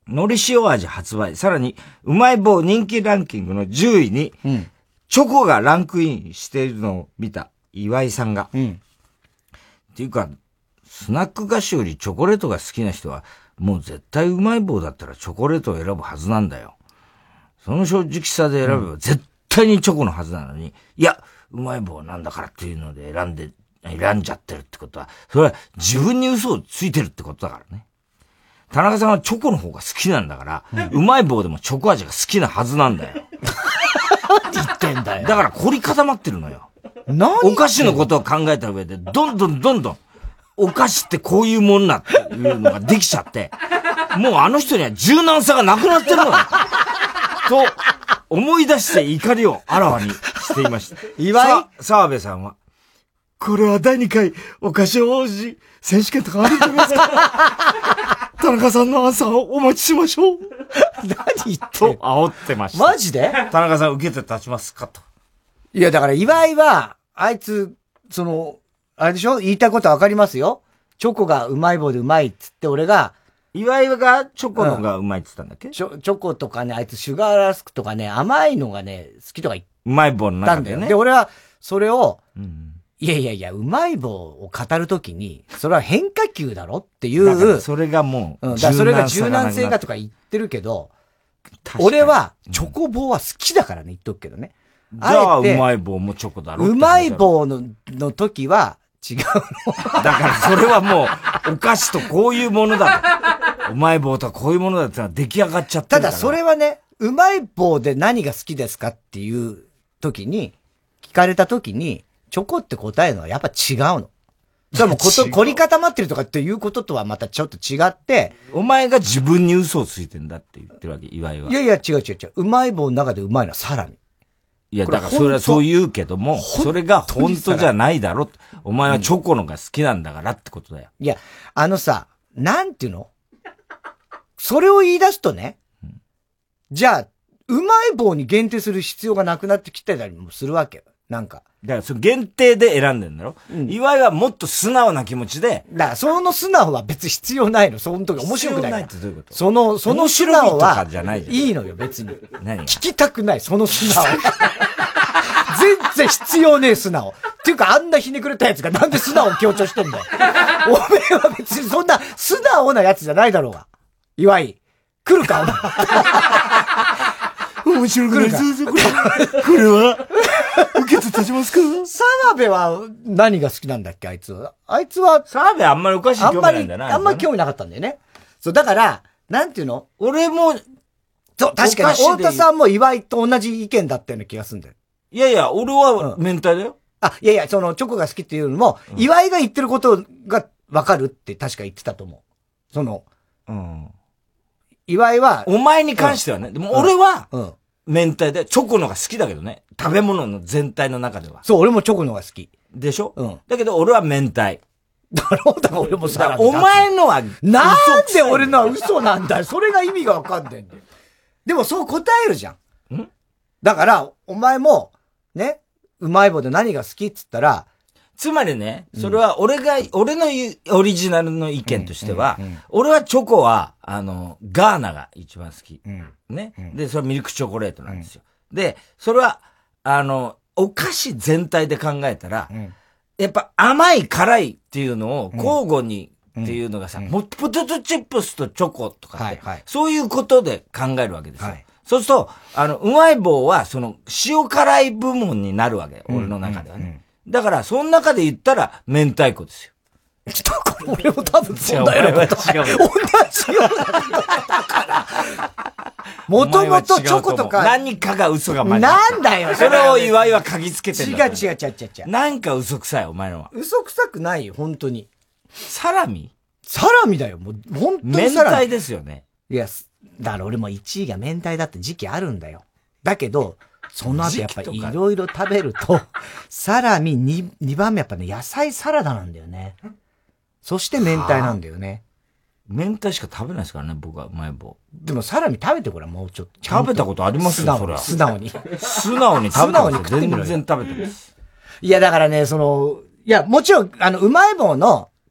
海苔塩味発売。さらに、うまい棒人気ランキングのじゅういに、うん、チョコがランクインしているのを見た岩井さんが。うん、っていうか、スナック菓子よりチョコレートが好きな人は、もう絶対うまい棒だったらチョコレートを選ぶはずなんだよ。その正直さで選べば絶対にチョコのはずなのに、うん、いや、うまい棒なんだからっていうので選んで、選んじゃってるってことは、それは自分に嘘をついてるってことだからね。田中さんはチョコの方が好きなんだから、うん、うまい棒でもチョコ味が好きなはずなんだよ。 何言ってんだよ。 だから凝り固まってるのよ。何お菓子のことを考えた上で、どんどんどんどん、お菓子ってこういうもんなっていうのができちゃって、もうあの人には柔軟さがなくなってるのよ。と、思い出して怒りをあらわにしていました。 岩井澤部さんは、これはだいにかいお菓子王子選手権とかあるんじゃないですか。田中さんのアンサーをお待ちしましょう。 何言ってと煽ってました。 マジで田中さん受けて立ちますかと。 いや、だから岩井は、あいつ、その、あれでしょ言いたいことはわかりますよ。チョコがうまい棒でうまいっつって俺が、 岩井がチョコのがうまいっつったんだっけ、うん、 チョ、チョコとかね、あいつシュガーラスクとかね、甘いのがね、好きとか言ったんだよ。 うまい棒の中でね。 で、俺は、それを、うん、いやいやいや、うまい棒を語るときに、それは変化球だろっていう。 だからそれがもう、 うん、だからそれが柔軟性がとか言ってるけど、俺は、チョコ棒は好きだからね、言っとくけどね。 じゃあ、うまい棒もチョコだろうまい棒の、の時は、違うの。 だからそれはもう、お菓子とこういうものだ。うまい棒とはこういうものだってのは出来上がっちゃってるから。 ただそれはね、うまい棒で何が好きですかっていう時に、聞かれた時に、チョコって答えるのはやっぱ違うの。でもこと、凝り固まってるとかっていうこととはまたちょっと違って、 お前が自分に嘘をついてんだって言ってるわけ、岩井は。 いやいや、違う違う違う。うまい棒の中でうまいのはサラミ。 いや、だからそれはそう言うけども、それが本当じゃないだろ。お前はチョコのが好きなんだからってことだよ。 いや、あのさ、なんていうのそれを言い出すとね、うん、じゃあ、うまい棒に限定する必要がなくなってきてたりもするわけよ。なんか。 だからその限定で選んでんだろ、うん、岩井はもっと素直な気持ちで。 だからその素直は別に必要ないの。その時面白くない。 必要ないってどういうこと？ その、その素直は、 いいいのよ別に。 何？ 聞きたくない、その素直。全然必要ねえ素直。っていうかあんなひねくれたやつがなんで素直を強調してんだよ。おめえは別にそんな素直なやつじゃないだろうが。岩井。来るかお前。面白くないぞ、これ。これは、受けて立ちますか？ 澤部は何が好きなんだっけあいつは。あいつは、 澤部あんまりおかしい興味ないんだな。 あんまり興味なかったんだよね。そう、だから、なんていうの俺も、 そう、確かに、太田さんも岩井と同じ意見だったような気がするんだよ。 いやいや、俺は明太だよ。 うん、あ、いやいや、その、チョコが好きっていうのも、うん、岩井が言ってることがわかるって確か言ってたと思う。その、うん。岩井は、 お前に関してはね、うん、でも俺は、うん。明太で、チョコのが好きだけどね。食べ物の全体の中では。 そう、俺もチョコのが好き。 でしょ？うん。だけど俺は明太。 だろうだから俺もさ、 お前のは、 なんで俺のは嘘なんだよ。それが意味がわかんないんだよ。でもそう答えるじゃん。んだから、お前も、ね、うまい棒で何が好きっつったら、 つまりね、それは俺が、うん、俺のオリジナルの意見としては、うんうんうん、俺はチョコは、あの、ガーナが一番好き。うん、ね、うん。で、それはミルクチョコレートなんですよ。うん、で、それは、あの、お菓子全体で考えたら、うん、やっぱ甘い辛いっていうのを交互にっていうのがさ、うんうん、ポテトチップスとチョコとかって、はいはい、そういうことで考えるわけですよ。はい、そうすると、あの、うまい棒はその塩辛い部門になるわけよ。俺の中ではね。うんうんうん、だから、その中で言ったら、明太子ですよ。 だから俺も多分そうだよ。 違う。同じようなことだから。もともとチョコとか。 何かが嘘が混じって。なんだよ。 それを岩井は嗅ぎつけてる。 違う違う違う違う違う。 なんか嘘くさい、お前のは。 嘘くさくないよ、本当に。 サラミサラミだよ、もう、本当にサラミ。 明太ですよね。 いや、だから俺もいちいが明太だって時期あるんだよ。だけど、その後やっぱりいろいろ食べると、サラミに、にばんめやっぱね、野菜サラダなんだよね。そして明太なんだよね。 明太しか食べないですからね、僕はうまい棒。 でもサラミ食べてごらん、もうちょっと。 食べたことありますよ、それは。 素直に。 素直に食べてます。全然食べてます。 いや、だからね、その、いや、もちろん、あの、うまい棒の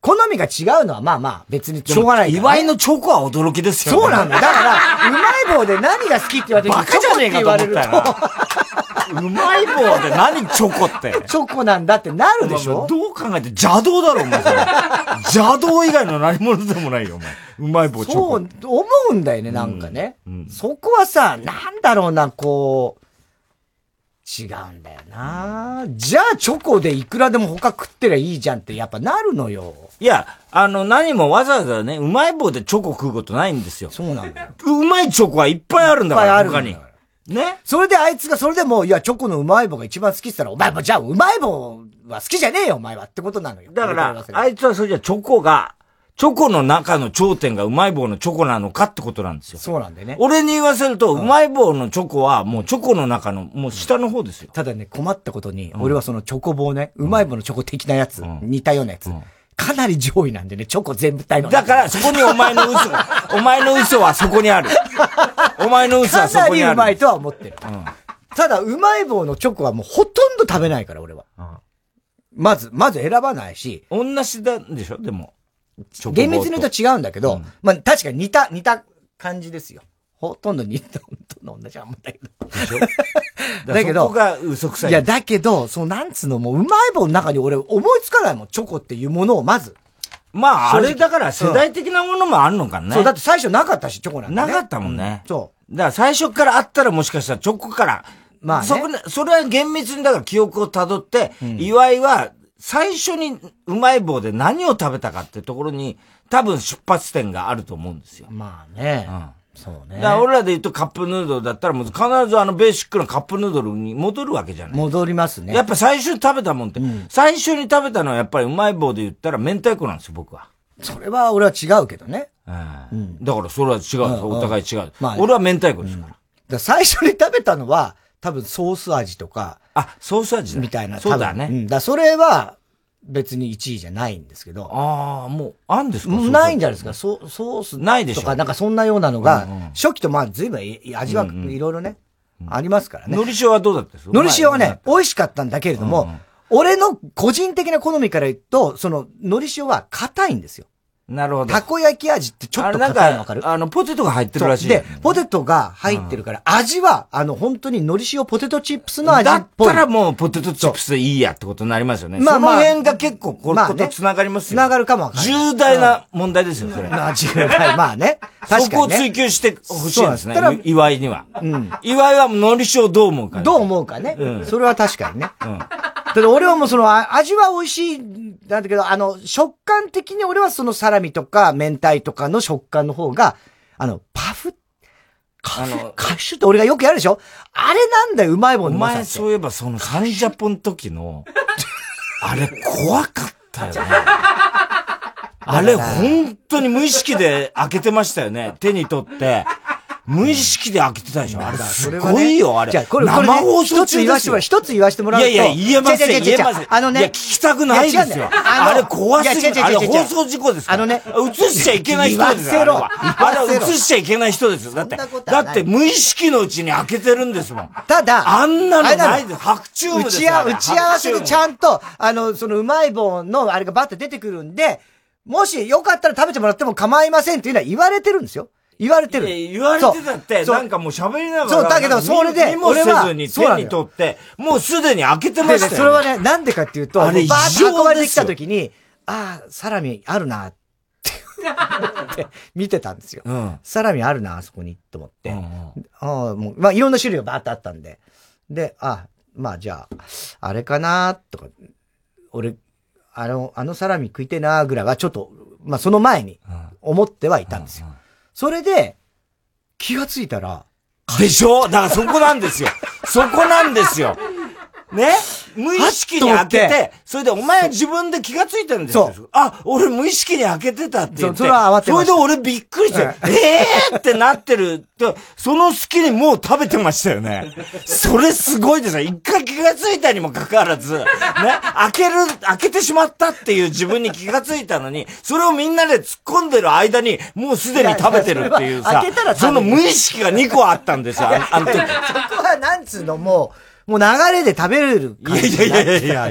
好みが違うのはまあまあ別にしょうがないから、 ね。祝いのチョコは驚きですよね。 そうなんだ。だから、うまい棒で何が好きって言われてバカじゃねえかと思ったら。うまい棒で何チョコって。 チョコなんだってなるでしょ、 まあ、どう考えて邪道だろ、お前それ。邪道以外の何者でもないよ、お前。うまい棒チョコ。 そう、思うんだよね、なんかね。うんうん、そこはさ、なんだろうな、こう、違うんだよな、うん、じゃあチョコでいくらでも他食ってりゃいいじゃんってやっぱなるのよ。 いや、あの、何もわざわざね、うまい棒でチョコ食うことないんですよ。 そうなんだよ。 うまいチョコはいっぱいあるんだから、他に。 ね。それであいつがそれでも、いや、チョコのうまい棒が一番好きって言ったら、お前もじゃあうまい棒は好きじゃねえよ、お前はってことなのよ。 だから、あいつはそれじゃチョコが、チョコの中の頂点がうまい棒のチョコなのかってことなんですよ。 そうなんだよね。 俺に言わせると、うまい棒のチョコはもうチョコの中の、もう下の方ですよ。 ただね、困ったことに、俺はそのチョコ棒ね、うまい棒のチョコ的なやつ、似たようなやつ、かなり上位なんでね、チョコ全部体の。 だから、そこにお前の嘘、お前の嘘はそこにある。お前の嘘はそこにある。 かなりうまいとは思ってる。ただ、うまい棒のチョコはもうほとんど食べないから、俺は。まず、まず選ばないし。 同じなんでしょでも。 厳密に言うと違うんだけど、うん、まあ確かに似た、似た感じですよ。ほとんど似た、ほとんど同じあんまだけど。でしょだけど、 そこが嘘くさい。 いや、だけど、そうなんつうの、もううまい棒の中に俺思いつかないもん、チョコっていうものをまず。 まあ、あれだから世代的なものもあるのかね。 うん、そう、だって最初なかったし、チョコなんて、ね。 なかったもんね。 うん、そう。 だから最初からあったらもしかしたらチョコから、まあ、ね、そこね、それは厳密にだから記憶をたどって、うん、岩井は最初にうまい棒で何を食べたかってところに、多分出発点があると思うんですよ。 まあね。うん。そうね。 だから俺らで言うとカップヌードルだったらもう必ずあのベーシックなカップヌードルに戻るわけじゃない。 戻りますね。 やっぱ最初に食べたもんって、うん、最初に食べたのはやっぱりうまい棒で言ったら明太子なんですよ、僕は。 それは俺は違うけどね。 うん。だからそれは違うんです、うん、お互い違う。まあ、俺は明太子ですから。うん、だから最初に食べたのは多分ソース味とか。 あ、ソース味みたいな。 そうだね。 うん。だそれは、別にいちいじゃないんですけど。 ああ、もう、あんですかないんじゃないですか。ソソースないでしょとか、なんかそんなようなのが、うんうん、初期とまあ随分味はいろいろね、うんうん、ありますからね。 のり塩はどうだったんですか？ のり塩はね、美味しかったんだけれども、うんうん、俺の個人的な好みから言うと、その、のり塩は硬いんですよ。 なるほど。 たこ焼き味ってちょっと硬いのわかる？ あの、ポテトが入ってるらしい。 で、ポテトが入ってるから、味は、あの、本当に海苔塩ポテトチップスの味っぽい。 だったらもうポテトチップスでいいやってことになりますよね。まあまあ。その辺が結構、これと繋がりますよ。 繋がるかもわかんない。 重大な問題ですよ、それ。 まあ、重大。まあね。確かに。 そこを追求してほしいんですね。岩井には。うん。岩井は海苔塩どう思うかね。 どう思うかね。うん。それは確かにね。うん。ただ俺はもうその味は美味しいんだけど、あの、食感的に俺はそのサラミとか明太とかの食感の方が、あの、パフ、カフェ、カッシュって俺がよくやるでしょ？あれなんだよ、うまいもんね。 お前そういえばそのサンジャポの時の、あれ怖かったよね。あれ本当に無意識で開けてましたよね。手に取って。無意識で開けてたでしょ、あれすごいよ、あれ。 じゃあ、これ、生放送中ですよ。一つ言わせてもらうと。 いやいや、言えません、言えません。あのね。いや、聞きたくないですよ。あれ怖すぎる。あれ放送事故ですから。あのね。映しちゃいけない人ですよ。あれ映しちゃいけない人ですよ。だって、だって無意識のうちに開けてるんですもん。 ただ、 あんなのないです。白昼夢ですよ。 打ち合わせでちゃんと、あの、そのうまい棒のあれがバッと出てくるんで、もしよかったら食べてもらっても構いませんっていうのは言われてるんですよ。言われてる。 言われてたって、なんかもう喋りながら。 そう、だけど、それで、 俺は、手に取って、もうすでに開けてましたよ、ね。 それはね、なんでかっていうと、あれ、バーッと運ばれてきた時に、ああ、サラミあるな、って見てたんですよ。うん、サラミあるな、あそこに、と思って。うんうん、ああ、もう、まあ、いろんな種類がバーッとあったんで。で、あまあ、じゃあ、あれかな、とか、俺、あの、あのサラミ食いてな、ぐらいは、ちょっと、まあ、その前に、思ってはいたんですよ。うんうん、それで、気がついたら。 でしょ？だからそこなんですよ。そこなんですよ。ね？無意識に開けて、それでお前は自分で気がついてるんですよ。あ、俺無意識に開けてたって言って。そ, そ, れは慌てました。それで俺びっくりして、うん、えーってなってると、その隙にもう食べてましたよね。それすごいですよ。一回気がついたにもかかわらず、ね、開ける、開けてしまったっていう自分に気がついたのに、それをみんなで突っ込んでる間に、もうすでに食べてるっていうさ、開けたらその無意識がにこあったんですよ、あの時。 そこはなんつうのもう、もう流れで食べれる感じ。 いやいやいやいやいや。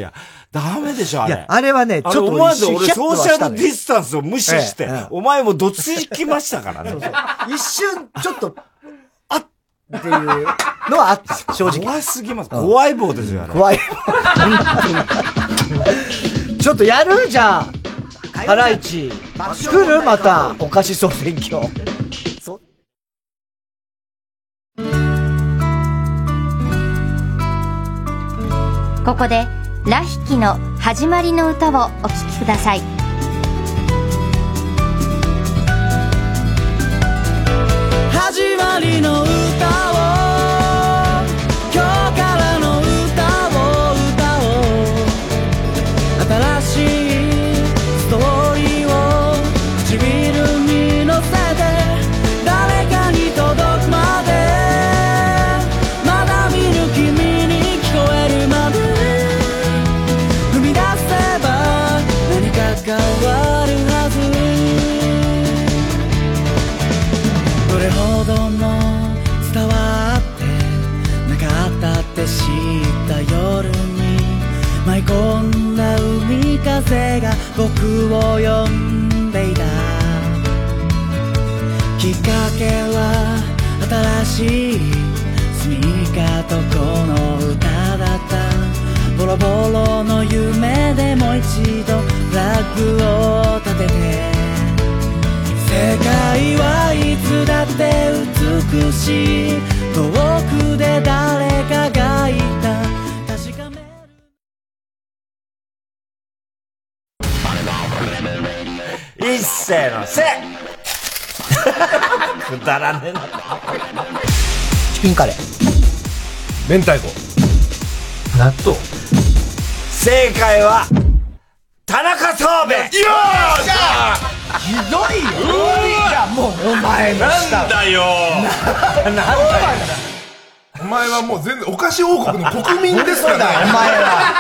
ダメでしょ、あれ。 いや、あれはね、ちょっと思わず俺一瞬ソーシャルディスタンスを無視して、 ええお前もどつきましたからね。 そうそう一瞬、ちょっと、あっっていうのはあった、正直。 怖すぎます。怖い棒ですよ、あれ。 怖い棒。ちょっとやるじゃん。ハライチ。作るまた、お菓子総選挙。 ここでラヒキの始まりの歌をお聴きください。 始まりの歌を今日からの歌を歌おう新しいストーリーを唇に乗せて誰かに届くまでまだ見ぬ君に聞こえるまで踏み出せば何か変わるはずどれほどの伝わってなかったって知った夜に舞い込んだ海風が僕を呼んでいたきっかけは新しい住みかとこの歌だったボロボロの夢でもう一度フラッグを立てて世界はいつだって美しい遠くで誰かがいた確かめる一斉のせくだらねえなチキンカレー明太子納豆正解は田中そうめん。よーしゃひどいよ。いやもうお前のなんだよなんだよお前はもう全然お菓子王国の国民ですからねお前は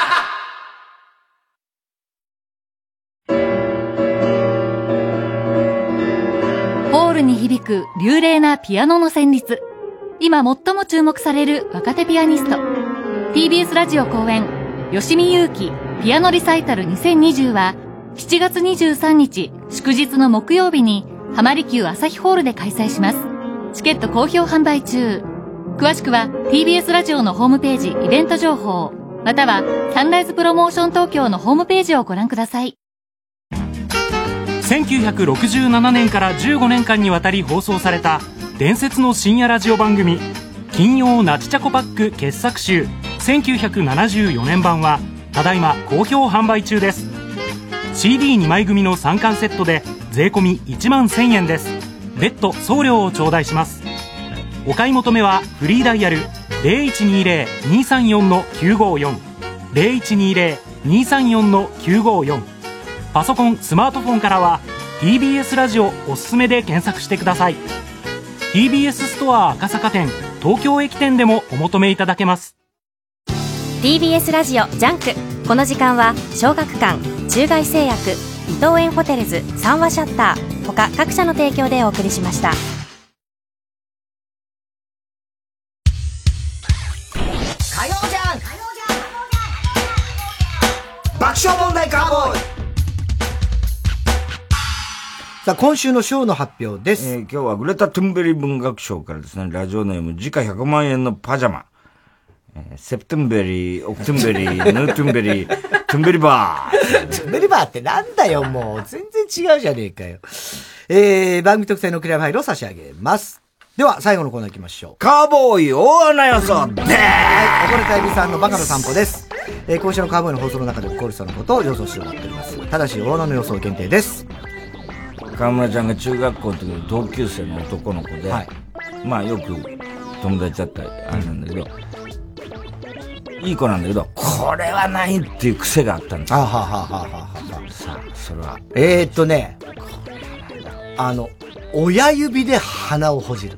ホールに響く流麗なピアノの旋律。今最も注目される若手ピアニスト。ティービーエス ラジオ公演、吉見祐希ピアノリサイタルにせんにじゅうは、しちがつにじゅうさんにち祝日の木曜日に浜離宮朝日ホールで開催します。チケット好評販売中。詳しくは ティービーエス ラジオのホームページイベント情報、またはサンライズプロモーション東京のホームページをご覧ください。 せんきゅうひゃくろくじゅうななねんからじゅうごねんかんにわたり放送された伝説の深夜ラジオ番組金曜ナチチャコパック傑作集せんきゅうひゃくななじゅうよねんばんはただいま好評販売中です。 シーディーに 枚組のさんかんセットで税込みいちまんせんえんです。別途送料を頂戴します。お買い求めはフリーダイヤル ゼロいちにゼロ にさんよん きゅうごよん ゼロいちにゼロ にさんよん きゅうごよん、パソコン、スマートフォンからは ティービーエス ラジオおすすめで検索してください。 ティービーエス ストア赤坂店、東京駅店でもお求めいただけます。 ティービーエス ラジオジャンク。この時間は小学館、中外製薬、伊藤園ホテルズ、三話シャッター他各社の提供でお送りしました。 火曜じゃん爆笑問題カーボーイ。さあ、今週の賞の発表です。 えー、今日はグレタ・トゥンベリ文学賞からですね、ラジオネーム、時価ひゃくまんえんのパジャマ。えー、セプテンベリー、オクトゥンベリー、ヌートゥンベリー、トゥンベリバー。 トゥンベリバーってなんだよ、もう。全然違うじゃねえかよ。えー、番組特製のクリアファイルを差し上げます。では、最後のコーナー行きましょう。 カーボーイ大穴予想でーす。 はい、ここでタイビさんのバカの散歩です。えー、今週のカーボーイの放送の中で起こる人のことを予想してもらっております。ただし、大穴の予想限定です。 河村ちゃんが中学校の時の同級生の男の子で、はい、まあよく友達だったりあれなんだけど、うん、いい子なんだけど、これはないっていう癖があったんですよ。 あははははは。 さあ、それは。 えーっとね、あの、親指で鼻をほじる。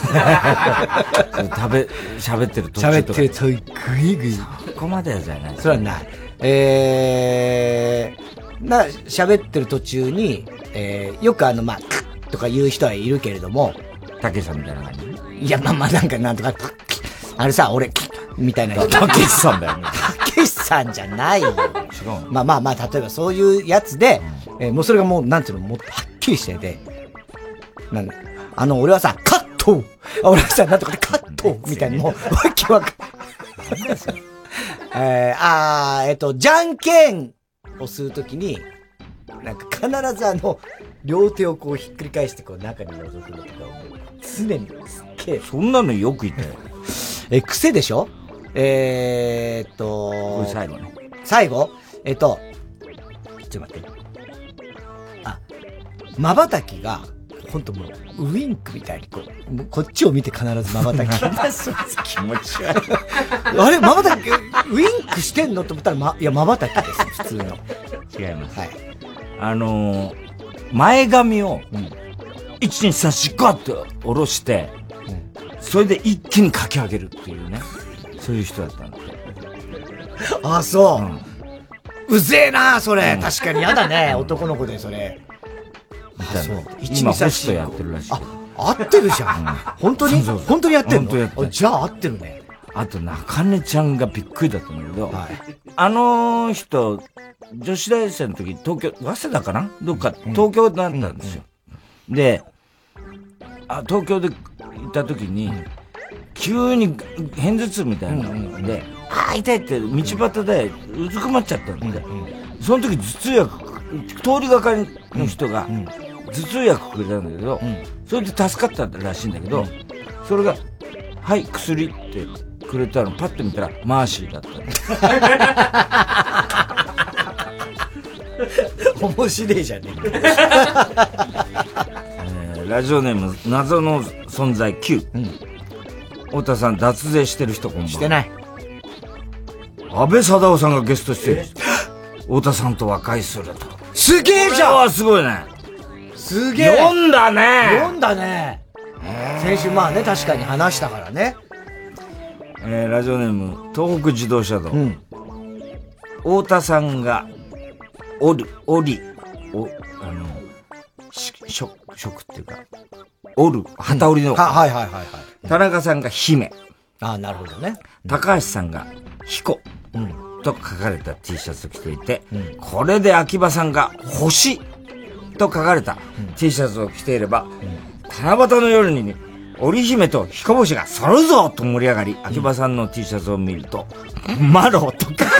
食べ、喋ってる途中とか。 喋ってる途中、グイグイ。 そこまでじゃない。 それはない。えー、な、喋ってる途中に、えー、よくあの、まあ、とか言う人はいるけれども。 たけしさんみたいな感じ。 いや、まあまあ、なんか、なんとか、あれさ、俺、みたいな人。 たけしさんだよね。 たけしさんじゃないよ。 違うの？ まあまあまあ、例えばそういうやつで、うん、えー、もうそれがもう、なんていうの、もっとはっきりしてて、なんだ、あの、俺はさ、カット俺はさ、なんとかでカットみたいな、もう、わけわかんない。えー、あー、えっと、じゃんけんをするときに、なんか必ずあの、両手をこうひっくり返してこう中に覗くのとかを常にすっげえ。 そんなのよく言ったよ。 え、癖でしょ？えーっと、 これ最後ね。 最後えっと、ちょっと待って。あ、瞬きが、ほんともう、ウインクみたいにこう、こっちを見て必ず瞬き。 気持ち悪い。 あれ瞬き、ウインクしてんのと思ったら、ま、いや、瞬きです、普通の。 違います。はい。あのー、前髪を、いち、に、さん、よん、ごって下ろして、うん、それで一気にかき上げるっていうね。そういう人だったんだ。 あ、そう。うん、うぜえなそれ、うん。確かに嫌だね、男の子でそれ。 みたいな。今ホストやってるらしい。 あ、合ってるじゃん。うん、本当に本当にやってるの？ 本当やってる。 じゃあ合ってるね。 あと、中根ちゃんがびっくりだったんだけど、はい、あの人、女子大生の時、東京、早稲田かなどっか、東京だったんですよ。うん、で、あ、東京で行った時に、急に片頭痛みたいなので、あー痛いって道端でうずくまっちゃったんで、その時頭痛薬、通りがかりの人が頭痛薬くれたんだけど、それで助かったらしいんだけど、それが、はい、薬ってくれたの、パッと見たら、マーシーだったんだ。面白いじゃねえか。 えー、ラジオネーム、謎の存在きゅう。うん、太田さん、脱税してる人こんばんは。 してない。 安倍貞夫さんがゲスト出演して、太田さんと和解すると。 すげえじゃん。 これはすごいね。 すげえ。 読んだね。 読んだね。先週まあね、確かに話したからね。 えー、ラジオネーム、東北自動車道。うん、太田さんが、おり、おり、お、あの、し、食、食っていうか、おる、旗織りの、うん。 はいはいはいはい。 田中さんが姫。 ああ、なるほどね。 高橋さんが彦。うん。と書かれた T シャツを着ていて、うん、これで秋葉さんが星と書かれた T シャツを着ていれば、うん、七夕の夜に、ね、織姫と彦星が揃うぞと盛り上がり、うん、秋葉さんの T シャツを見ると、マロとか、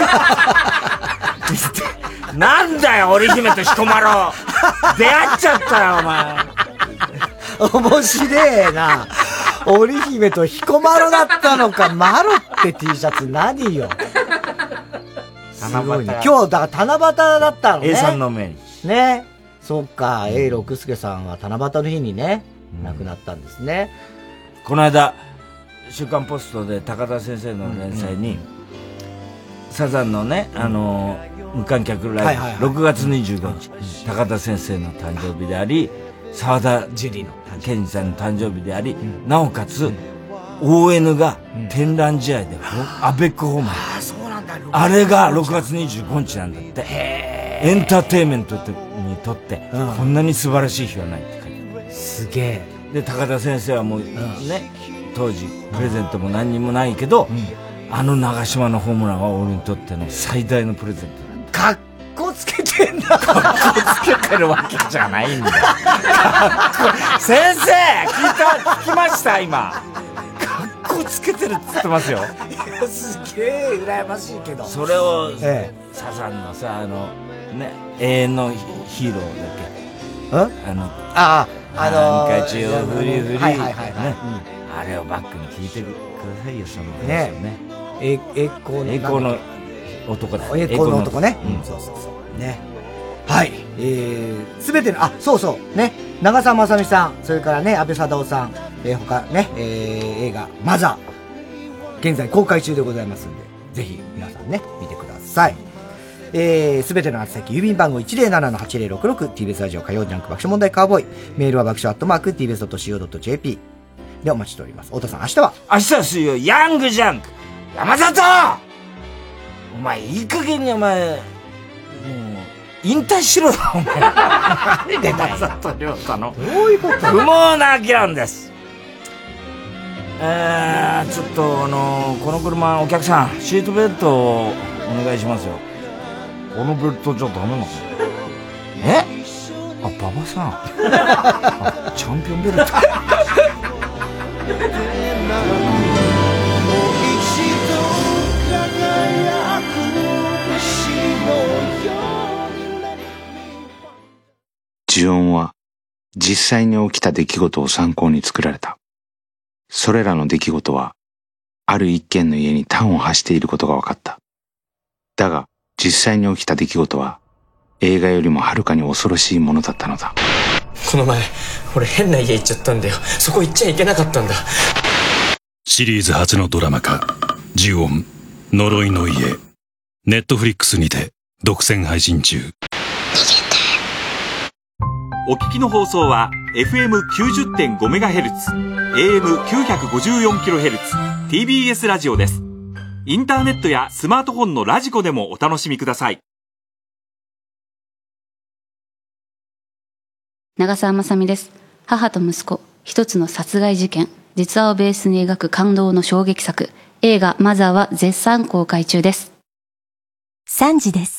なんだよ、織姫と彦マロ出会っちゃったよ、お前。 面白えな。織姫と彦マロだったのか。マロって T シャツ何よ。すごいね。今日、だから七夕だったのね。 A さんの命日。 ね。そっか、うん、A 六輔さんは七夕の日にね、うん、亡くなったんですね。 この間、週刊ポストで高田先生の連載に、うんうん、サザンのね、あのー、無観客ライブ、はいはいはい、ろくがつにじゅうごにち、うん、高田先生の誕生日であり、沢田ジュリの健二さんの誕生日であり、うん、なおかつ、うん、オーエヌ が天覧試合で、うん、アベックホーム。 ああ、そうなんだ。 あれがろくがつにじゅうごにちなんだって。エンターテインメントにとって、うん、こんなに素晴らしい日はないって書いてある。 すげえ。 で、高田先生はもう、うん、ね、当時、プレゼントも何にもないけど、うん、あの長島のホームランは俺にとっての最大のプレゼントだ。かっこつけてんだ。 かっこつけてるわけじゃないんだよ。先生聞いた、聞きました今。かっこつけてるって言ってますよ。 いや、すげえ羨ましいけど。 それを、ええ、サザンのさ、あの、ね、永遠のヒーローだっけ。 んあの、 ああ、あのー、 ハンカチをフリフリ。 はいはいはい、はい、 ね、うん。あれをバックに聞いてくださいよ、その話をね。 え、栄光の。 栄光の男だ。 栄光の男ね。うん、そうそうそう。ね。はい。えー、すべての、あ、そうそう。ね。長澤まさみさん、それからね、安倍貞夫さん、えー、他ね、えー、映画、マザー。現在公開中でございますんで、ぜひ皆さんね、見てください。えー、すべての宛先、郵便番号 いちゼロななのはちゼロろくろく、ティービーエス ラジオ火曜ジャンク爆笑問題カーボーイ、メールは爆笑アットマーク、ティービーエスドットシーオードットジェーピー でお待ちしております。太田さん、明日は明日は水曜、ヤングジャンク山里お前、いい加減にお前、もう、引退しろよ、お前。なんで山里亮太の。 どういうこと不毛な議論です。えー、ちょっとあのー、この車、お客さん、シートベルトをお願いしますよ。 このベルトじゃダメなの？え？あ、馬場さん。あ、チャンピオンベルト。 呪音は実際に起きた出来事を参考に作られた。それらの出来事はある一軒の家に端を発していることが分かった。だが実際に起きた出来事は映画よりもはるかに恐ろしいものだったのだ。 この前俺変な家行っちゃったんだよ。そこ行っちゃいけなかったんだ。 シリーズ初のドラマ化呪音呪いの家、ネットフリックスにて独占配信中。 お聞きの放送は エフエムきゅうじゅってんごメガヘルツ、エーエムきゅうひゃくごじゅうよんキロヘルツ、ティービーエス ラジオです。インターネットやスマートフォンのラジコでもお楽しみください。 長澤まさみです。母と息子、一つの殺害事件、実話をベースに描く感動の衝撃作、映画マザーは絶賛公開中です。 さんじです。